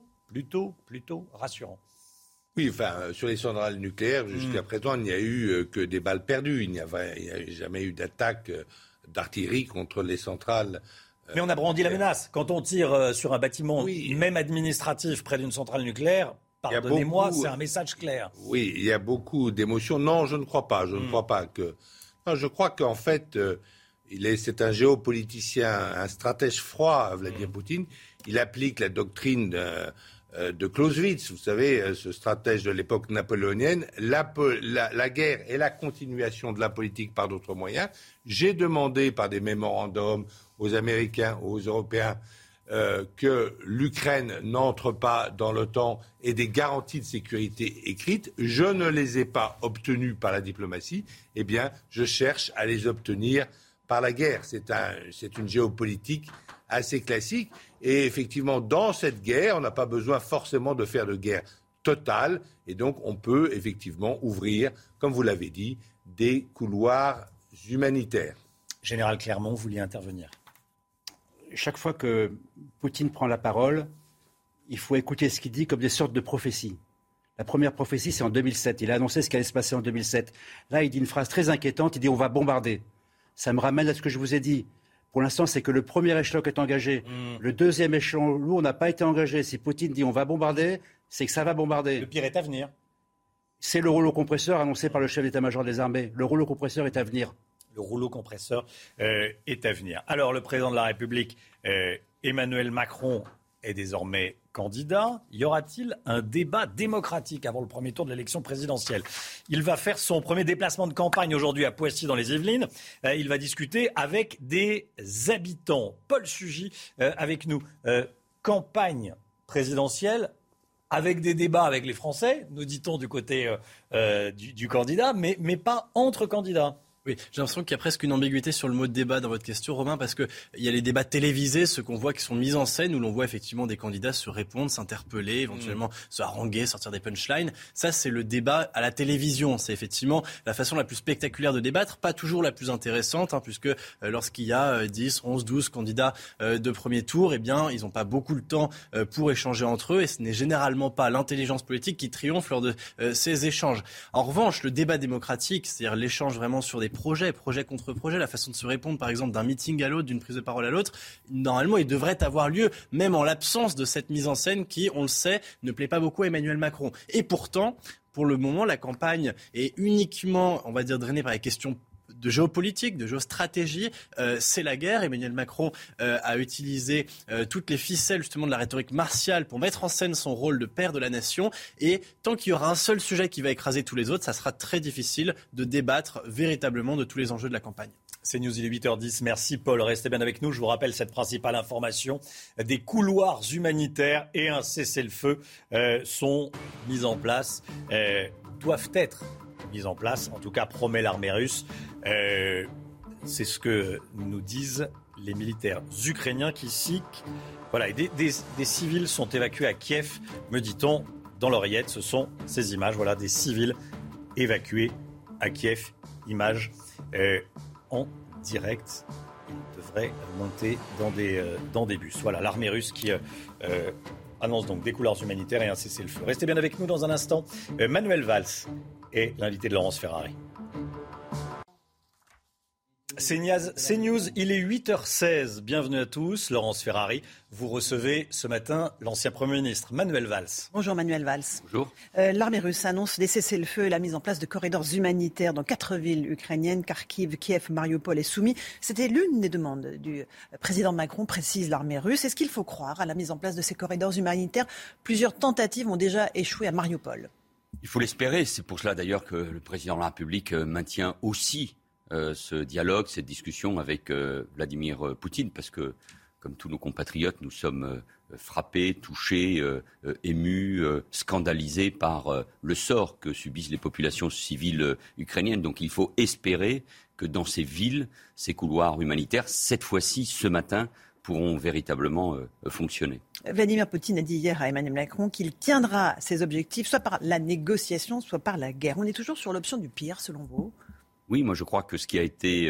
rassurant? Oui, enfin, sur les centrales nucléaires, jusqu'à présent, il n'y a eu que des balles perdues. Il n'y a jamais eu d'attaque d'artillerie contre les centrales. Mais on a brandi la menace. Quand on tire sur un bâtiment, même administratif, près d'une centrale nucléaire, pardonnez-moi, c'est un message clair. Oui, il y a beaucoup d'émotions. Non, je ne crois pas. Je ne crois pas que... Non, je crois qu'en fait... c'est un géopoliticien, un stratège froid, Vladimir Poutine. Il applique la doctrine de Clausewitz, vous savez, ce stratège de l'époque napoléonienne. La guerre est la continuation de la politique par d'autres moyens. J'ai demandé par des mémorandums aux Américains, aux Européens, que l'Ukraine n'entre pas dans l'OTAN et des garanties de sécurité écrites. Je ne les ai pas obtenues par la diplomatie. Eh bien, je cherche à les obtenir par la guerre. C'est une géopolitique assez classique. Et effectivement, dans cette guerre, on n'a pas besoin forcément de faire de guerre totale. Et donc, on peut effectivement ouvrir, comme vous l'avez dit, des couloirs humanitaires. Général Clermont, vous vouliez intervenir. Chaque fois que Poutine prend la parole, il faut écouter ce qu'il dit comme des sortes de prophéties. La première prophétie, c'est en 2007. Il a annoncé ce qui allait se passer en 2007. Là, il dit une phrase très inquiétante. Il dit « on va bombarder ». Ça me ramène à ce que je vous ai dit. Pour l'instant, c'est que le premier échelon est engagé. Le deuxième échelon lourd n'a pas été engagé. Si Poutine dit on va bombarder, c'est que ça va bombarder. Le pire est à venir. C'est le rouleau compresseur annoncé par le chef d'état-major des armées. Le rouleau compresseur est à venir. Le rouleau compresseur est à venir. Alors, le président de la République, Emmanuel Macron, est désormais candidat. Y aura-t-il un débat démocratique avant le premier tour de l'élection présidentielle? Il va faire son premier déplacement de campagne aujourd'hui à Poissy dans les Yvelines. Il va discuter avec des habitants. Paul Sugy avec nous. Campagne présidentielle avec des débats avec les Français, nous dit-on du côté du candidat, mais pas entre candidats. Oui, j'ai l'impression qu'il y a presque une ambiguïté sur le mot de débat dans votre question, Romain, parce qu'il y a les débats télévisés, ceux qu'on voit qui sont mis en scène, où l'on voit effectivement des candidats se répondre, s'interpeller, éventuellement se haranguer, sortir des punchlines. Ça, c'est le débat à la télévision. C'est effectivement la façon la plus spectaculaire de débattre, pas toujours la plus intéressante, puisque lorsqu'il y a 10, 11, 12 candidats de premier tour, eh bien, ils n'ont pas beaucoup de temps pour échanger entre eux, et ce n'est généralement pas l'intelligence politique qui triomphe lors de ces échanges. En revanche, le débat démocratique, c'est-à-dire l'échange vraiment sur des projet contre projet, la façon de se répondre par exemple d'un meeting à l'autre, d'une prise de parole à l'autre, normalement il devrait avoir lieu, même en l'absence de cette mise en scène qui, on le sait, ne plaît pas beaucoup à Emmanuel Macron. Et pourtant, pour le moment, la campagne est uniquement, on va dire, drainée par les questions de géopolitique, de géostratégie, c'est la guerre. Emmanuel Macron a utilisé toutes les ficelles justement de la rhétorique martiale pour mettre en scène son rôle de père de la nation. Et tant qu'il y aura un seul sujet qui va écraser tous les autres, ça sera très difficile de débattre véritablement de tous les enjeux de la campagne. C'est News, il est 8h10. Merci Paul, restez bien avec nous. Je vous rappelle cette principale information. Des couloirs humanitaires et un cessez-le-feu sont mis en place, doivent être mis en place, en tout cas promet l'armée russe. C'est ce que nous disent les militaires ukrainiens qui ici, voilà, et des civils sont évacués à Kiev, me dit-on dans l'oreillette. Ce sont ces images, voilà, des civils évacués à Kiev, images en direct. Ils devraient monter dans des bus. Voilà, l'armée russe qui annonce donc des couloirs humanitaires et un cessez-le-feu. Restez bien avec nous dans un instant. Manuel Valls est l'invité de Laurence Ferrari. CNews, il est 8h16. Bienvenue à tous. Laurence Ferrari, vous recevez ce matin l'ancien Premier ministre Manuel Valls. Bonjour Manuel Valls. Bonjour. L'armée russe annonce des cessez-le-feu et la mise en place de corridors humanitaires dans 4 villes ukrainiennes, Kharkiv, Kiev, Mariupol et Soumy. C'était l'une des demandes du président Macron, précise l'armée russe. Est-ce qu'il faut croire à la mise en place de ces corridors humanitaires ? Plusieurs tentatives ont déjà échoué à Mariupol. Il faut l'espérer. C'est pour cela d'ailleurs que le président de la République maintient aussi ce dialogue, cette discussion avec Vladimir Poutine, parce que, comme tous nos compatriotes, nous sommes frappés, touchés, émus, scandalisés par le sort que subissent les populations civiles ukrainiennes. Donc il faut espérer que dans ces villes, ces couloirs humanitaires, cette fois-ci, ce matin, pourront véritablement fonctionner. Vladimir Poutine a dit hier à Emmanuel Macron qu'il tiendra ses objectifs soit par la négociation, soit par la guerre. On est toujours sur l'option du pire, selon vous ? Oui, moi je crois que ce qui a été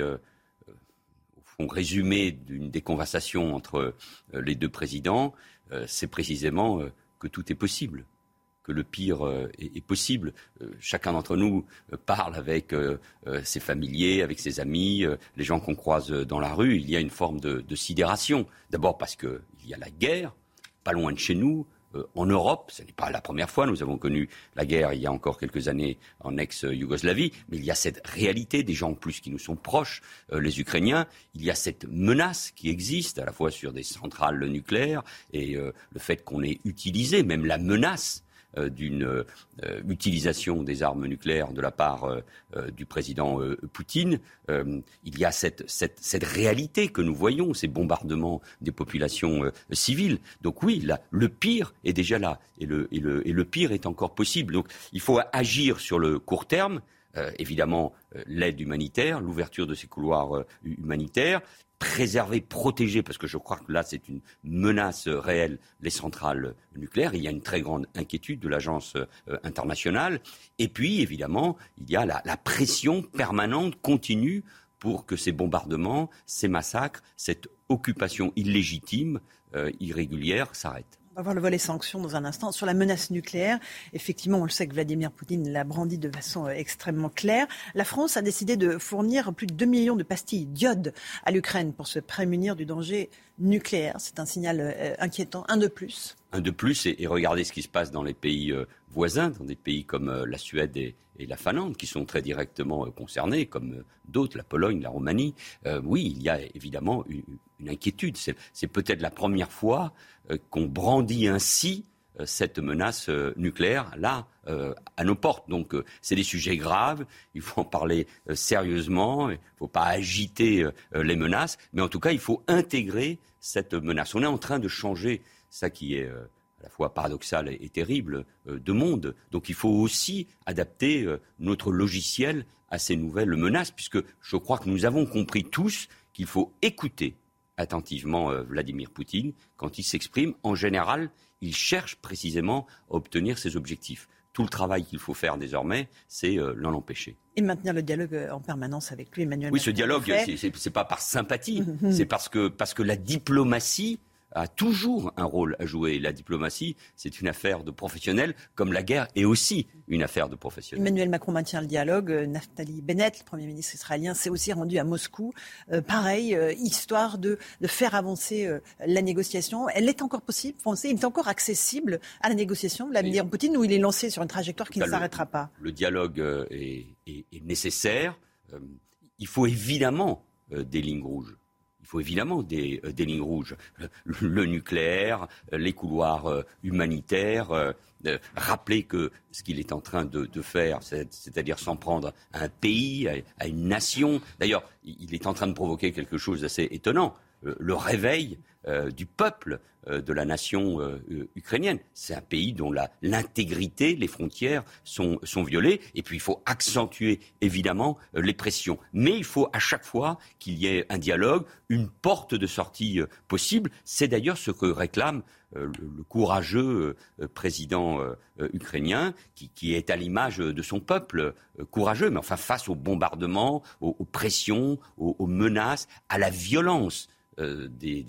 au fond résumé des conversations entre les deux présidents, c'est précisément que tout est possible, que le pire est possible. Chacun d'entre nous parle avec ses familiers, avec ses amis, les gens qu'on croise dans la rue. Il y a une forme de sidération. D'abord parce qu'il y a la guerre, pas loin de chez nous. En Europe, ce n'est pas la première fois, nous avons connu la guerre il y a encore quelques années en ex-Yougoslavie, mais il y a cette réalité des gens en plus qui nous sont proches, les Ukrainiens, il y a cette menace qui existe à la fois sur des centrales nucléaires et le fait qu'on ait utilisé, même la menace d'une utilisation des armes nucléaires de la part du président Poutine. Il y a cette réalité que nous voyons, ces bombardements des populations civiles. Donc oui, là, le pire est déjà là et le pire est encore possible. Donc il faut agir sur le court terme. Évidemment, l'aide humanitaire, l'ouverture de ces couloirs humanitaires, préserver, protéger, parce que je crois que là c'est une menace réelle, les centrales nucléaires. Il y a une très grande inquiétude de l'agence internationale. Et puis, évidemment, il y a la pression permanente, continue, pour que ces bombardements, ces massacres, cette occupation illégitime, irrégulière, s'arrêtent. On va voir le volet sanctions dans un instant. Sur la menace nucléaire, effectivement, on le sait que Vladimir Poutine l'a brandi de façon extrêmement claire. La France a décidé de fournir plus de 2 millions de pastilles d'iode à l'Ukraine pour se prémunir du danger nucléaire. C'est un signal inquiétant, un de plus. Un de plus, et regardez ce qui se passe dans les pays voisins, dans des pays comme la Suède et la Finlande, qui sont très directement concernés, comme d'autres, la Pologne, la Roumanie. Oui, il y a évidemment une inquiétude. C'est peut-être la première fois qu'on brandit ainsi cette menace nucléaire, là, à nos portes. Donc, c'est des sujets graves, il faut en parler sérieusement, il ne faut pas agiter les menaces, mais en tout cas, il faut intégrer cette menace. On est en train de changer ça qui est à la fois paradoxal et terrible de monde. Donc, il faut aussi adapter notre logiciel à ces nouvelles menaces, puisque je crois que nous avons compris tous qu'il faut écouter attentivement Vladimir Poutine quand il s'exprime. En général, il cherche précisément à obtenir ses objectifs. Tout le travail qu'il faut faire désormais, c'est l'en empêcher. Et maintenir le dialogue en permanence avec lui, Emmanuel Macron. Oui, ce dialogue, c'est pas par sympathie, c'est parce que la diplomatie a toujours un rôle à jouer. La diplomatie, c'est une affaire de professionnels, comme la guerre est aussi une affaire de professionnels. Emmanuel Macron maintient le dialogue. Naftali Bennett, le Premier ministre israélien, s'est aussi rendu à Moscou. Pareil, histoire de faire avancer la négociation. Elle est encore possible, il est encore accessible à la négociation, Vladimir Poutine, ou il est lancé sur une trajectoire qui ne s'arrêtera pas. Le dialogue est nécessaire. Il faut évidemment des lignes rouges. Il faut évidemment des lignes rouges. Le nucléaire, les couloirs humanitaires. Rappeler que ce qu'il est en train de faire, c'est-à-dire s'en prendre à un pays, à une nation. D'ailleurs, il est en train de provoquer quelque chose d'assez étonnant. Le réveil du peuple de la nation ukrainienne. C'est un pays dont l'intégrité, les frontières sont violées. Et puis il faut accentuer évidemment les pressions. Mais il faut à chaque fois qu'il y ait un dialogue, une porte de sortie possible. C'est d'ailleurs ce que réclame le courageux président ukrainien qui est à l'image de son peuple courageux. Mais enfin face aux bombardements, aux pressions, aux menaces, à la violence des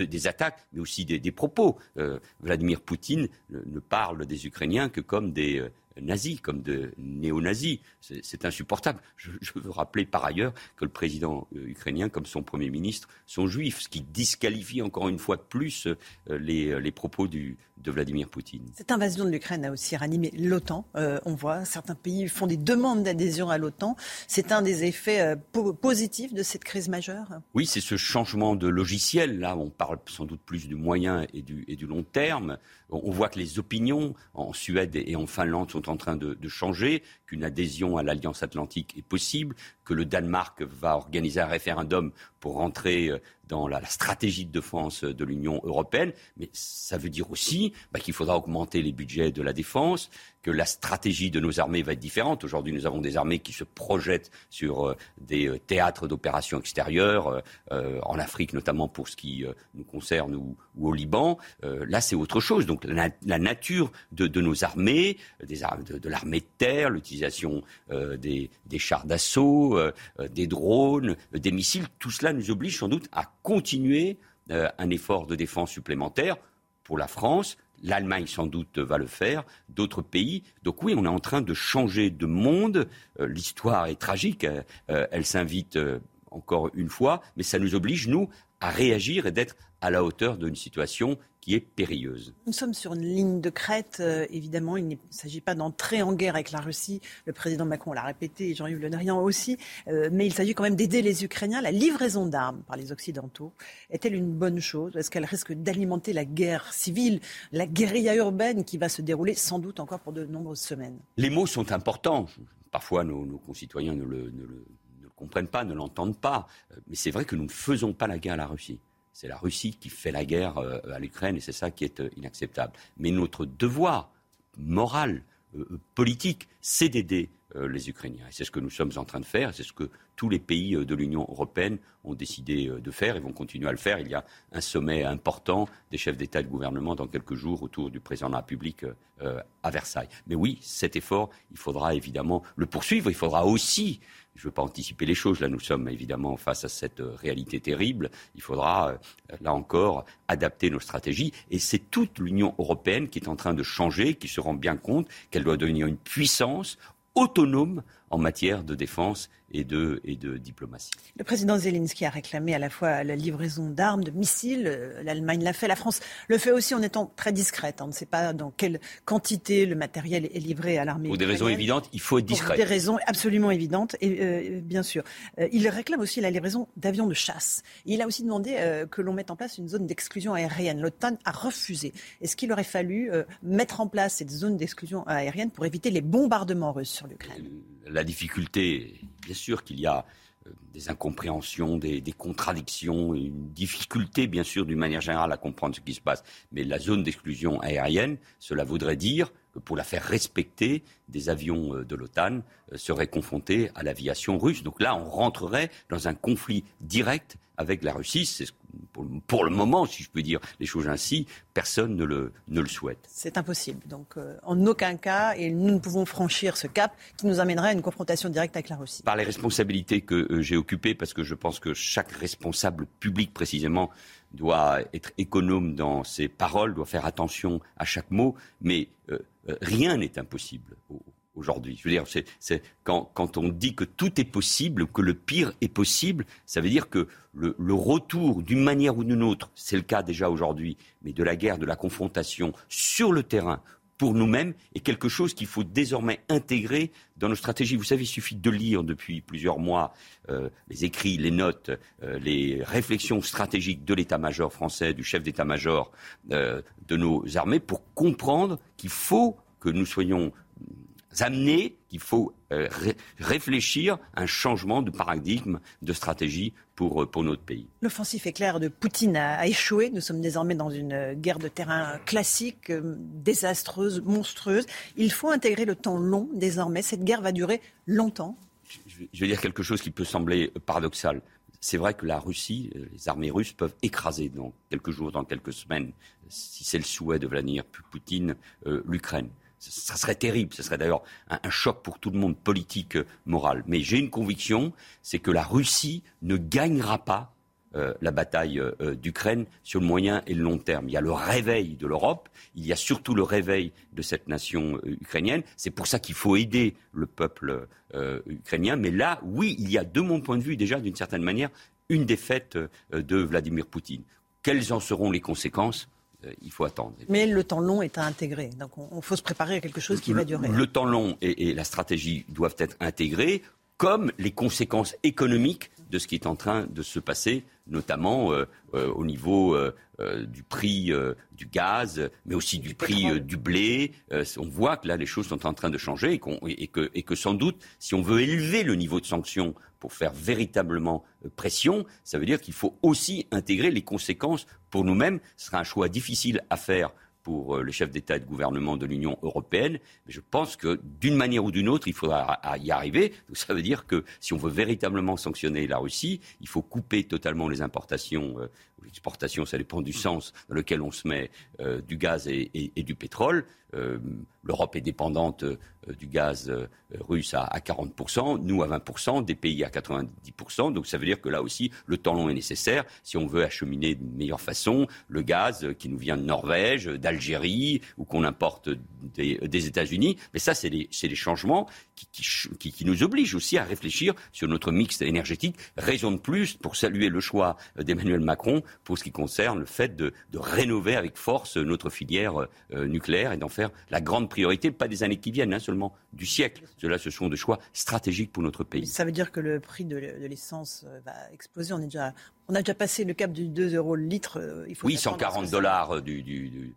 des attaques, mais aussi des propos. Vladimir Poutine ne parle des Ukrainiens que comme des nazis, comme de néo-nazis. C'est insupportable. Je veux rappeler par ailleurs que le président ukrainien, comme son Premier ministre, sont juifs, ce qui disqualifie encore une fois de plus les propos de Vladimir Poutine. Cette invasion de l'Ukraine a aussi ranimé l'OTAN. On voit certains pays font des demandes d'adhésion à l'OTAN. C'est un des effets positifs de cette crise majeure. Oui, c'est ce changement de logiciel. Là, on parle sans doute plus du moyen et du long terme. On voit que les opinions en Suède et en Finlande sont en train de changer, qu'une adhésion à l'Alliance Atlantique est possible, que le Danemark va organiser un référendum pour rentrer dans la stratégie de défense de l'Union européenne. Mais ça veut dire aussi qu'il faudra augmenter les budgets de la défense, que la stratégie de nos armées va être différente. Aujourd'hui, nous avons des armées qui se projettent sur des théâtres d'opérations extérieures, en Afrique notamment pour ce qui nous concerne, ou au Liban. Là, c'est autre chose. Donc la nature de nos armées, de l'armée de terre, l'utilisation des chars d'assaut, des drones, des missiles, tout cela nous oblige sans doute à continuer un effort de défense supplémentaire pour la France. L'Allemagne, sans doute, va le faire, d'autres pays. Donc oui, on est en train de changer de monde. L'histoire est tragique, elle s'invite encore une fois, mais ça nous oblige, nous, à réagir et d'être à la hauteur d'une situation qui est périlleuse. Nous sommes sur une ligne de crête. Évidemment, il ne s'agit pas d'entrer en guerre avec la Russie. Le président Macron l'a répété, et Jean-Yves Le Drian aussi. Mais il s'agit quand même d'aider les Ukrainiens. La livraison d'armes par les Occidentaux est-elle une bonne chose? Est-ce qu'elle risque d'alimenter la guerre civile, la guérilla urbaine qui va se dérouler sans doute encore pour de nombreuses semaines? Les mots sont importants. Parfois, nos concitoyens ne le comprennent pas, ne l'entendent pas. Mais c'est vrai que nous ne faisons pas la guerre à la Russie. C'est la Russie qui fait la guerre à l'Ukraine et c'est ça qui est inacceptable. Mais notre devoir moral, politique, c'est d'aider les Ukrainiens. Et c'est ce que nous sommes en train de faire, c'est ce que tous les pays de l'Union européenne ont décidé de faire et vont continuer à le faire. Il y a un sommet important des chefs d'État et de gouvernement dans quelques jours autour du président de la République à Versailles. Mais oui, cet effort, il faudra évidemment le poursuivre. Il faudra aussi, je ne veux pas anticiper les choses, là nous sommes évidemment face à cette réalité terrible, il faudra, là encore, adapter nos stratégies. Et c'est toute l'Union européenne qui est en train de changer, qui se rend bien compte qu'elle doit devenir une puissance autonome en matière de défense et de diplomatie. Le président Zelensky a réclamé à la fois la livraison d'armes, de missiles. L'Allemagne l'a fait, la France le fait aussi en étant très discrète. On ne sait pas dans quelle quantité le matériel est livré à l'armée. Pour des raisons évidentes, il faut être discret. Pour des raisons absolument évidentes, et bien sûr. Il réclame aussi la livraison d'avions de chasse. Il a aussi demandé que l'on mette en place une zone d'exclusion aérienne. L'OTAN a refusé. Est-ce qu'il aurait fallu mettre en place cette zone d'exclusion aérienne pour éviter les bombardements russes sur l'Ukraine? La difficulté, bien sûr qu'il y a des incompréhensions, des contradictions, une difficulté, bien sûr, d'une manière générale à comprendre ce qui se passe. Mais la zone d'exclusion aérienne, cela voudrait dire que pour la faire respecter, des avions de l'OTAN seraient confrontés à l'aviation russe. Donc là, on rentrerait dans un conflit direct avec la Russie. C'est pour le moment, si je peux dire les choses ainsi, personne ne le souhaite. C'est impossible. Donc, en aucun cas, et nous ne pouvons franchir ce cap qui nous amènerait à une confrontation directe avec la Russie. Par les responsabilités que j'ai occupées, parce que je pense que chaque responsable public, précisément, doit être économe dans ses paroles, doit faire attention à chaque mot, mais rien n'est impossible aujourd'hui. Je veux dire, c'est quand on dit que tout est possible, que le pire est possible, ça veut dire que le retour, d'une manière ou d'une autre, c'est le cas déjà aujourd'hui, mais de la guerre, de la confrontation sur le terrain, pour nous-mêmes, est quelque chose qu'il faut désormais intégrer dans nos stratégies. Vous savez, il suffit de lire depuis plusieurs mois les écrits, les notes, les réflexions stratégiques de l'état-major français, du chef d'état-major de nos armées, pour comprendre qu'il faut que nous soyons amenés, qu'il faut réfléchir à un changement de paradigme, de stratégie pour notre pays. L'offensive éclair de Poutine a échoué. Nous sommes désormais dans une guerre de terrain classique, désastreuse, monstrueuse. Il faut intégrer le temps long désormais. Cette guerre va durer longtemps. Je vais dire quelque chose qui peut sembler paradoxal. C'est vrai que la Russie, les armées russes peuvent écraser dans quelques jours, dans quelques semaines, si c'est le souhait de Vladimir Poutine, l'Ukraine. Ça serait terrible, ce serait d'ailleurs un choc pour tout le monde, politique, moral. Mais j'ai une conviction, c'est que la Russie ne gagnera pas la bataille d'Ukraine sur le moyen et le long terme. Il y a le réveil de l'Europe, il y a surtout le réveil de cette nation ukrainienne. C'est pour ça qu'il faut aider le peuple ukrainien. Mais là, oui, il y a, de mon point de vue, déjà, d'une certaine manière, une défaite de Vladimir Poutine. Quelles en seront les conséquences ? Il faut attendre. Mais le temps long est à intégrer. Donc il faut se préparer à quelque chose qui va durer. Le temps long et la stratégie doivent être intégrés, comme les conséquences économiques de ce qui est en train de se passer, notamment au niveau du prix du gaz, mais aussi du prix du blé. On voit que là, les choses sont en train de changer et que sans doute, si on veut élever le niveau de sanctions pour faire véritablement pression, ça veut dire qu'il faut aussi intégrer les conséquences pour nous-mêmes. Ce sera un choix difficile à faire pour les chefs d'État et de gouvernement de l'Union européenne. Mais je pense que d'une manière ou d'une autre, il faudra y arriver. Donc ça veut dire que si on veut véritablement sanctionner la Russie, il faut couper totalement les importations ou l'exportation, ça dépend du sens dans lequel on se met, du gaz et du pétrole. L'Europe est dépendante du gaz russe à 40%, nous à 20%, des pays à 90%. Donc ça veut dire que là aussi, le temps long est nécessaire si on veut acheminer de meilleure façon le gaz qui nous vient de Norvège, d'Algérie ou qu'on importe des États-Unis. Mais ça, c'est les changements qui nous obligent aussi à réfléchir sur notre mix énergétique. Raison de plus pour saluer le choix d'Emmanuel Macron pour ce qui concerne le fait de rénover avec force notre filière nucléaire et d'en faire la grande priorité, pas des années qui viennent, seulement du siècle. Cela, ce sont des choix stratégiques pour notre pays. Ça veut dire que le prix de l'essence va exploser. On a déjà passé le cap du 2 € le litre. Oui, $140 du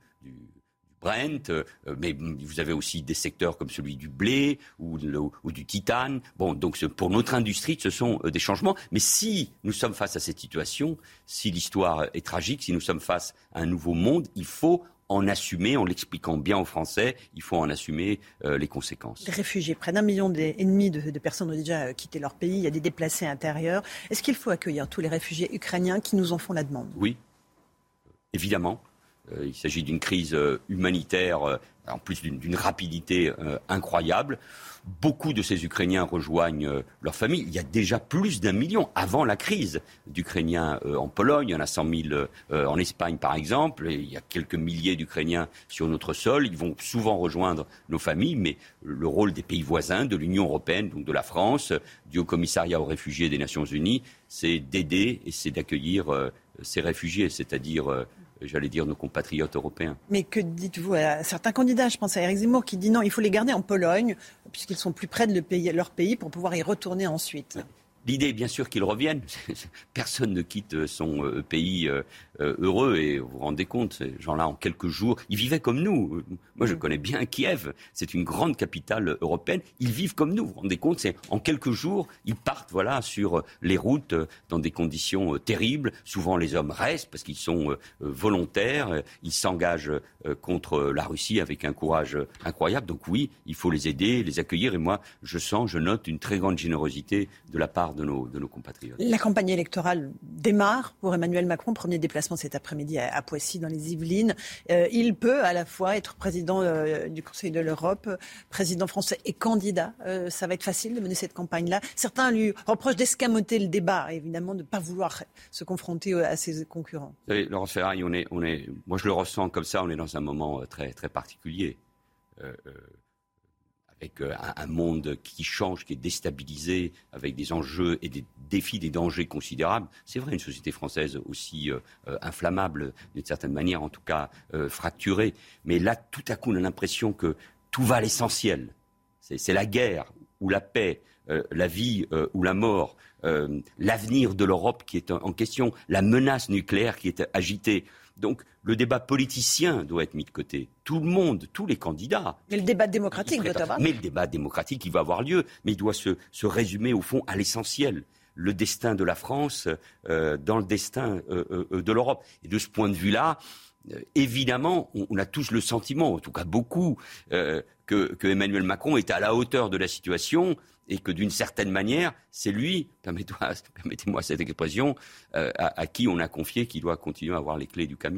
Brent, mais vous avez aussi des secteurs comme celui du blé ou du titane. Bon, donc pour notre industrie, ce sont des changements. Mais si nous sommes face à cette situation, si l'histoire est tragique, si nous sommes face à un nouveau monde, il faut en assumer, en l'expliquant bien aux Français, il faut en assumer les conséquences. Les réfugiés, près d'1,5 million de personnes ont déjà quitté leur pays, il y a des déplacés intérieurs. Est-ce qu'il faut accueillir tous les réfugiés ukrainiens qui nous en font la demande ? Oui, évidemment. Il s'agit d'une crise humanitaire, en plus d'une rapidité incroyable. Beaucoup de ces Ukrainiens rejoignent leur famille. Il y a déjà plus d'1 million avant la crise d'Ukrainiens en Pologne. Il y en a 100 000 en Espagne, par exemple. Et il y a quelques milliers d'Ukrainiens sur notre sol. Ils vont souvent rejoindre nos familles, mais le rôle des pays voisins, de l'Union européenne, donc de la France, du Haut-Commissariat aux réfugiés des Nations Unies, c'est d'aider et c'est d'accueillir ces réfugiés, c'est-à-dire j'allais dire nos compatriotes européens. Mais que dites-vous à certains candidats ? Je pense à Éric Zemmour qui dit non, il faut les garder en Pologne puisqu'ils sont plus près de leur pays pour pouvoir y retourner ensuite. L'idée est bien sûr qu'ils reviennent. Personne ne quitte son pays heureux. Et vous vous rendez compte, ces gens-là, en quelques jours, ils vivaient comme nous. Moi, je connais bien Kiev. C'est une grande capitale européenne. Ils vivent comme nous. Vous vous rendez compte, c'est en quelques jours, ils partent sur les routes dans des conditions terribles. Souvent, les hommes restent parce qu'ils sont volontaires. Ils s'engagent contre la Russie avec un courage incroyable. Donc oui, il faut les aider, les accueillir. Et moi, je note une très grande générosité de la part de nos compatriotes. La campagne électorale démarre pour Emmanuel Macron. Premier déplacement cet après-midi à Poissy, dans les Yvelines. Il peut à la fois être président du Conseil de l'Europe, président français et candidat. Ça va être facile de mener cette campagne-là. Certains lui reprochent d'escamoter le débat, évidemment, de ne pas vouloir se confronter à ses concurrents. Vous savez, Laurence Ferrari, moi je le ressens comme ça, on est dans un moment très, très particulier. Avec un monde qui change, qui est déstabilisé, avec des enjeux et des défis, des dangers considérables. C'est vrai, une société française aussi inflammable, d'une certaine manière, en tout cas fracturée. Mais là, tout à coup, on a l'impression que tout va à l'essentiel. C'est la guerre ou la paix, la vie ou la mort, l'avenir de l'Europe qui est en question, la menace nucléaire qui est agitée. Donc, le débat politicien doit être mis de côté. Tout le monde, tous les candidats. Mais le débat démocratique doit avoir. Mais le débat démocratique, il va avoir lieu. Mais il doit se résumer, au fond, à l'essentiel. Le destin de la France dans le destin de l'Europe. Et de ce point de vue-là, évidemment, on a tous le sentiment, en tout cas beaucoup, que Emmanuel Macron est à la hauteur de la situation et que d'une certaine manière, c'est lui, permettez-moi cette expression, à qui on a confié qu'il doit continuer à avoir les clés du camion.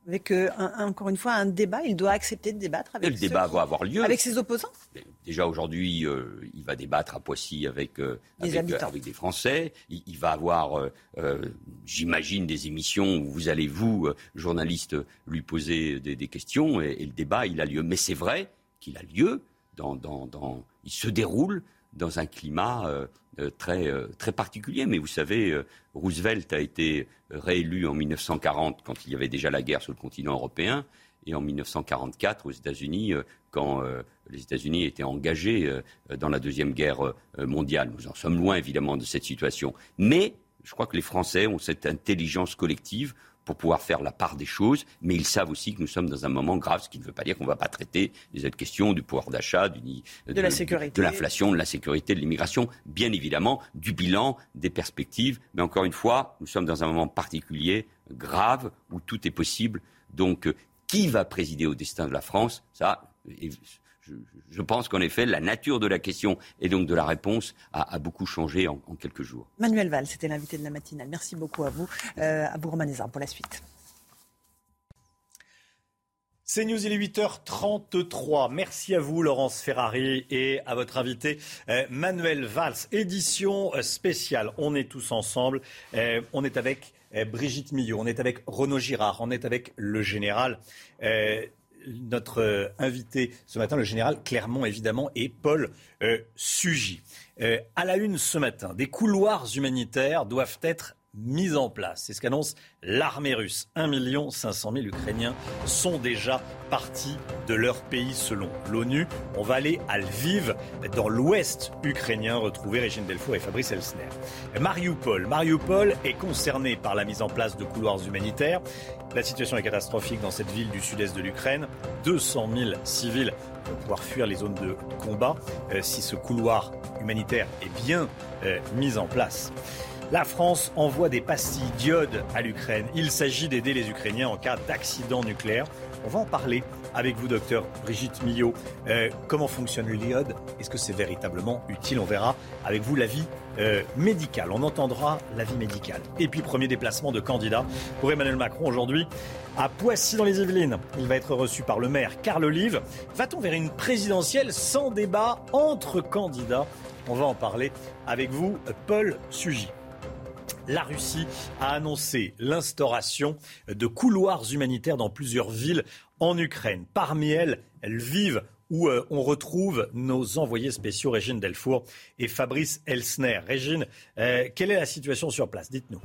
Avec, encore une fois, un débat, il doit accepter de débattre avec le débat va avoir lieu. Avec ses opposants. Déjà aujourd'hui, il va débattre à Poissy avec des Français. Il va avoir, j'imagine, des émissions où vous allez, vous, journalistes, lui poser des questions et le débat, il a lieu. Mais c'est vrai qu'il a lieu, il se déroule dans un climat très particulier. Mais vous savez, Roosevelt a été réélu en 1940, quand il y avait déjà la guerre sur le continent européen, et en 1944 aux États-Unis, quand les États-Unis étaient engagés dans la Deuxième Guerre mondiale. Nous en sommes loin, évidemment, de cette situation. Mais je crois que les Français ont cette intelligence collective pour pouvoir faire la part des choses, mais ils savent aussi que nous sommes dans un moment grave, ce qui ne veut pas dire qu'on ne va pas traiter des autres questions, du pouvoir d'achat, de la sécurité, de l'inflation, de la sécurité, de l'immigration, bien évidemment, du bilan, des perspectives. Mais encore une fois, nous sommes dans un moment particulier, grave, où tout est possible. Donc, qui va présider au destin de la France ? Ça, je pense qu'en effet, la nature de la question et donc de la réponse a beaucoup changé en quelques jours. Manuel Valls, c'était l'invité de la matinale. Merci beaucoup à vous Romain Desarmes, pour la suite. C'est News, il est 8h33. Merci à vous, Laurence Ferrari, et à votre invité, Manuel Valls. Édition spéciale. On est tous ensemble. On est avec Brigitte Millot, on est avec Renaud Girard, on est avec le général. Notre invité ce matin, le général Clermont, évidemment, et Paul Sugy. À la une ce matin, des couloirs humanitaires doivent être mis en place. C'est ce qu'annonce l'armée russe. 1 500 000 Ukrainiens sont déjà partis de leur pays selon l'ONU. On va aller à Lviv, dans l'ouest ukrainien, retrouver Régine Delfour et Fabrice Elsner. Mariupol est concerné par la mise en place de couloirs humanitaires. La situation est catastrophique dans cette ville du sud-est de l'Ukraine. 200 000 civils vont pouvoir fuir les zones de combat si ce couloir humanitaire est bien mis en place. La France envoie des pastilles d'iode à l'Ukraine. Il s'agit d'aider les Ukrainiens en cas d'accident nucléaire. On va en parler avec vous, docteur Brigitte Millot. Comment fonctionne l'iode ? Est-ce que c'est véritablement utile ? On verra avec vous l'avis médical. On entendra l'avis médical. Et puis, premier déplacement de candidat pour Emmanuel Macron aujourd'hui à Poissy dans les Yvelines. Il va être reçu par le maire Carl Olive. Va-t-on vers une présidentielle sans débat entre candidats ? On va en parler avec vous, Paul Sugy. La Russie a annoncé l'instauration de couloirs humanitaires dans plusieurs villes en Ukraine. Parmi elles, Lviv, où on retrouve nos envoyés spéciaux Régine Delfour et Fabrice Elsner. Régine, quelle est la situation sur place ? Dites-nous.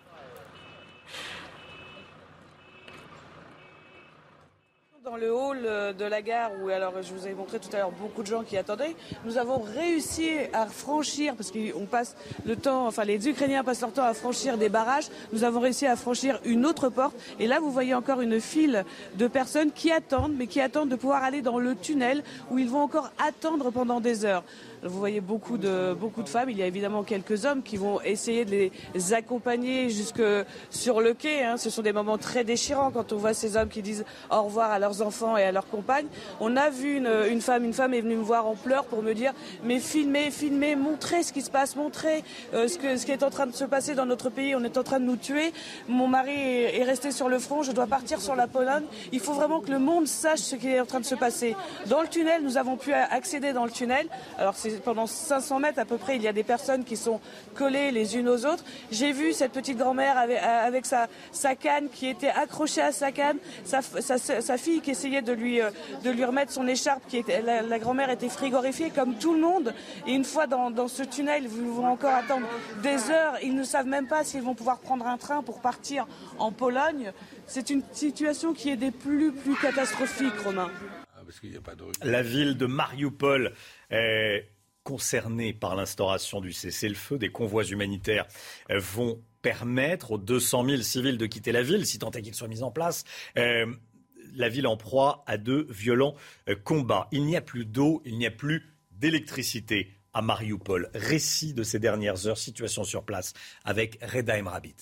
Dans le hall de la gare, où alors je vous avais montré tout à l'heure beaucoup de gens qui attendaient, nous avons réussi à franchir, parce qu'on passe le temps, enfin les Ukrainiens passent leur temps à franchir des barrages, nous avons réussi à franchir une autre porte, et là vous voyez encore une file de personnes qui attendent, mais qui attendent de pouvoir aller dans le tunnel, où ils vont encore attendre pendant des heures. Vous voyez beaucoup de femmes, il y a évidemment quelques hommes qui vont essayer de les accompagner jusque sur le quai. Ce sont des moments très déchirants quand on voit ces hommes qui disent au revoir à leurs enfants et à leurs compagnes. On a vu une femme est venue me voir en pleurs pour me dire mais filmez, montrez ce qui se passe, montrez ce qui est en train de se passer dans notre pays, on est en train de nous tuer. Mon mari est resté sur le front, je dois partir sur la Pologne. Il faut vraiment que le monde sache ce qui est en train de se passer. Dans le tunnel, nous avons pu accéder dans le tunnel. Alors c'est pendant 500 mètres à peu près, il y a des personnes qui sont collées les unes aux autres. J'ai vu cette petite grand-mère avec sa canne qui était accrochée à sa canne, sa fille qui essayait de lui remettre son écharpe, la grand-mère était frigorifiée comme tout le monde. Et une fois dans ce tunnel, ils vont encore attendre des heures. Ils ne savent même pas s'ils vont pouvoir prendre un train pour partir en Pologne. C'est une situation qui est des plus catastrophiques, Romain. La ville de Mariupol est concernée par l'instauration du cessez-le-feu. Des convois humanitaires vont permettre aux 200 000 civils de quitter la ville, si tant est qu'ils soient mis en place. La ville en proie à de violents combats. Il n'y a plus d'eau, il n'y a plus d'électricité à Mariupol. Récit de ces dernières heures, situation sur place avec Reda Emrabit.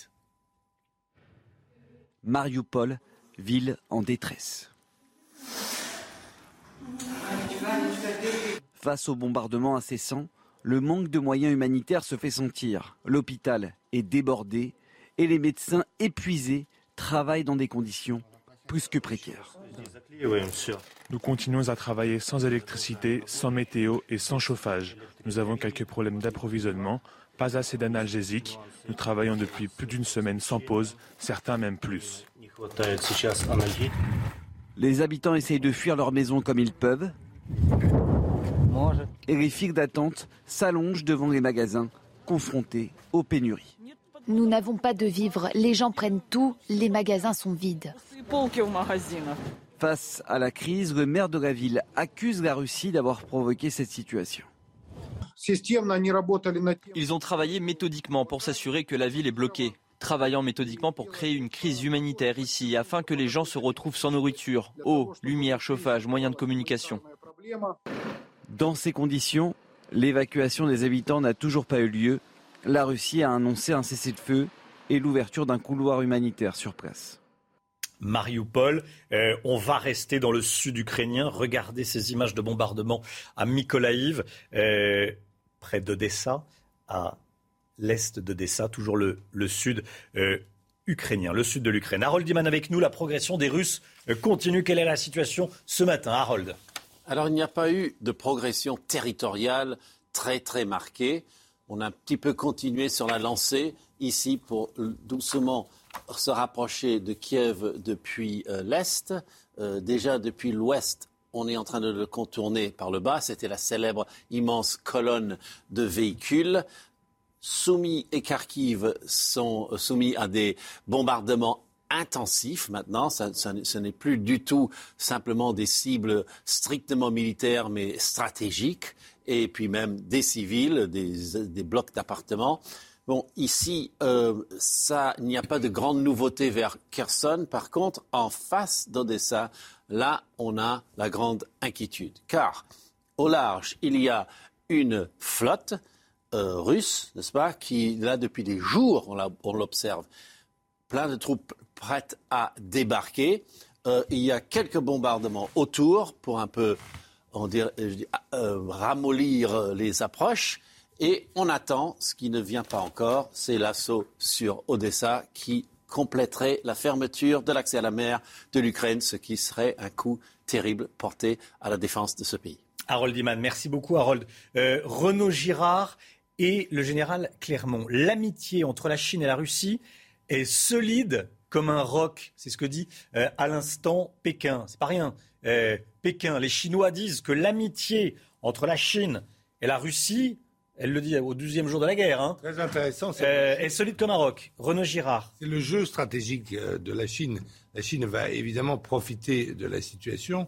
Mariupol, ville en détresse. Face au bombardement incessant, le manque de moyens humanitaires se fait sentir. L'hôpital est débordé et les médecins épuisés travaillent dans des conditions plus que précaire. Nous continuons à travailler sans électricité, sans météo et sans chauffage. Nous avons quelques problèmes d'approvisionnement, pas assez d'analgésiques. Nous travaillons depuis plus d'une semaine sans pause, certains même plus. Les habitants essayent de fuir leur maison comme ils peuvent. Et les files d'attente s'allongent devant les magasins, confrontés aux pénuries. Nous n'avons pas de vivres, les gens prennent tout, les magasins sont vides. Face à la crise, le maire de la ville accuse la Russie d'avoir provoqué cette situation. Ils ont travaillé méthodiquement pour s'assurer que la ville est bloquée, travaillant méthodiquement pour créer une crise humanitaire ici, afin que les gens se retrouvent sans nourriture, eau, lumière, chauffage, moyens de communication. Dans ces conditions, l'évacuation des habitants n'a toujours pas eu lieu. La Russie a annoncé un cessez-le-feu et l'ouverture d'un couloir humanitaire sur place. Mariupol, on va rester dans le sud ukrainien. Regardez ces images de bombardement à Mykolaïv, près d'Odessa, à l'est d'Odessa, toujours le sud ukrainien, le sud de l'Ukraine. Harold Iman avec nous, la progression des Russes continue. Quelle est la situation ce matin, Harold ? Alors, il n'y a pas eu de progression territoriale très, très marquée. On a un petit peu continué sur la lancée ici pour doucement se rapprocher de Kiev depuis l'Est. Déjà depuis l'Ouest, on est en train de le contourner par le bas. C'était la célèbre immense colonne de véhicules. Soumis et Kharkiv sont soumis à des bombardements intensifs maintenant. Ce n'est plus du tout simplement des cibles strictement militaires mais stratégiques. Et puis même des civils, des blocs d'appartements. Bon, ici, il n'y a pas de grande nouveauté vers Kherson. Par contre, en face d'Odessa, là, on a la grande inquiétude. Car au large, il y a une flotte russe, n'est-ce pas, qui, là, depuis des jours, on l'observe, plein de troupes prêtes à débarquer. Il y a quelques bombardements autour pour un peu ramollir les approches. Et on attend, ce qui ne vient pas encore, c'est l'assaut sur Odessa qui compléterait la fermeture de l'accès à la mer de l'Ukraine, ce qui serait un coup terrible porté à la défense de ce pays. Harold Iman, merci beaucoup Harold. Renaud Girard et le général Clermont. L'amitié entre la Chine et la Russie est solide comme un roc. C'est ce que dit à l'instant Pékin. C'est pas rien. Pékin, les Chinois disent que l'amitié entre la Chine et la Russie, elle le dit au 12e jour de la guerre, très intéressant, est solide comme un roc. Renaud Girard. C'est le jeu stratégique de la Chine. La Chine va évidemment profiter de la situation.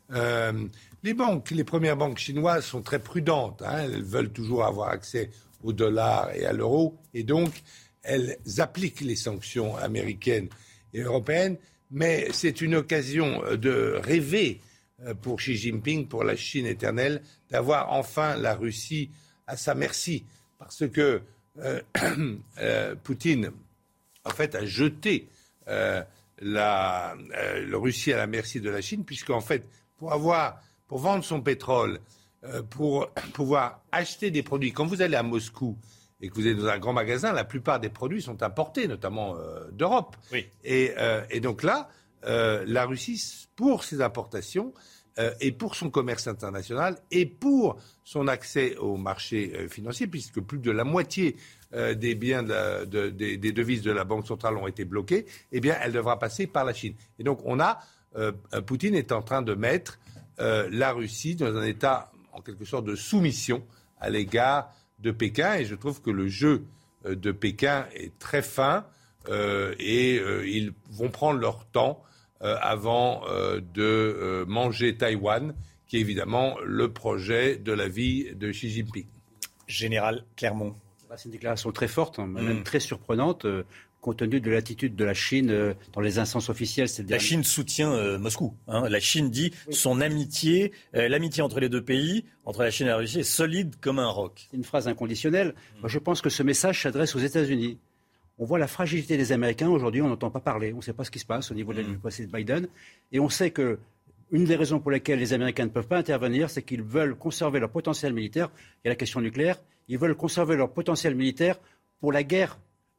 Les premières banques chinoises sont très prudentes. Elles veulent toujours avoir accès au dollar et à l'euro. Et donc, elles appliquent les sanctions américaines et européennes. Mais c'est une occasion de rêver pour Xi Jinping, pour la Chine éternelle, d'avoir enfin la Russie à sa merci. Parce que Poutine, en fait, a jeté la Russie à la merci de la Chine, puisqu'en fait, pour vendre son pétrole, pour pouvoir acheter des produits, quand vous allez à Moscou et que vous êtes dans un grand magasin, la plupart des produits sont importés, notamment d'Europe. Oui. Et donc là, la Russie, pour ses importations et pour son commerce international et pour son accès au marché financier, puisque plus de la moitié des biens des devises de la Banque centrale ont été bloqués, eh bien, elle devra passer par la Chine. Et donc, Poutine est en train de mettre la Russie dans un état, en quelque sorte, de soumission à l'égard de Pékin. Et je trouve que le jeu de Pékin est très fin et ils vont prendre leur temps avant de manger Taïwan, qui est évidemment le projet de la vie de Xi Jinping. Général Clermont. C'est une déclaration très forte, même très surprenante, compte tenu de l'attitude de la Chine dans les instances officielles. La Chine soutient Moscou. La Chine dit son amitié, l'amitié entre les deux pays, entre la Chine et la Russie, est solide comme un roc. C'est une phrase inconditionnelle. Moi, je pense que ce message s'adresse aux États-Unis. On voit la fragilité des Américains. Aujourd'hui, on n'entend pas parler. On ne sait pas ce qui se passe au niveau de la diplomatie de Biden. Et on sait que une des raisons pour lesquelles les Américains ne peuvent pas intervenir, c'est qu'ils veulent conserver leur potentiel militaire. Il y a la question nucléaire. Ils veulent conserver leur potentiel militaire pour la guerre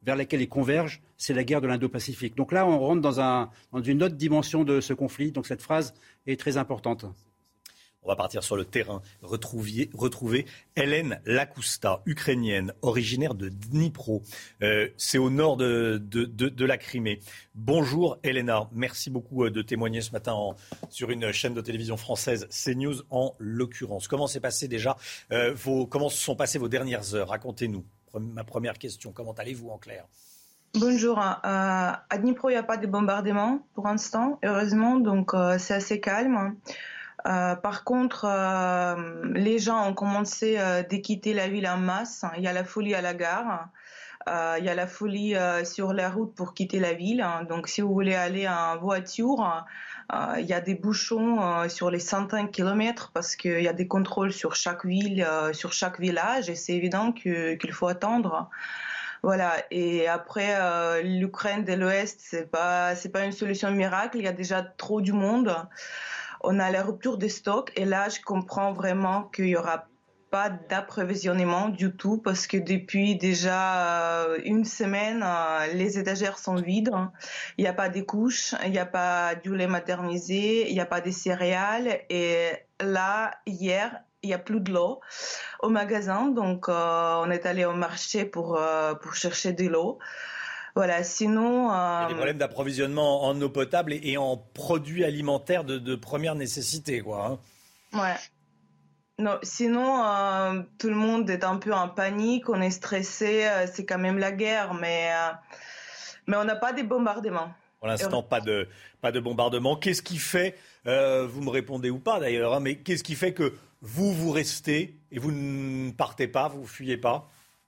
vers laquelle ils convergent, c'est la guerre de l'Indo-Pacifique. Donc là, on rentre dans une autre dimension de ce conflit. Donc cette phrase est très importante. On va partir sur le terrain, retrouver Hélène Lakousta, ukrainienne, originaire de Dnipro. C'est au nord de la Crimée. Bonjour Helena, merci beaucoup de témoigner ce matin sur une chaîne de télévision française, CNews en l'occurrence. Comment se sont passées vos dernières heures? Racontez-nous. Ma première question, comment allez-vous en clair? Bonjour. À Dnipro, il n'y a pas de bombardement pour l'instant, heureusement, donc c'est assez calme. Par contre, les gens ont commencé à quitter la ville en masse. Il y a la folie à la gare. Il y a la folie sur la route pour quitter la ville. Donc, si vous voulez aller en voiture, il y a des bouchons sur les centaines de kilomètres parce qu'il y a des contrôles sur chaque ville, sur chaque village. Et c'est évident qu'il faut attendre. Voilà. Et après, l'Ukraine de l'Ouest, c'est pas une solution miracle. Il y a déjà trop du monde. On a la rupture des stocks et là, je comprends vraiment qu'il n'y aura pas d'approvisionnement du tout parce que depuis déjà une semaine, les étagères sont vides. Il n'y a pas de couches, il n'y a pas du lait maternisé, il n'y a pas de céréales. Et là, hier, il n'y a plus de l'eau au magasin. Donc, on est allé au marché pour chercher de l'eau. Voilà, sinon... Il y a des problèmes d'approvisionnement en eau potable et en produits alimentaires de première nécessité, quoi. Ouais. Non, sinon, tout le monde est un peu en panique, on est stressé, c'est quand même la guerre, mais on n'a pas de bombardements. Pour l'instant, pas de bombardement. Qu'est-ce qui fait, vous me répondez ou pas d'ailleurs, mais qu'est-ce qui fait que vous restez et vous ne partez pas, vous ne fuyez pas ?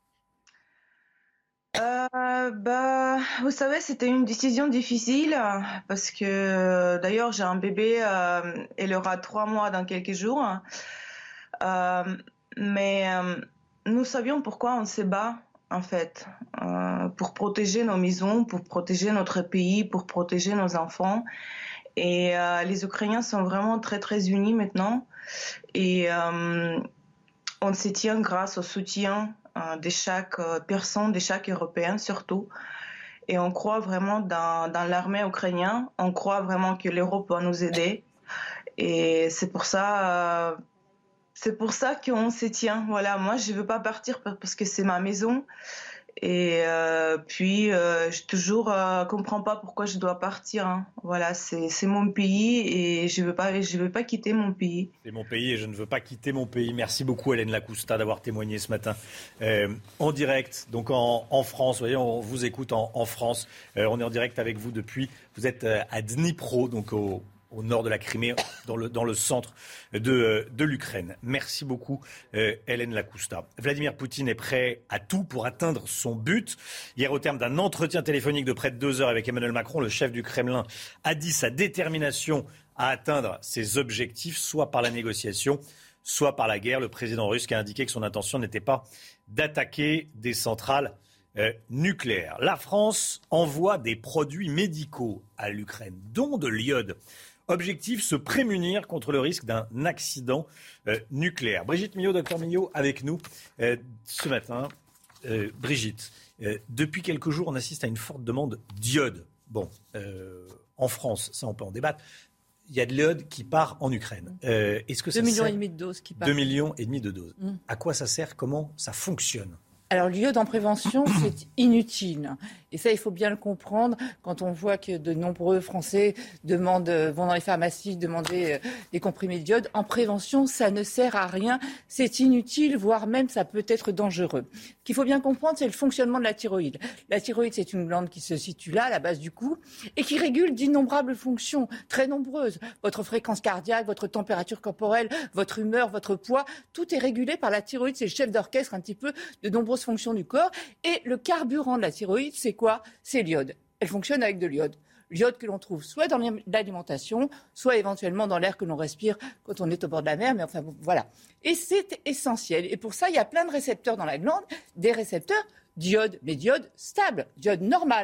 Vous savez, c'était une décision difficile parce que d'ailleurs j'ai un bébé, elle aura 3 mois dans quelques jours. Mais nous savions pourquoi on se bat en fait, pour protéger nos maisons, pour protéger notre pays, pour protéger nos enfants. Et les Ukrainiens sont vraiment très très unis maintenant. Et on se tient grâce au soutien de chaque personne, de chaque Européen surtout. Et on croit vraiment dans l'armée ukrainienne. On croit vraiment que l'Europe va nous aider. Et c'est pour ça qu'on se tient. Voilà, moi, je ne veux pas partir parce que c'est ma maison. Et puis, je toujours comprends pas pourquoi je dois partir. Hein. Voilà, c'est mon pays et je veux pas quitter mon pays. C'est mon pays et je ne veux pas quitter mon pays. Merci beaucoup Hélène Lakousta d'avoir témoigné ce matin en direct. Donc en France, vous voyez, on vous écoute en France. On est en direct avec vous depuis. Vous êtes à Dnipro, donc au nord de la Crimée, dans le centre de l'Ukraine. Merci beaucoup, Hélène Lakousta. Vladimir Poutine est prêt à tout pour atteindre son but. Hier, au terme d'un entretien téléphonique de près de 2 heures avec Emmanuel Macron, le chef du Kremlin a dit sa détermination à atteindre ses objectifs, soit par la négociation, soit par la guerre. Le président russe a indiqué que son intention n'était pas d'attaquer des centrales nucléaires. La France envoie des produits médicaux à l'Ukraine, dont de l'iode. Objectif, se prémunir contre le risque d'un accident nucléaire. Brigitte Millot, docteur Millot, avec nous ce matin. Brigitte, depuis quelques jours, on assiste à une forte demande d'iode. Bon, en France, ça on peut en débattre. Il y a de l'iode qui part en Ukraine. Est-ce que 2,5 millions de doses qui partent. 2,5 millions de doses. À quoi ça sert? Comment ça fonctionne? Alors, l'iode en prévention, c'est inutile. Et ça, il faut bien le comprendre quand on voit que de nombreux Français vont dans les pharmacies demander des comprimés d'iode. En prévention, ça ne sert à rien. C'est inutile, voire même ça peut être dangereux. Ce qu'il faut bien comprendre, c'est le fonctionnement de la thyroïde. La thyroïde, c'est une glande qui se situe là, à la base du cou, et qui régule d'innombrables fonctions, très nombreuses. Votre fréquence cardiaque, votre température corporelle, votre humeur, votre poids, tout est régulé par la thyroïde. C'est le chef d'orchestre un petit peu de nombreuses fonctions du corps. Et le carburant de la thyroïde, c'est quoi? C'est l'iode. Elle fonctionne avec de l'iode. L'iode que l'on trouve soit dans l'alimentation, soit éventuellement dans l'air que l'on respire quand on est au bord de la mer. Mais enfin, voilà. Et c'est essentiel. Et pour ça, il y a plein de récepteurs dans la glande, des récepteurs d'iode, mais d'iode stable, d'iode normal.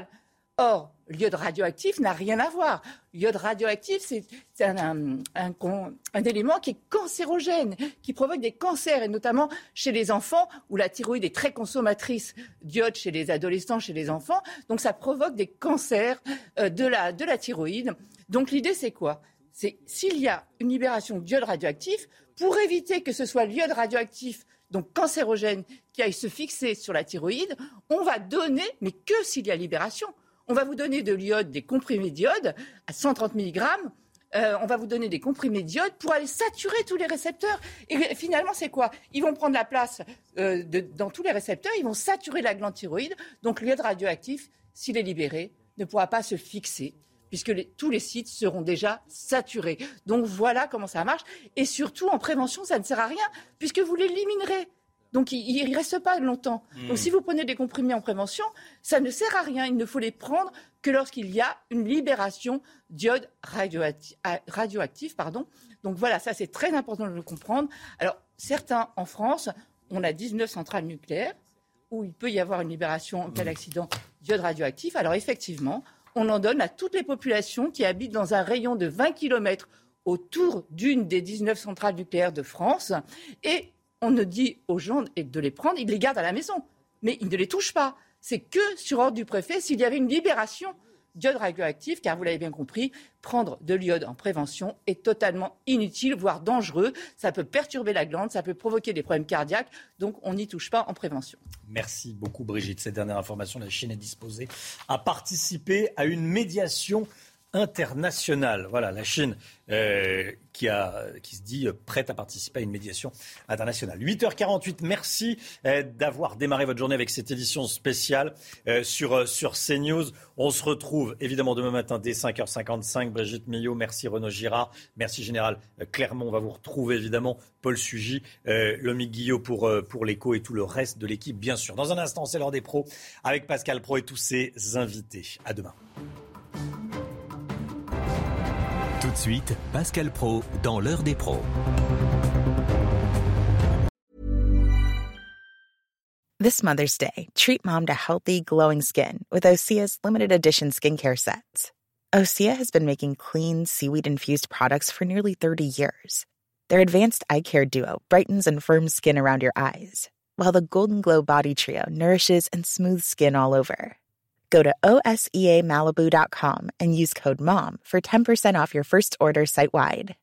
Or, l'iode radioactif n'a rien à voir. L'iode radioactif, c'est un élément qui est cancérogène, qui provoque des cancers, et notamment chez les enfants, où la thyroïde est très consommatrice d'iode chez les adolescents, chez les enfants. Donc ça provoque des cancers de la thyroïde. Donc l'idée, c'est quoi ? C'est s'il y a une libération d'iode radioactif, pour éviter que ce soit l'iode radioactif, donc cancérogène, qui aille se fixer sur la thyroïde, on va donner, mais que s'il y a libération, on va vous donner de l'iode, des comprimés d'iode à 130 mg. On va vous donner des comprimés d'iode pour aller saturer tous les récepteurs. Et finalement, c'est quoi ? Ils vont prendre la place dans tous les récepteurs, ils vont saturer la glande thyroïde. Donc l'iode radioactif, s'il est libéré, ne pourra pas se fixer, puisque tous les sites seront déjà saturés. Donc voilà comment ça marche. Et surtout, en prévention, ça ne sert à rien, puisque vous l'éliminerez. Donc, il ne reste pas longtemps. Donc, si vous prenez des comprimés en prévention, ça ne sert à rien. Il ne faut les prendre que lorsqu'il y a une libération d'iode radioactif. Donc, voilà, ça, c'est très important de le comprendre. Alors, certains, en France, on a 19 centrales nucléaires où il peut y avoir une libération en cas d'accident d'iode radioactif. Alors, effectivement, on en donne à toutes les populations qui habitent dans un rayon de 20 km autour d'une des 19 centrales nucléaires de France. Et on ne dit aux gens de les prendre, ils les gardent à la maison. Mais ils ne les touchent pas. C'est que sur ordre du préfet s'il y avait une libération d'iode radioactif, car vous l'avez bien compris, prendre de l'iode en prévention est totalement inutile, voire dangereux. Ça peut perturber la glande, ça peut provoquer des problèmes cardiaques. Donc on n'y touche pas en prévention. Merci beaucoup Brigitte. Cette dernière information, la Chine est disposée à participer à une médiation internationale. Voilà, la Chine qui se dit prête à participer à une médiation internationale. 8h48, merci d'avoir démarré votre journée avec cette édition spéciale sur CNews. On se retrouve évidemment demain matin dès 5h55. Brigitte Millot, merci Renaud Girard, merci Général Clermont. On va vous retrouver évidemment Paul Sugy, Lomi Guillot pour l'écho et tout le reste de l'équipe, bien sûr. Dans un instant, c'est l'heure des pros avec Pascal Praud et tous ses invités. À demain. Tout de suite, Pascal Praud dans l'heure des pros. This Mother's Day, treat mom to healthy, glowing skin with Osea's limited edition skincare sets. Osea has been making clean, seaweed-infused products for nearly 30 years. Their advanced eye care duo brightens and firms skin around your eyes, while the Golden Glow Body Trio nourishes and smooths skin all over. Go to OSEAMalibu.com and use code MOM for 10% off your first order site-wide.